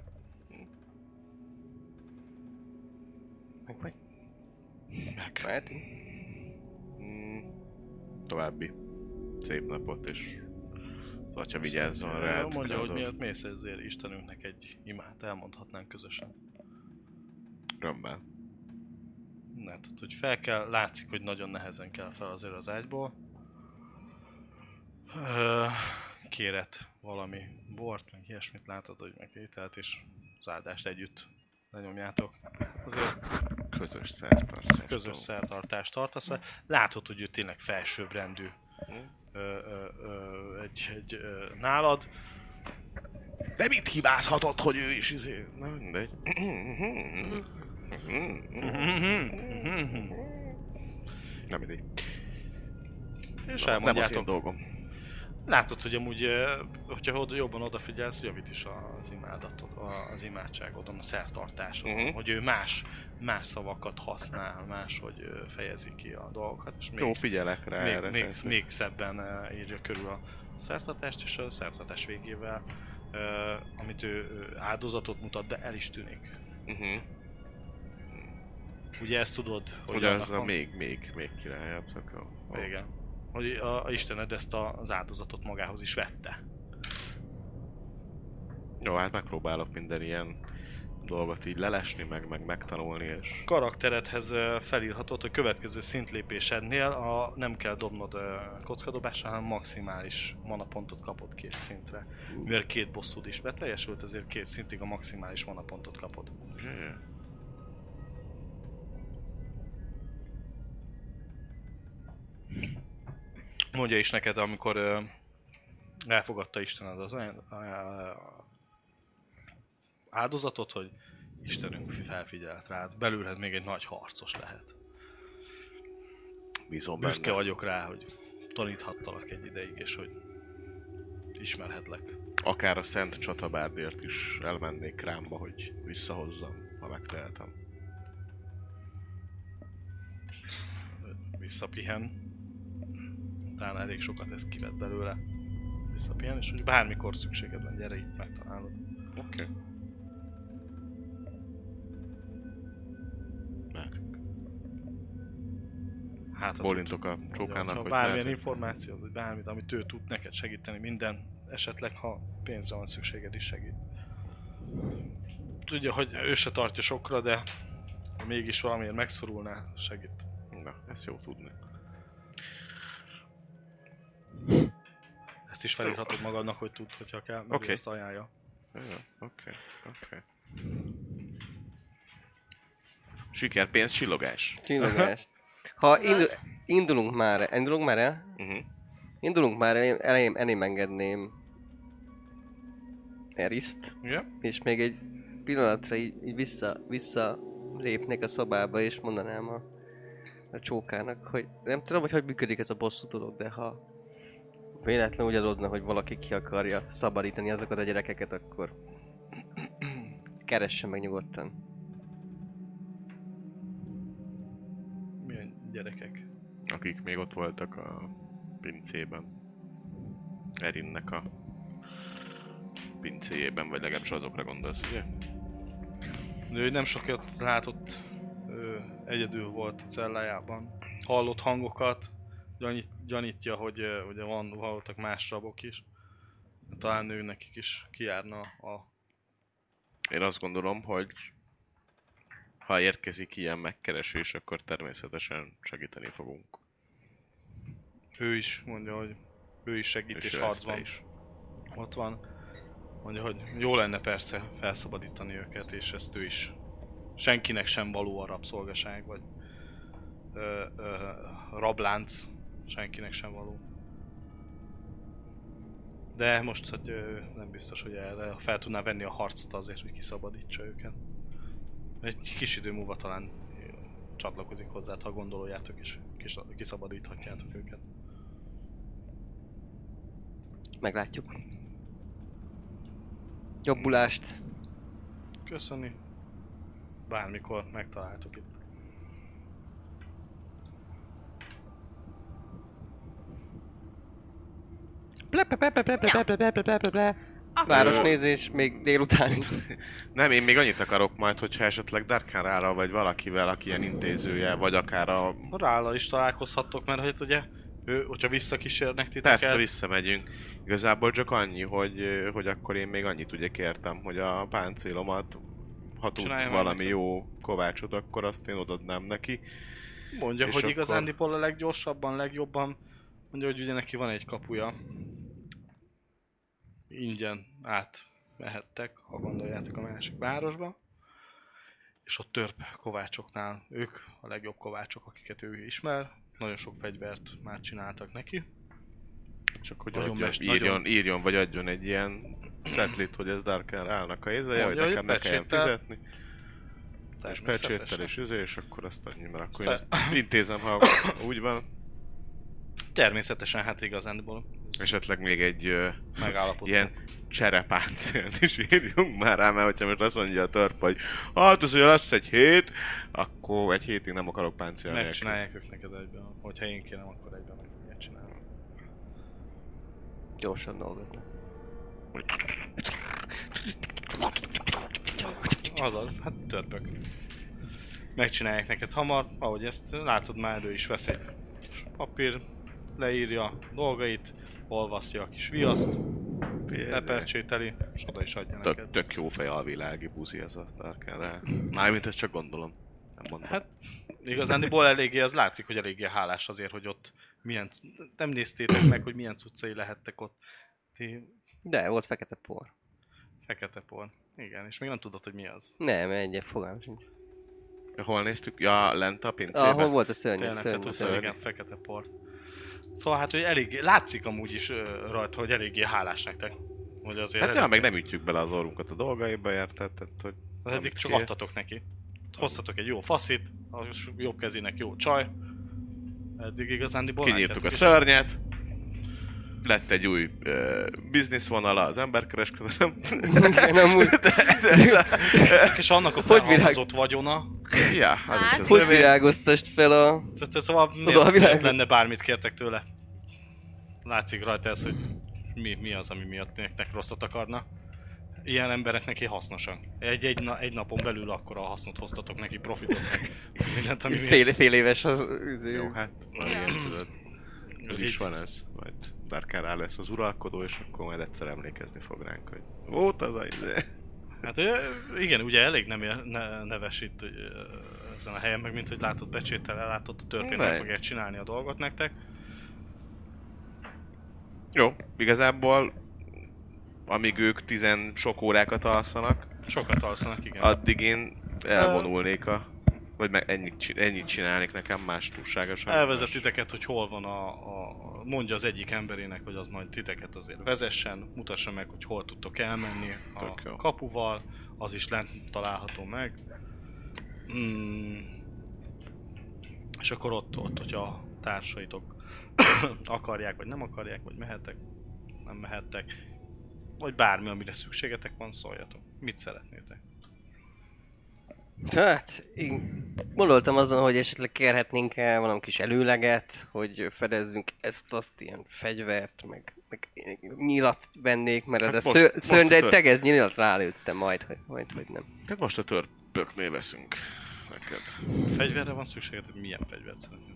Meg vagy? Meg. Mehetünk? Mm, további szép napot, és az atya vigyázzon rád. Mondja, hogy Kádor. miért mész, ezért Istenünknek egy imát elmondhatnánk közösen. Römmel. Látod, hogy fel kell, látszik, hogy nagyon nehezen kell fel azért az ágyból. Ö, Kéret valami bort, meg ilyesmit látod, hogy meg ételt, és az áldást együtt lenyomjátok. Azért Közös szertartás. közös szertartást tartasz le. Látod, hogy ő tényleg felsőbbrendű ö, ö, ö, egy, egy ö, nálad. De mit hibázhatott, hogy ő is izé... Na mindegy. Nem mindegy. És Na, nem az én elmondjátok. dolgom. Látod, hogy amúgy, ö, hogyha oda, jobban odafigyelsz, javít is az imádatod, az imádságodon, a szertartásodon, Mhm. hogy ő más, más szavakat használ, máshogy ö, fejezi ki a dolgokat, és még, Jó, figyelek rá még, erre. még, persze. még szebben ö, írja körül a szertartást, és a szertartás végével, ö, amit ő ö, áldozatot mutat, de el is tűnik. Uh-huh. Ugye ezt tudod, hogy, Hogy annak az a van- még, még, még királyabb szaka. Igen. Hogy a, a Istened ezt a, az áldozatot magához is vette. Jó, hát megpróbálok minden ilyen dolgot így lelesni, meg, meg megtanulni, és... Karakteredhez ö, felírhatod, hogy következő szintlépésednél a, nem kell dobnod ö, kockadobásra, hanem maximális manapontot kapod két szintre. Mivel két bosszúd is beteljesült, ezért két szintig a maximális manapontot kapod. Yeah. Mondja is neked, amikor ö, elfogadta Istened az aján- á- áldozatot, hogy Istenünk felfigyelt rád, belőled még egy nagy harcos lehet. Bízom Büszke benne. vagyok rá, hogy taníthattalak egy ideig, és hogy ismerhetlek. Akár a Szent Csatabárdért is elmennék Krámba, hogy visszahozzam, ha megtehetem. Visszapihen. Utána elég sokat ezt kivett belőle. Visszapihen, és hogy bármikor szükséged van, gyere itt, megtalálod. Oké. Okay. Mehetünk. Hát, ha Bólintok a tud- csókának, ha hogy bármilyen mehetünk. információt, vagy bármit, amit ő tud neked segíteni, minden esetleg, ha pénzre van szükséged is segít. Tudja, hogy ő se tartja sokra, de ha mégis valamiért megszorulná, segít. Na, ezt jó tudni. Ezt is felírhatod magadnak, hogy tudd, hogyha kell, meg Oké. okay. ezt ajánlja. Jó, oké, oké. Siker, pénz, csillogás. Csillogás. Ha indul, indulunk már, indulunk már el? Uh-huh. Indulunk már el, elém, elém engedném Eriszt, Igen? és még egy pillanatra így, így vissza, vissza lépnék a szobába, és mondanám a, a csókának, hogy nem tudom, hogy hogy működik ez a bosszú dolog, de ha véletlenül úgy adódna, hogy valaki ki akarja szabadítani azokat a gyerekeket, akkor keressen meg nyugodtan. Milyen gyerekek? Akik még ott voltak a pincében. Erinnek a pincéjében, vagy legalábbis azokra gondolsz, ugye? De ő nem sokat látott, ő egyedül volt a cellájában. Hallott hangokat, gyanít, gyanítja, hogy ö, ugye van, voltak más rabok is. Talán ő nekik is kijárna a... Én azt gondolom, hogy ha érkezik ilyen megkeresés, akkor természetesen segíteni fogunk. Ő is mondja, hogy ő is segít és, És és ő harcban is. ott van. Mondja, hogy jó lenne persze felszabadítani őket, és ezt ő is. Senkinek sem való a rabszolgaság, vagy ö, ö, rablánc. Senkinek sem való. De most, hogy ö, nem biztos, hogy erre fel tudná venni a harcot azért, hogy kiszabadítsa őket. Egy kis idő múlva talán csatlakozik hozzá, ha gondoljátok, és kis, kiszabadíthatjátok őket. Meglátjuk. Jobbulást. Köszöni. Bármikor megtaláltok itt. Ple, ple, ple, ple, ple, ple, ple, ple, ple, ple, ple, ple. Akkor Városnézés még délután. Nem, én még annyit akarok majd, hogyha esetleg Darkárára vagy valakivel, aki ilyen intézője, vagy akár a... Rála is találkozhattok, mert hogy ugye, ő, hogyha visszakísérnek titeket... Persze, visszamegyünk. Igazából csak annyi, hogy, hogy akkor én még annyit ugye kértem, hogy a páncélomat, ha tud Csinálja meg valami nekem. jó kovácsot, akkor azt én odadnám neki. Mondja, És hogy akkor- igazándiból a leggyorsabban, legjobban, mondja, hogy ugye neki van egy kapuja. Ingyen át mehettek, ha gondoljátok, a másik városba. És ott törp kovácsoknál, ők a legjobb kovácsok, akiket ő ismer. Nagyon sok fegyvert már csináltak neki. Csak hogy Nagyon adjon, mest- írjon, nagyon- írjon, vagy adjon egy ilyen cetlit, hogy ez Darkárának a ézeje, hogy Mondja, hogy nekem ne kelljen pecséttel- fizetni. És pecséttel Természetesen. és üzé, és akkor azt annyi, mert akkor én Aztán- ezt intézem, ha úgy van. Természetesen, hát igazándiból Esetleg még egy ö, megállapodtunk. ilyen cserepáncélt is írjunk már rá, mert hogyha most azt mondja a törp, hogy hát az, hogy lesz egy hét, akkor egy hétig nem akarok páncél nélkül. Megcsinálják ők neked egyben. Hogyha én kérem, akkor egyben meg fogják csinálni. Gyorsan dolgoznak. Azaz, hát törpök. Megcsinálják neked hamar, ahogy ezt látod már, ő is vesz egy papír, leírja dolgait, olvasztja a kis viaszt, lepecsételi, és oda is adja Tök, neked. tök jó fej alvilági buzi ez a Darkánál. Mármint ezt csak gondolom. Nem mondom. Hát igazándiból eléggé, az látszik, hogy eléggé hálás azért, hogy ott milyen, nem néztétek meg, hogy milyen cuccai lehettek ott. Ti De, volt fekete por. fekete por. Igen, és még nem tudod, hogy mi az. Nem, egyet fogalmam sincs. Hol néztük? Ja, lent a pincében. Ahol volt a szörny, Tényleg, szörny, tehát az szörny. igen, fekete por. Szóval hát, hogy eléggé, látszik amúgy is ö, rajta, hogy eléggé hálás nektek. Hogy azért Hát ja, eléggé- meg nem ütjük bele az orrunkat a dolgaiba, érted? Tehát, hogy Hát eddig csak kér. adtatok neki. Hoztatok egy jó faszit, a jobb kezének jó csaj. Eddig igazándiból Kinyírtuk a látjátok is. szörnyet. Lett egy új uh, bizniszvonala az emberkereskedelem. Nem úgy. És annak a Hogy virág- felhalmozott vagyona. Ja, az is Hát. az Hogy övé. virágoztast fel a... Tehát ez Szóval Az miért, alvilág- miért lenne bármit kértek tőle? Látszik rajta ez, hogy mi, mi az, ami miatt nektek rosszat akarna. Ilyen emberek neki hasznosak. Egy, egy, na, egy napon belül akkora hasznot hoztatok neki, profitot, meg mindent, ami miatt. Fél, fél éves az... Jó, hát ilyen tudod. Ez Ez is így. van ez. Majd Darkán lesz az uralkodó, és akkor majd egyszer emlékezni fog ránk, hogy volt az a izé. Hát ö, igen, ugye elég nem ne, neves itt ö, ezen a helyen, meg mint hogy látod becséttel ellátott a törpén, Ne. meg fogják csinálni a dolgot nektek. Jó, igazából amíg ők tizen sok órákat alszanak, Sokat alszanak, igen. addig én elvonulnék a... Vagy meg ennyit, csi- ennyit csinálnék nekem más túlságosan. Elvezet más- titeket, hogy hol van a, a... Mondja az egyik emberének, hogy az majd titeket azért vezessen, mutassa meg, hogy hol tudtok elmenni Tök jó. a kapuval, az is lent található meg. Mm. És akkor ott, ott, hogyha a társaitok akarják, vagy nem akarják, vagy mehetek, nem mehettek, vagy bármi, amire szükségetek van, szóljatok. Mit szeretnétek? Hát, én gondoltam azon, hogy esetleg kérhetnénk el valami kis előleget, hogy fedezzünk ezt-azt, ilyen fegyvert, meg, meg nyilat vennék, mert Hát ez a most- ször, most szörny, a de tör- tegez nyilat rálőttem majd, hogy, majd, hogy nem. Tehát most a törpöknél veszünk neked. Fegyverre van szükségetek? Milyen fegyvert szeretnétek?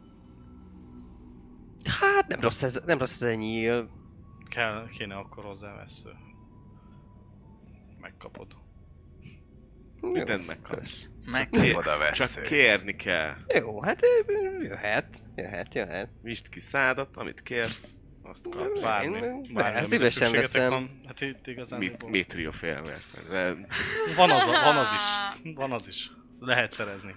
Hát nem rossz ez, nem rossz ez a nyíl. Kell, kéne akkor hozzá vesző. Megkapod. Mindent megkapsz. Kösz. Meg Kér- oda vesz. Csak kérni kell. Jó, hát ö, jöhet, jöhet, jöhet. Nyisd ki szádat, amit kérsz, azt kapsz. Bármi. Én- Bármi, amire szívesen szükségetek veszem. Van, hát itt igazán Mi, Mitrio félmér. van, az, van az is. Van az is. Lehet szerezni.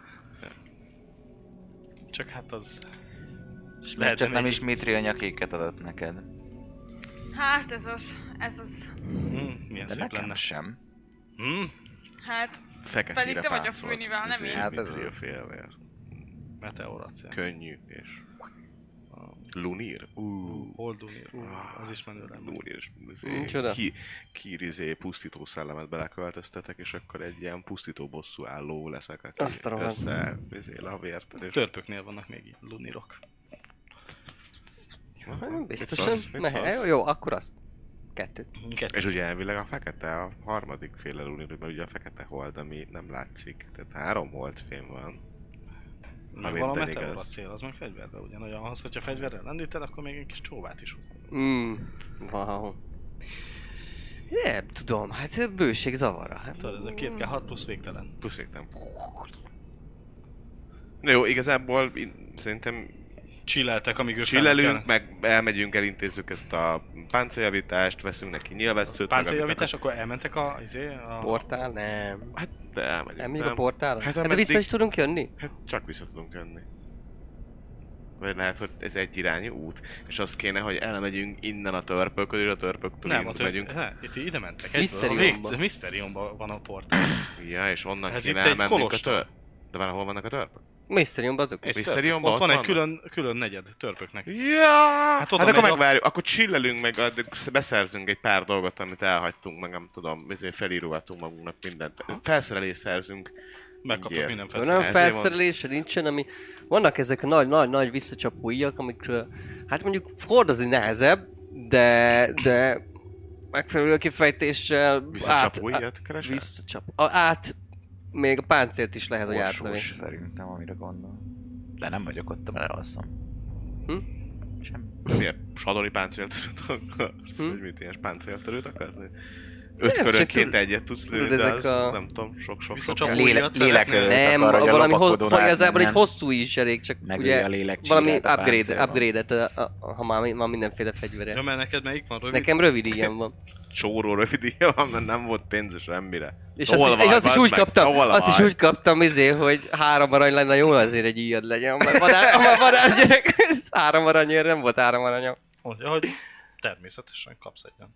Csak hát az... És Lehet, csak de nem még- is Mitri a nyakéket adott neked. Hát ez az, ez az. Hmm, milyen De szép nekem lenne. sem. Hmm? Hát, Feketére Pedig te vagy a pácolt. főnivel, nem Izé, én. Hát ez Mitrio az. félmér. Meteoracea. Könnyű és... Lunir? Uh, Holdunir. Uh, az is menő lenne. Lunir és izé, Micsoda? ki, ki izé, pusztító szellemet beleköltöztetek, és akkor egy ilyen pusztító bosszú álló leszek, aki Azt a rohadt. össze izé, le a vérted, és... Törpöknél vannak még így lunirok. Hát, biztosan szólsz? Mit mehet. szólsz? Jó, jó, akkor azt. Kettőt. Kettő. És ugye elvileg a fekete a harmadik féle lunir, mert ugye a fekete hold, ami nem látszik. Tehát három holdfém van. Meg Ha van a minden meteor igaz. cél, az meg fegyverbe ugyanolyan. Az, hogyha fegyverrel lendíted, akkor még egy kis csóvát is hoz. Mm. Wow. Nem tudom, hát bőség zavara. Hát, Tudod, ez a két K hat plusz végtelen. Plusz végtelen. Na jó, igazából én, szerintem Chilleltek, amíg ő chillelünk, meg elmegyünk, elintézzük ezt a páncéljavítást, veszünk neki nyilvesszőt. meg Páncéljavítás, akkor elmentek a... Izé, a... Portál? Nem. amit- Hát, de elmegyünk. Nem megyünk a portálra? Hát Hát, hát ameddig- vissza is tudunk jönni? Hát csak vissza tudunk jönni. Vagy lehet, hogy ez egy irányú út, és az kéne, hogy elmegyünk innen a törpökön, és a törpöktől Nem, a innen tör... megyünk. Ne, itt ide mentek. Mysteriumba. A Mysteriumban van a portál. Ja, és onnan Ez kéne itt egy elmennünk a kolostor. tör... De már hol vannak a törpök? Mysteriumban azok. Egy Mysteriumban Ott van ott egy külön, külön negyed törpöknek. Ja! Hát Hát, oda hát akkor megy a- megvárjuk, akkor chillelünk meg, addig beszerzünk egy pár dolgot, amit elhagytunk, meg nem tudom, ezért felírogatunk magunknak mindent. Felszerelést szerzünk. Megkaptok Mindjárt. minden Van feszülést. olyan ezért felszerelése nincsen, ami... Vannak ezek a nagy, nagy, nagy visszacsapó íjak, amikről... Hát mondjuk hordozni nehezebb, de... de... megfelelő kifejtéssel... Visszacsapó át- ilyet keresel? Visszacsap. A, át... Még a páncélt is lehet, hogy átlövi. Orsós szerintem, amire gondol. De nem vagyok ott, mert elalszom. Hm? Semmi. Miért? Sadori páncéltörőt akarsz? Hm? Vagy mit, ilyen páncéltörőt akarsz? Öt Nem, körönként csak tud- egyet tudsz lőni, tudod, de ezek az a- nem tudom, sok-sok-sok. Visszacsapó kell. ilyet Lélek, szeretnél? lélek Nem, akar, hogy a valami, ho- lopakodón hogy igazából egy átmenjen. hosszú is elég, csak Megöli ugye a lélekcsírát valami a upgrade, páncélban. upgrade-et, a- a- a- ha már van mindenféle fegyvere. Ja, mert neked melyik van rövid? Nekem rövid ilyen van. Csóró rövid ilyen van, mert nem volt pénz semmire. És Hol azt, is, és vagy, azt is bazd úgy meg? kaptam, Hol azt is vagy? úgy kaptam izé, hogy három arany lenne jó azért egy íjad legyen. Mert vadá- a vadász gyerek, ez három aranyért nem volt három aranyom. Mondja, hogy természetesen kapsz egyen.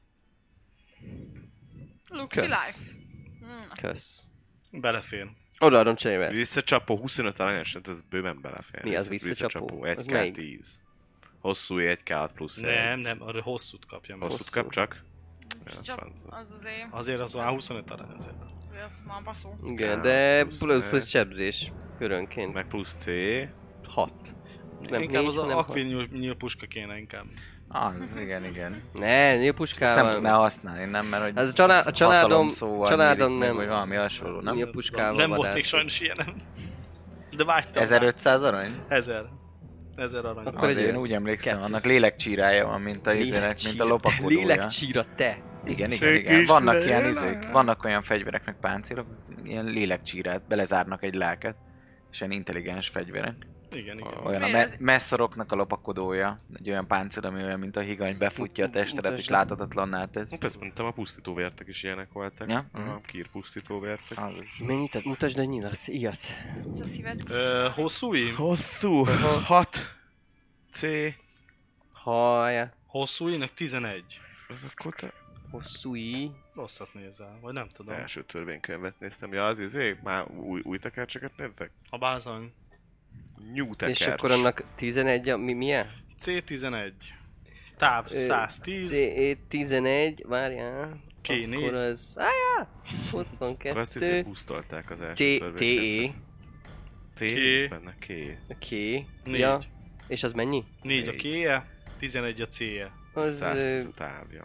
Luxi Kösz. Life. Hmm. Kösz. Belefér. Odaadom cserébe. Visszacsapó huszonöt aranyos, hát ez bőven belefér. Mi az visszacsapó? egy Az K melyik? tíz. Hosszú egy K hat plusz Nem, egy. nem, arra hosszút kapja meg. Hosszút kap csak? Ja, Csak franc. az azért. Azért az olyan huszonöt arany azért. Már baszó. Igen, K de plusz plusz, egy. plusz sebzés. Körönként. Meg plusz C. Hat. Nem Inkább négy, az a hanem hat. akvin nyíl, nyíl puska kéne inkább. Ah, igen, igen. Ne, Ezt nem nyílpuskával. tudná használni, nem? Mert hogy Ez a család- a családom- hatalom szóval családom nyílik meg, nem. vagy valami hasonló, nem? Nyíl puskával Nem volt még vadász. sajnos ilyenem. De vágytam. ezerötszáz arany? Ezer. Ezer arany. Akkor Azért egy én olyan úgy emlékszem, kettő. annak lélekcsírája van, mint a izének, mint a lopakodója. Lélekcsíra, te! Igen, igen, Csak igen. is Vannak ilyen lélek. izék, vannak olyan fegyverek, meg páncélok, ilyen lélekcsírát, belezárnak egy lelket, és ilyen intelligens fegyverek. Igen, igen. Olyan a Miért me- ez- messzoroknak a lopakodója, egy olyan páncél, ami olyan, mint a higany, befutja a testedet, és Mutasd. láthatatlanná tesz. Hát ezt mondtam, a pusztítóvértek is ilyenek voltak. Ja? A kír pusztítóvértek. Az az. Mennyit? Tehát mutasd, hogy nyilat, ilyet. Ez a szíved. Ö, hosszú í? Hosszú. hat C. Hajja. Hosszú ínek tizenegy. Az akkor te Hosszú í. Rosszat nézel, vagy nem tudom. első törvénykönyvet néztem. Ja, az izé, már új, új tekercseket néztek? A bázany. New tekercs. És akkor annak tizenegy, a- mi, milyen? C tizenegy. Táv Ö, száz tíz. C E tizenegy, várjál. K négy. Akkor az... Ájá! Akkor azt hiszem, huszonkettő. pusztolták az T, első T, E. törvénykönyvet. T, K. nincs benne K. K. Négy. Ja. És az mennyi? négy a Négy. K-je, tizenegy a C-je. Az ö, száztíz a távja.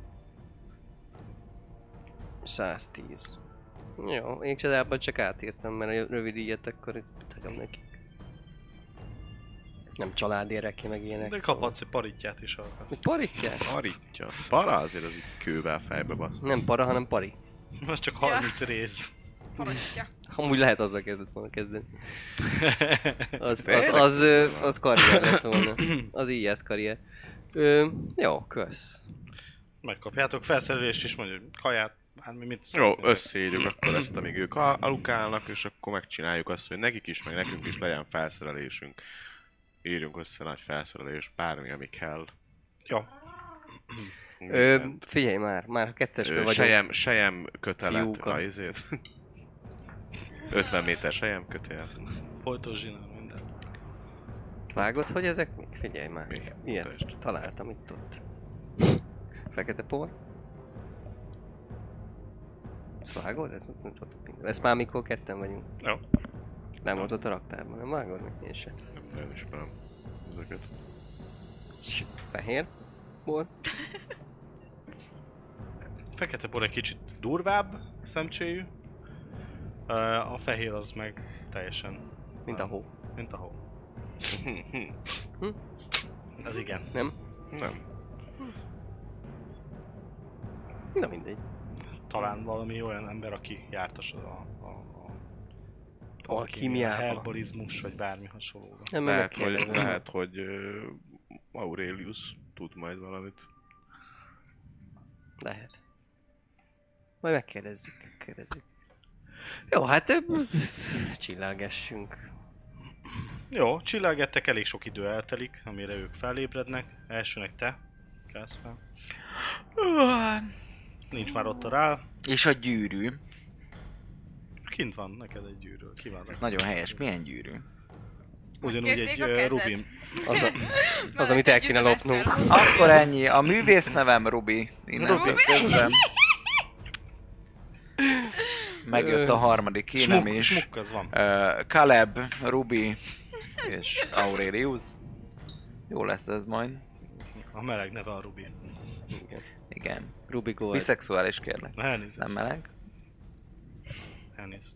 száztíz. Jó, én csodálatban csak átírtam, mert a rövid ilyet akkor itt hagyom nekik. Nem családéreki meg ilyenek. De kaphatsz egy paritját is arra. Egy paritját? Aritja, az para azért az így kővel fejbe basz. Nem para, hanem pari. Az csak harminc rész. Parasztja. Amúgy lehet azzal kezdett volna kezdeni. Az, az, az, az, az karrier lett volna. Az í es karrier. Ö, jó, kösz. Megkapjátok felszerelést is, mondjuk kaját, bármi mit Jó, szeretnétek. összeírjuk akkor ezt, amíg ők al- alukálnak, és akkor megcsináljuk azt, hogy nekik is, meg nekünk is legyen felszerelésünk. Írjunk össze nagy felszerelés, bármi, ami kell. Jó. Ö, Mindent. figyelj már, már kettesben Ö, vagyunk. sejem, sejem kötelet, Fiúka. a izét. ötven méter sejem kötél. Folytos zsinál minden. Vágod, hogy ezek még? Figyelj már. Mi? Ilyet Mutasd. találtam itt ott. Fekete por. Ezt vágod? Ez, ezt már mikor ketten vagyunk. Jó. Nem volt ott a raktárban, nem vágod meg? Én sem. Nem nagyon ismerem ezeket. Fehér bor. Fekete bor egy kicsit durvább szemcséjű. Ö, A fehér az meg teljesen... Mint a hó. Mint a hó. Hm? Ez igen. Nem? Nem. Na mindegy. Talán valami olyan ember, aki jártas a... a, a Alkímiával. Herbalizmus, vagy bármi hasonlóra. Nem, meg Lehet, hogy, megkérdezem. lehet, hogy uh, Aurelius tud majd valamit. Lehet. Majd megkérdezzük, megkérdezzük. Jó, hát ö, csillelgessünk. Jó, csillelgettek, elég sok idő eltelik, amire ők felébrednek. Elsőnek te kelsz fel. Nincs már ott a rá. És a gyűrű. Kint van neked egy gyűrű. Ki van rá? Nagyon helyes. Milyen gyűrű? Ugyanúgy Megkérték egy a uh, kezed? Rubin. Az, a, az amit el kéne lopnunk. Akkor ennyi. A művész nevem Rubi. Innentől Rubi. kezdve. Megjött a harmadik énem Smuk, is. smuk az van. Uh, Caleb, Rubi és Aurelius. Jó lesz ez majd. A meleg neve a Rubi. Igen. Ruby Gold. Biszexuális kérlek. Elnézést. Nem meleg? Elnézést.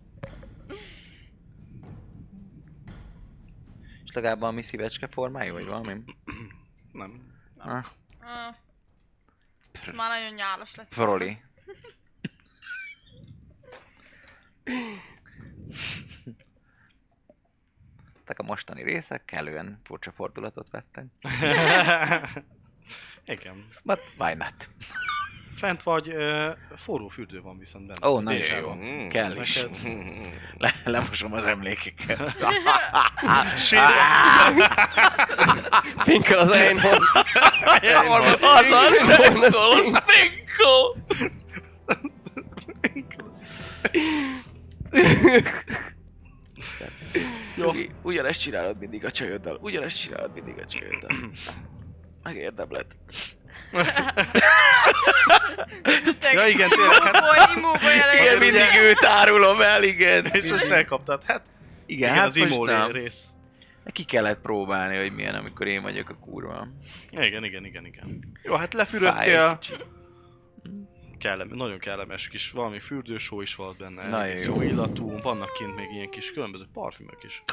És legalább valami szívecske formájú, vagy valami? Nem. Ah, Ah. Már nagyon nyálas lett. Froli. Tehát a mostani részek kellően furcsa fordulatot vettek. Igen. But why not? Fent vagy, uh, forró fürdő van viszont benne. Ó, nagyon Dézsában. jó. Kell is. Neked- Le, lemosom az emlékeket. Finkel az Einhorn. Az az, az Finko! Jó. Ugyanezt csinálod mindig a csajoddal. Ugyanezt csinálod mindig a csajoddal. Megérdemled. Ja igen, tényleg, hát- Imóból, imóból jelenleg. Igen, mindig őt árulom el, igen. És most elkaptad. Hát Igen, igen, hát az imó most nem. rész. Ki kellett próbálni, hogy milyen, amikor én vagyok a kurva. Igen, igen, igen, igen. Jó, hát Fáj lefürödtél. egy kicsit. Kellem, nagyon kellemes kis, valami fürdősó is volt benne. Na egész jó. jó illatú, vannak kint még ilyen kis különböző parfümök is.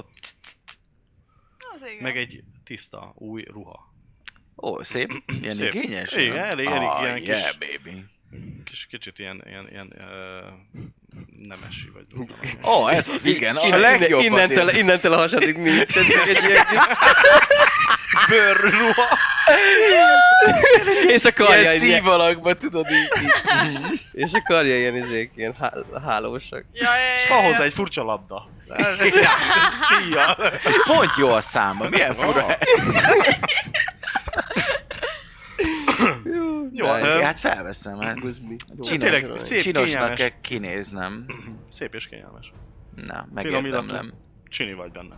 Az igen. Meg egy tiszta, új ruha. Ó, szép. Ilyen Szép. igényes? Igen, nem? elég- elég Ah, ilyen yeah, kis- baby. Kis, kicsit ilyen, ilyen, ilyen uh, nemesi vagy. Ó, oh, ez az, igen, a Innen- legjobb. Innentől, innentől a hasadig mi. És egy, egy ilyen kis Bőrruha! és a karja Ilyen ilyen, szívalakban, tudod így. így. és a karja ilyen izék, ilyen há- hálósak. Ja, ja, ja, És ja. van hozzá egy furcsa labda. Szíja! Pont jó a száma, milyen fura. Jó, De- ö, Hát felveszem, hát. tényleg Csinos, szép, csinosnak kényelmes. kell kinéznem. szép és kényelmes. Na, Finom megérdemlem. illatú. Csini vagy benne.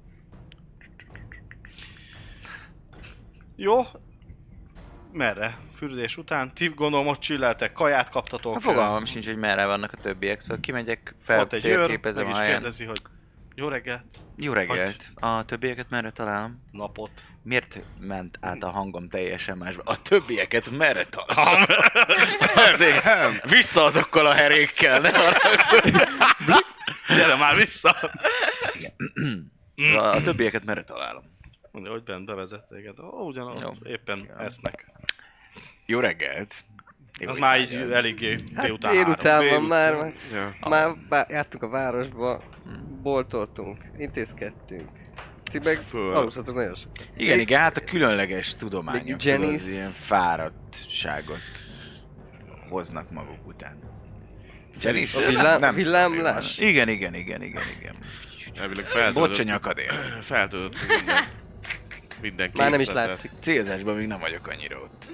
Jó. Merre? Fürdés után? Ti gondolom ott csilleltek, kaját kaptatok. A fogalmam sincs, hogy merre vannak a többiek, szóval kimegyek, Ott egy őr, feltérképezem meg a is helyen. kérdezi, hogy jó reggelt, Jó reggelt. A többieket merre találom? napot. Miért ment át a hangom teljesen másba? A többieket merre találom? Azért vissza azokkal a herékkel, ne haragudj. Gyere már vissza! A, a többieket merre találom? Mondja, hogy bent bevezett téged. Ó, ugyanaz, Jó. éppen Jó. esznek. Jó reggelt. Jó, Az már így igen. eléggé délután Délután van három. már, már, Ja. már bá- jártunk a városba, boltoltunk, intézkedtünk. Ti meg Föl. alusztatok nagyon sokat. Igen, igen, hát a különleges tudományok, Még tudod, Janice. az ilyen fáradtságot hoznak maguk után. Janice? A villám, a villámlás? Igen, igen, igen, igen, igen. Elvileg feltöltött. Bocsa nyakadél. Feltöltött minden. Minden Már nem is készletet. látszik. Célzásban még nem vagyok annyira ott.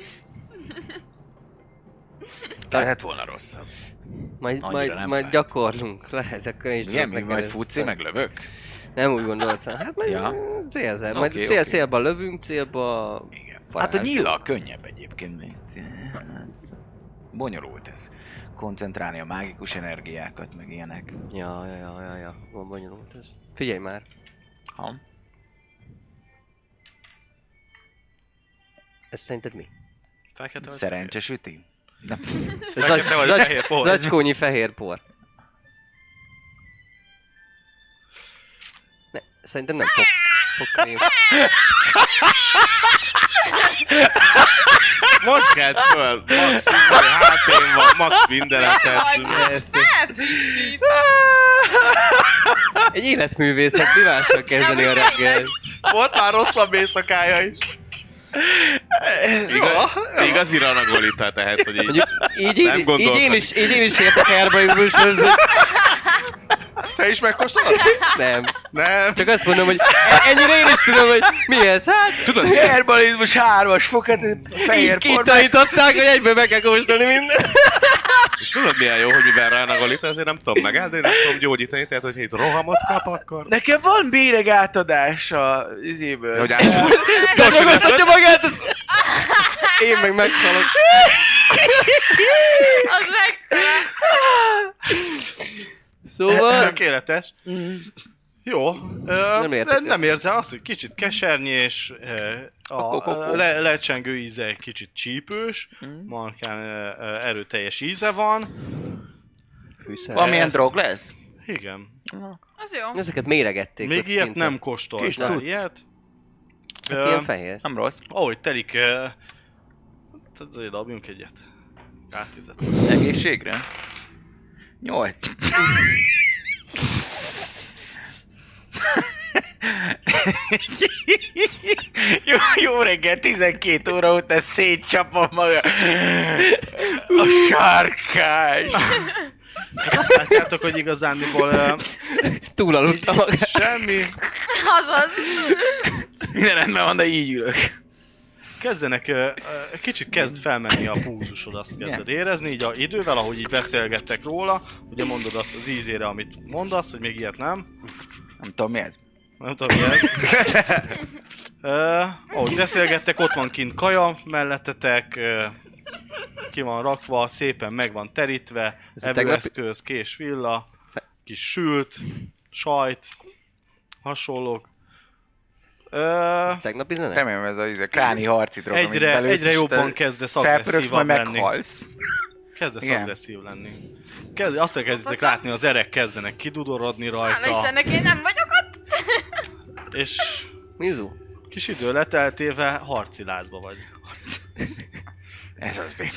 Lehet volna rosszabb. Majd, Annyira majd, nem majd fáj. gyakorlunk, lehet, akkor én is Milyen, tudok még majd neked futsz, ezt- meg lövök? Nem úgy gondoltam. Hát majd Ja. ja. célzál. Oké, Majd cél, oké. célba lövünk, célba... Igen. Hát a varázs. nyilla könnyebb egyébként még. Bonyolult ez. Koncentrálni a mágikus energiákat, meg ilyenek. Ja, ja, ja, ja, ja. Van bonyolult ez. Figyelj már. Ha? Ez szerinted mi? Fekete vagy Szerencsés üti? Nem. Ez zagy, Fekete vagy zagy, fehér por? zacskónyi fehér por. Ne, szerintem nem fog, fogkrém. Most kelt föl, max há pé-n van, max mindenet tettünk. Persze. Elfrissít. Egy életművészet mivással kezdeni a reggel. Volt már rosszabb éjszakája is. Igaz, igazi ranagolita, tehát, hogy így... Mondjuk így, Nem így, így, gondoltam. én is, így én is értek herbaizmushoz. Te is megkóstolod? Nem. Nem. Csak azt mondom, hogy e- ennyire én is tudom, hogy mi ez. Hát, Tudod, herbalizmus hármas fok, hát fehér így, így por. tanították, hogy egyből meg kell kóstolni mindent. És tudod milyen jó, hogy mivel ranagolita, ezért nem tudom megáldani, nem tudom gyógyítani, tehát hogyha itt rohamot kap, akkor... Nekem van béregátadás a izéből. Hogy át... Megragasztatja magát, az... Én meg meghalok. Az mekkora. Szóval... Tökéletes. Jó. Ö, Nem nem, értek nem, nem érzem azt, hogy kicsit kesernyi ö, a, a le, lecsengő íze egy kicsit csípős, markán ö, ö, erőteljes íze van. Fűszer. Valamilyen Ezt- drog lesz? Igen. Az jó. Ezeket méregették. Még ott ilyet kint. nem Kis kóstoltam. cucc. Ilyet. Hát Ö, ilyen fehér. Nem rossz. Ahogy telik, ö, tehát azért dobjunk egyet. Átizet. Egészségre? Nyolc. jó, jó reggel, tizenkét óra után szétcsapom maga. A sárkány. Hát azt látjátok, hogy igazándiból ö, Túlaludta magát. semmi. Azaz. Minden rendben van, de így ülök. Kezdenek, ö, ö, kicsit kezd felmenni a púzusod, azt kezded érezni, így a idővel, ahogy így beszélgettek róla, ugye mondod azt az ízére, amit mondasz, hogy még ilyet nem. Nem tudom mi ez. Nem tudom mi ez. uh, ahogy beszélgettek, ott van kint kaja mellettetek, uh, ki van rakva, szépen meg van terítve, Ez a tegnapi- evőeszköz, kés, villa, kis sült, sajt, hasonlók. Uh, Tegnapi zene? Remélem ez a izé, kráni harci drog, amit egyre, belősz, egyre és jobban te kezdesz felpöröksz, agresszívabb majd lenni. meghalsz. Kezdesz Igen. agresszív lenni. Kezd, azt kezditek Faszom. látni, az erek kezdenek kidudorodni Nem, rajta, Istennek, én nem vagyok ott. és Mizu? kis idő leteltéve harci lázba vagy. Ez az baby.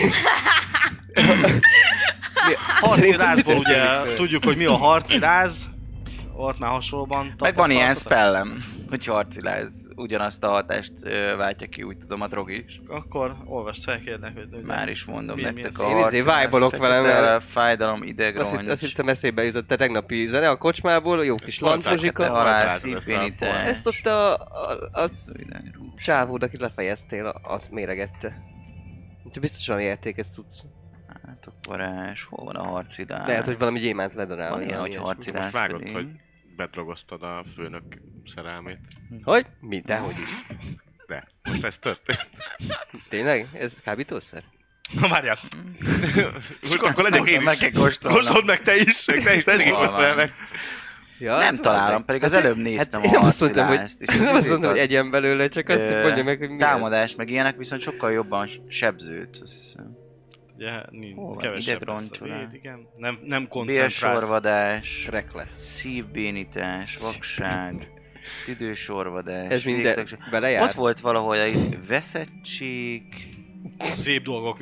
Harci Szerintem lázból mi ugye történik? tudjuk, hogy mi a harci láz. Volt már hasonlóban Meg van ilyen tapasztaltatok? spellem, hogy harciláz ugyanazt a hatást ö, váltja ki, úgy tudom a drog is. Akkor olvast fel, kérlek, hogy... hogy Már is mondom mi- mi nektek az? a Én izé harciláz, vibe-olok vele, fekete, mert- fájdalom, Azt, idegroncs, hitt, azt hittem eszébe jutott a tegnapi zene a kocsmából, jó kis voltál lantmuzsika. ketten? halál, Találtad ezt a szívvénítás, Ezt ott a, a, a szolidárú. csávód, akit lefejeztél, az méregette. Úgyhogy biztos valami értékes tudsz. Hát a varázs, hol van a harciláz? Lehet, hogy valami gyémánt ledarál. Van vagy ilyen, valami hogy ilyesmi. harciláz Most vágod, pedig. hogy bedrogoztad a főnök szerelmét. Hogy? Mi? Dehogy is. De, most ez történt. Tényleg? Ez kábítószer? Na várjál! És akkor legyek én Meg is. kell kóstolnom. Kóstold meg te is, meg te is, te is Hol kóstold van? meg. Ja, Nem hát találom, van. pedig az Hát előbb én- néztem hát a én nem azt mondtam, hogy, harcilázt, és nem az azt mondtam, hogy izét egyen belőle, csak azt, hogy Ö, mondja meg, hogy mi támadás, meg ilyenek viszont sokkal jobban sebzőt, azt hiszem. Ugye, nincs, Hol van? kevesebb lesz a Idegroncsolás. véd, igen. Nem, nem koncentrálsz. Bélsorvadás, Reckless. szívbénítás, vakság, tüdősorvadás, Ez minden végtagság. belejár? Ott volt valahol a izé- veszettség, Szép dolgok mind.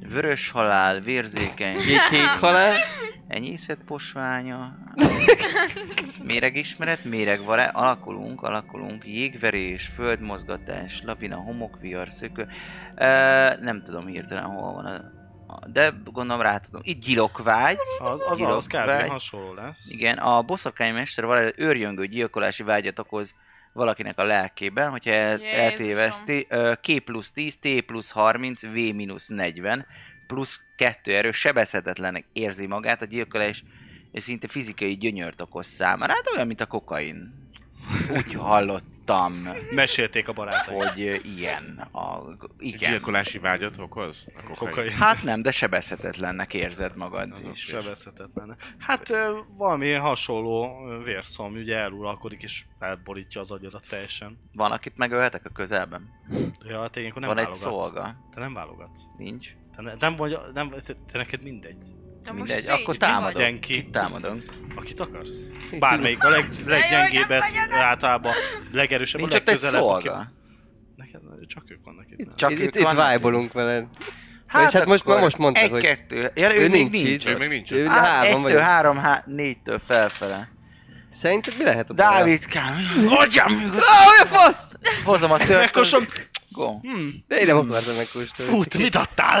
Vörös halál, vérzékeny, Kék halál. enyészet posványa, méregismeret, méregvará, alakulunk, alakulunk, jégverés, földmozgatás, lavina, homokvihar, szökő. E, nem tudom hirtelen hol van a... De gondolom rá tudom. Itt gyilokvágy. Az, az, az kb. Gyilokvágy. Hasonló lesz. Igen, a boszorkánymester valami őrjöngő gyilkolási vágyat okoz valakinek a lelkében, hogyha el, Jézusom. eltéveszti. K plusz tíz, T plusz harminc, V mínusz negyven, plusz kettő erő, sebezhetetlenek érzi magát, a gyilkolás és szinte fizikai gyönyört okoz számára. Hát olyan, mint a kokain. Úgy hallottam, Mesélték a barátaim. hogy ö, ilyen. A, igen. Gyilkolási vágyat okoz? A kokain. Kokain. Hát nem, de sebezhetetlennek érzed magad Az is. sebezhetetlen. Hát ö, valami hasonló ö, vérszom, ugye eluralkodik és elborítja az agyadat teljesen. Van, akit megölhetek a közelben? Ja, te ilyenkor nem Van egy válogatsz. szolga? Te nem válogatsz. Nincs. Te ne, nem vagy, nem, te, te neked mindegy. De most Mindegy, rage akkor mi vagy? támadok. Mindenki. Kit támadunk? Akit akarsz? Bármelyik, a leg, leggyengébbet, általában legerősebb, Nincs a ott egy legközelebb. aki- szolga? Neked csak ők vannak itt. nem? Csak Itt, ők itt vannak? vibe-olunk veled. Hát, hát most, akkor most mondtad, egy, hogy kettő. Ja, ő, ő még nincs nincs. itt. Ő még nincs. Ő ott. ugye Á, hárman egytől, vagyunk. három, há, négytől felfele. Szerinted mi lehet a baj? Dávidkám, agyam, Ah, olyan fasz! hozom a tört. Megkosom! Go. De én nem akartam megkóstolni. Fut, mit adtál?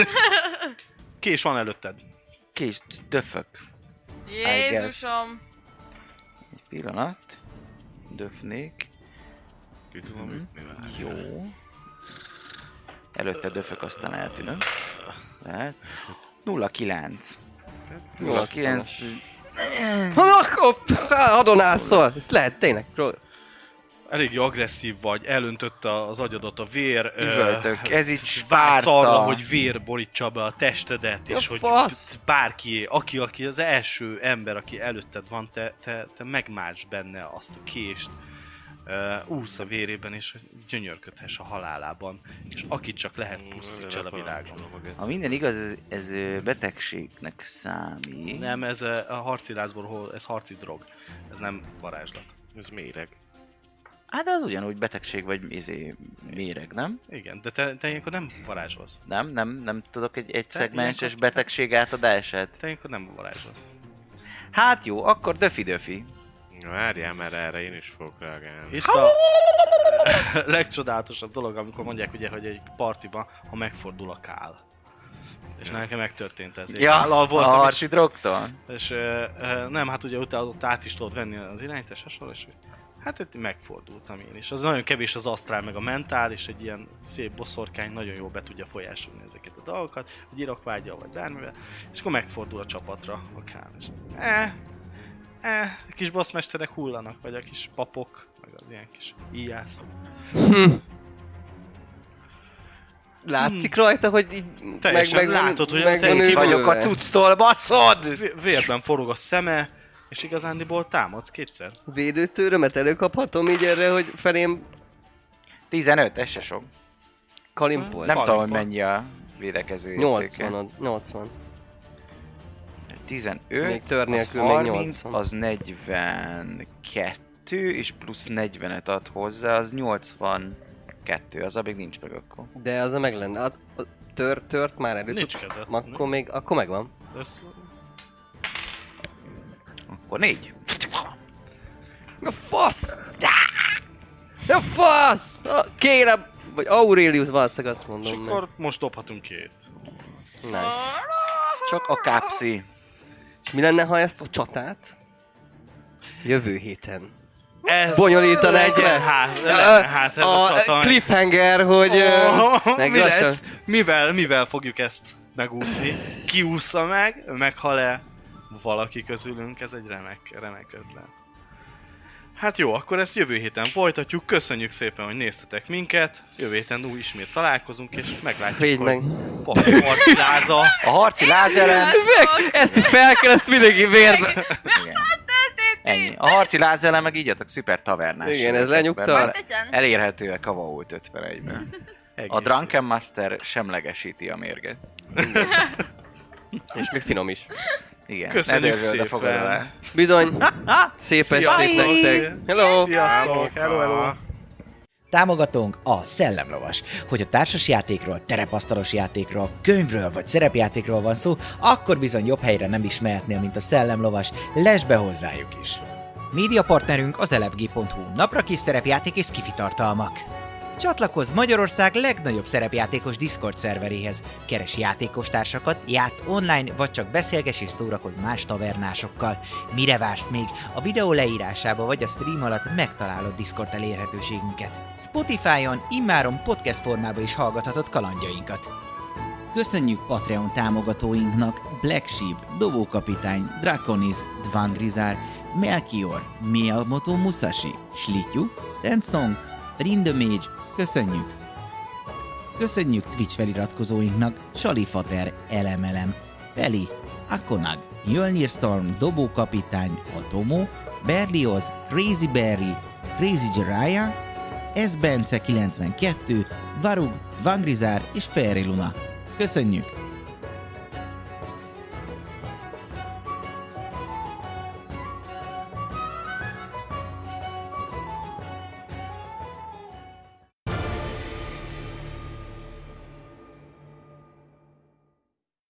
Kés van előtted. Kés, döfök. Jézusom! Egy pillanat. Döfnék. Ki tudom, Mhm. mit mivel. Jó. Előtte döfök, aztán eltűnök. Lehet. nulla kilenc. nulla kilenc. Akkor adonászol! Ezt lehet tényleg. Ro- Eléggé agresszív vagy, elöntött az agyadat a vér. ö, Üvöltök. Ez itt vágysz Spárta. arra, hogy vér borítsa be a testedet, és A hogy fasz! bárki, aki, aki az első ember, aki előtted van, te, te, te megmásd benne azt a kést, uh, úsz a vérében, és hogy gyönyörködhess a halálában, és akit csak lehet pusztíts el a világon. Ha minden igaz, ez, ez ö, betegségnek számít. Nem, ez a a harci lázból, hol- ez harci drog, ez nem varázslat. Ez méreg. Hát de az ugyanúgy betegség vagy izé, méreg, nem? Igen, de te, te ilyenkor nem varázsolsz. Nem, nem, nem tudok egy egy Te szegmenses ilyenkor- betegség átadását. Te ilyenkor nem varázsolsz. Hát jó, akkor döfi-döfi. Na, várjál, mert erre én is fogok reagálni. Itt a legcsodálatosabb dolog, amikor mondják ugye, hogy egy partiban, ha megfordul a kál. És nekem megtörtént ez. Én Ja, kállal a voltam, és, harci drogtól? és ö, ö, nem, hát ugye utána ott át is tudod venni az irányítás hasonló, és hát itt megfordultam én is. Az nagyon kevés az asztrál meg a mentál, és egy ilyen szép boszorkány nagyon jól be tudja folyásolni ezeket a dolgokat, a gyilokvággyal vagy bármivel, és akkor megfordul a csapatra a kán. És eh, eh, a kis bosszmesterek hullanak, vagy a kis papok, meg az ilyen kis íjászok. Látszik rajta, hogy így Teljesen látod, hogy az van egyik ő Vagyok a bőve. cucctól, baszod! Vé- Vérben forog a szeme, és igazándiból támadsz kétszer. Védőtőrömet előkaphatom így erre, hogy felém tizenöt, ez se sok. kalimpol. Nem Kalimpol. tudom, hogy mennyi a védekező nyolcvan, ad- nyolcvan. tizenöt, Még tör az nélkül még harminc, nyolcvan. az negyvenkettő, és plusz negyvenet ad hozzá, az nyolcvankettő, az még nincs meg akkor. De az a meg lenne. A, a tör, tört már elő. Nincs kezed. Akkor még, akkor megvan. Ez Akkor négy. A fasz! A fasz! A, kérem! Vagy Aurelius valószínűleg azt és mondom meg. akkor most dobhatunk két. Nice. Csak a kápszi. És mi lenne, ha ezt a csatát jövő héten Ez bonyolítanád le? legyen hát, legyen hát ez a, a csata. cliffhanger, hogy ö, Oh, meg mi lassan- lesz? Mivel, mivel fogjuk ezt megúszni? Ki ússza meg? Meghal-e valaki közülünk? Ez egy remek, remek ötlet. Hát jó, akkor ezt jövő héten folytatjuk. Köszönjük szépen, hogy néztetek minket. Jövő héten új ismét találkozunk, és meglátjuk, Védj hogy meg. Papi Marci Láza. A harci lázelen... Ezt így fel kell, ezt mindenki vérbe. Igen. Ennyi. A harci lázelen meg ígyatok szuper tavernás. Igen, ez söröket, lenyugtat. mert Tegyen. elérhetőek a Vault ötven egyben. A Drunken Master semlegesíti a mérget. És még finom is. Igen, Köszönjük Netherworld-a fogad szépen. alá. Bizony. Szép estét Sziasztok. nektek. Hello. Sziasztok! Hello, hello! Támogatónk a Szellemlovas. Hogy a társasjátékról, terepasztalos játékról, könyvről vagy szerepjátékról van szó, akkor bizony jobb helyre nem is mehetnél, mint a Szellemlovas. Lesz be hozzájuk is! Média partnerünk az elefg pont hu, napra kis szerepjáték és skifi tartalmak. Csatlakozz Magyarország legnagyobb szerepjátékos Discord szerveréhez. Keres játékostársakat, játsz online, vagy csak beszélges és szórakozz más tavernásokkal. Mire vársz még? A videó leírásába vagy a stream alatt megtalálod Discord elérhetőségünket. Spotify-on immáron podcast formában is hallgathatod kalandjainkat. Köszönjük Patreon támogatóinknak Black Sheep, Dobókapitány, Draconis, Dvangrizár, Melchior, Miyamoto Musashi, Slityu, Rensong, Rindemage, köszönjük! Köszönjük Twitch feliratkozóinknak Salifater, Elemelem, Feli, Akonag, Jölnir Storm, Dobókapitány, Atomo, Berlioz, Crazy Berry, Crazy Jiraiya, S. Bence kilencvenkettő, Varug, Vangrizár és Fairy Luna. Köszönjük!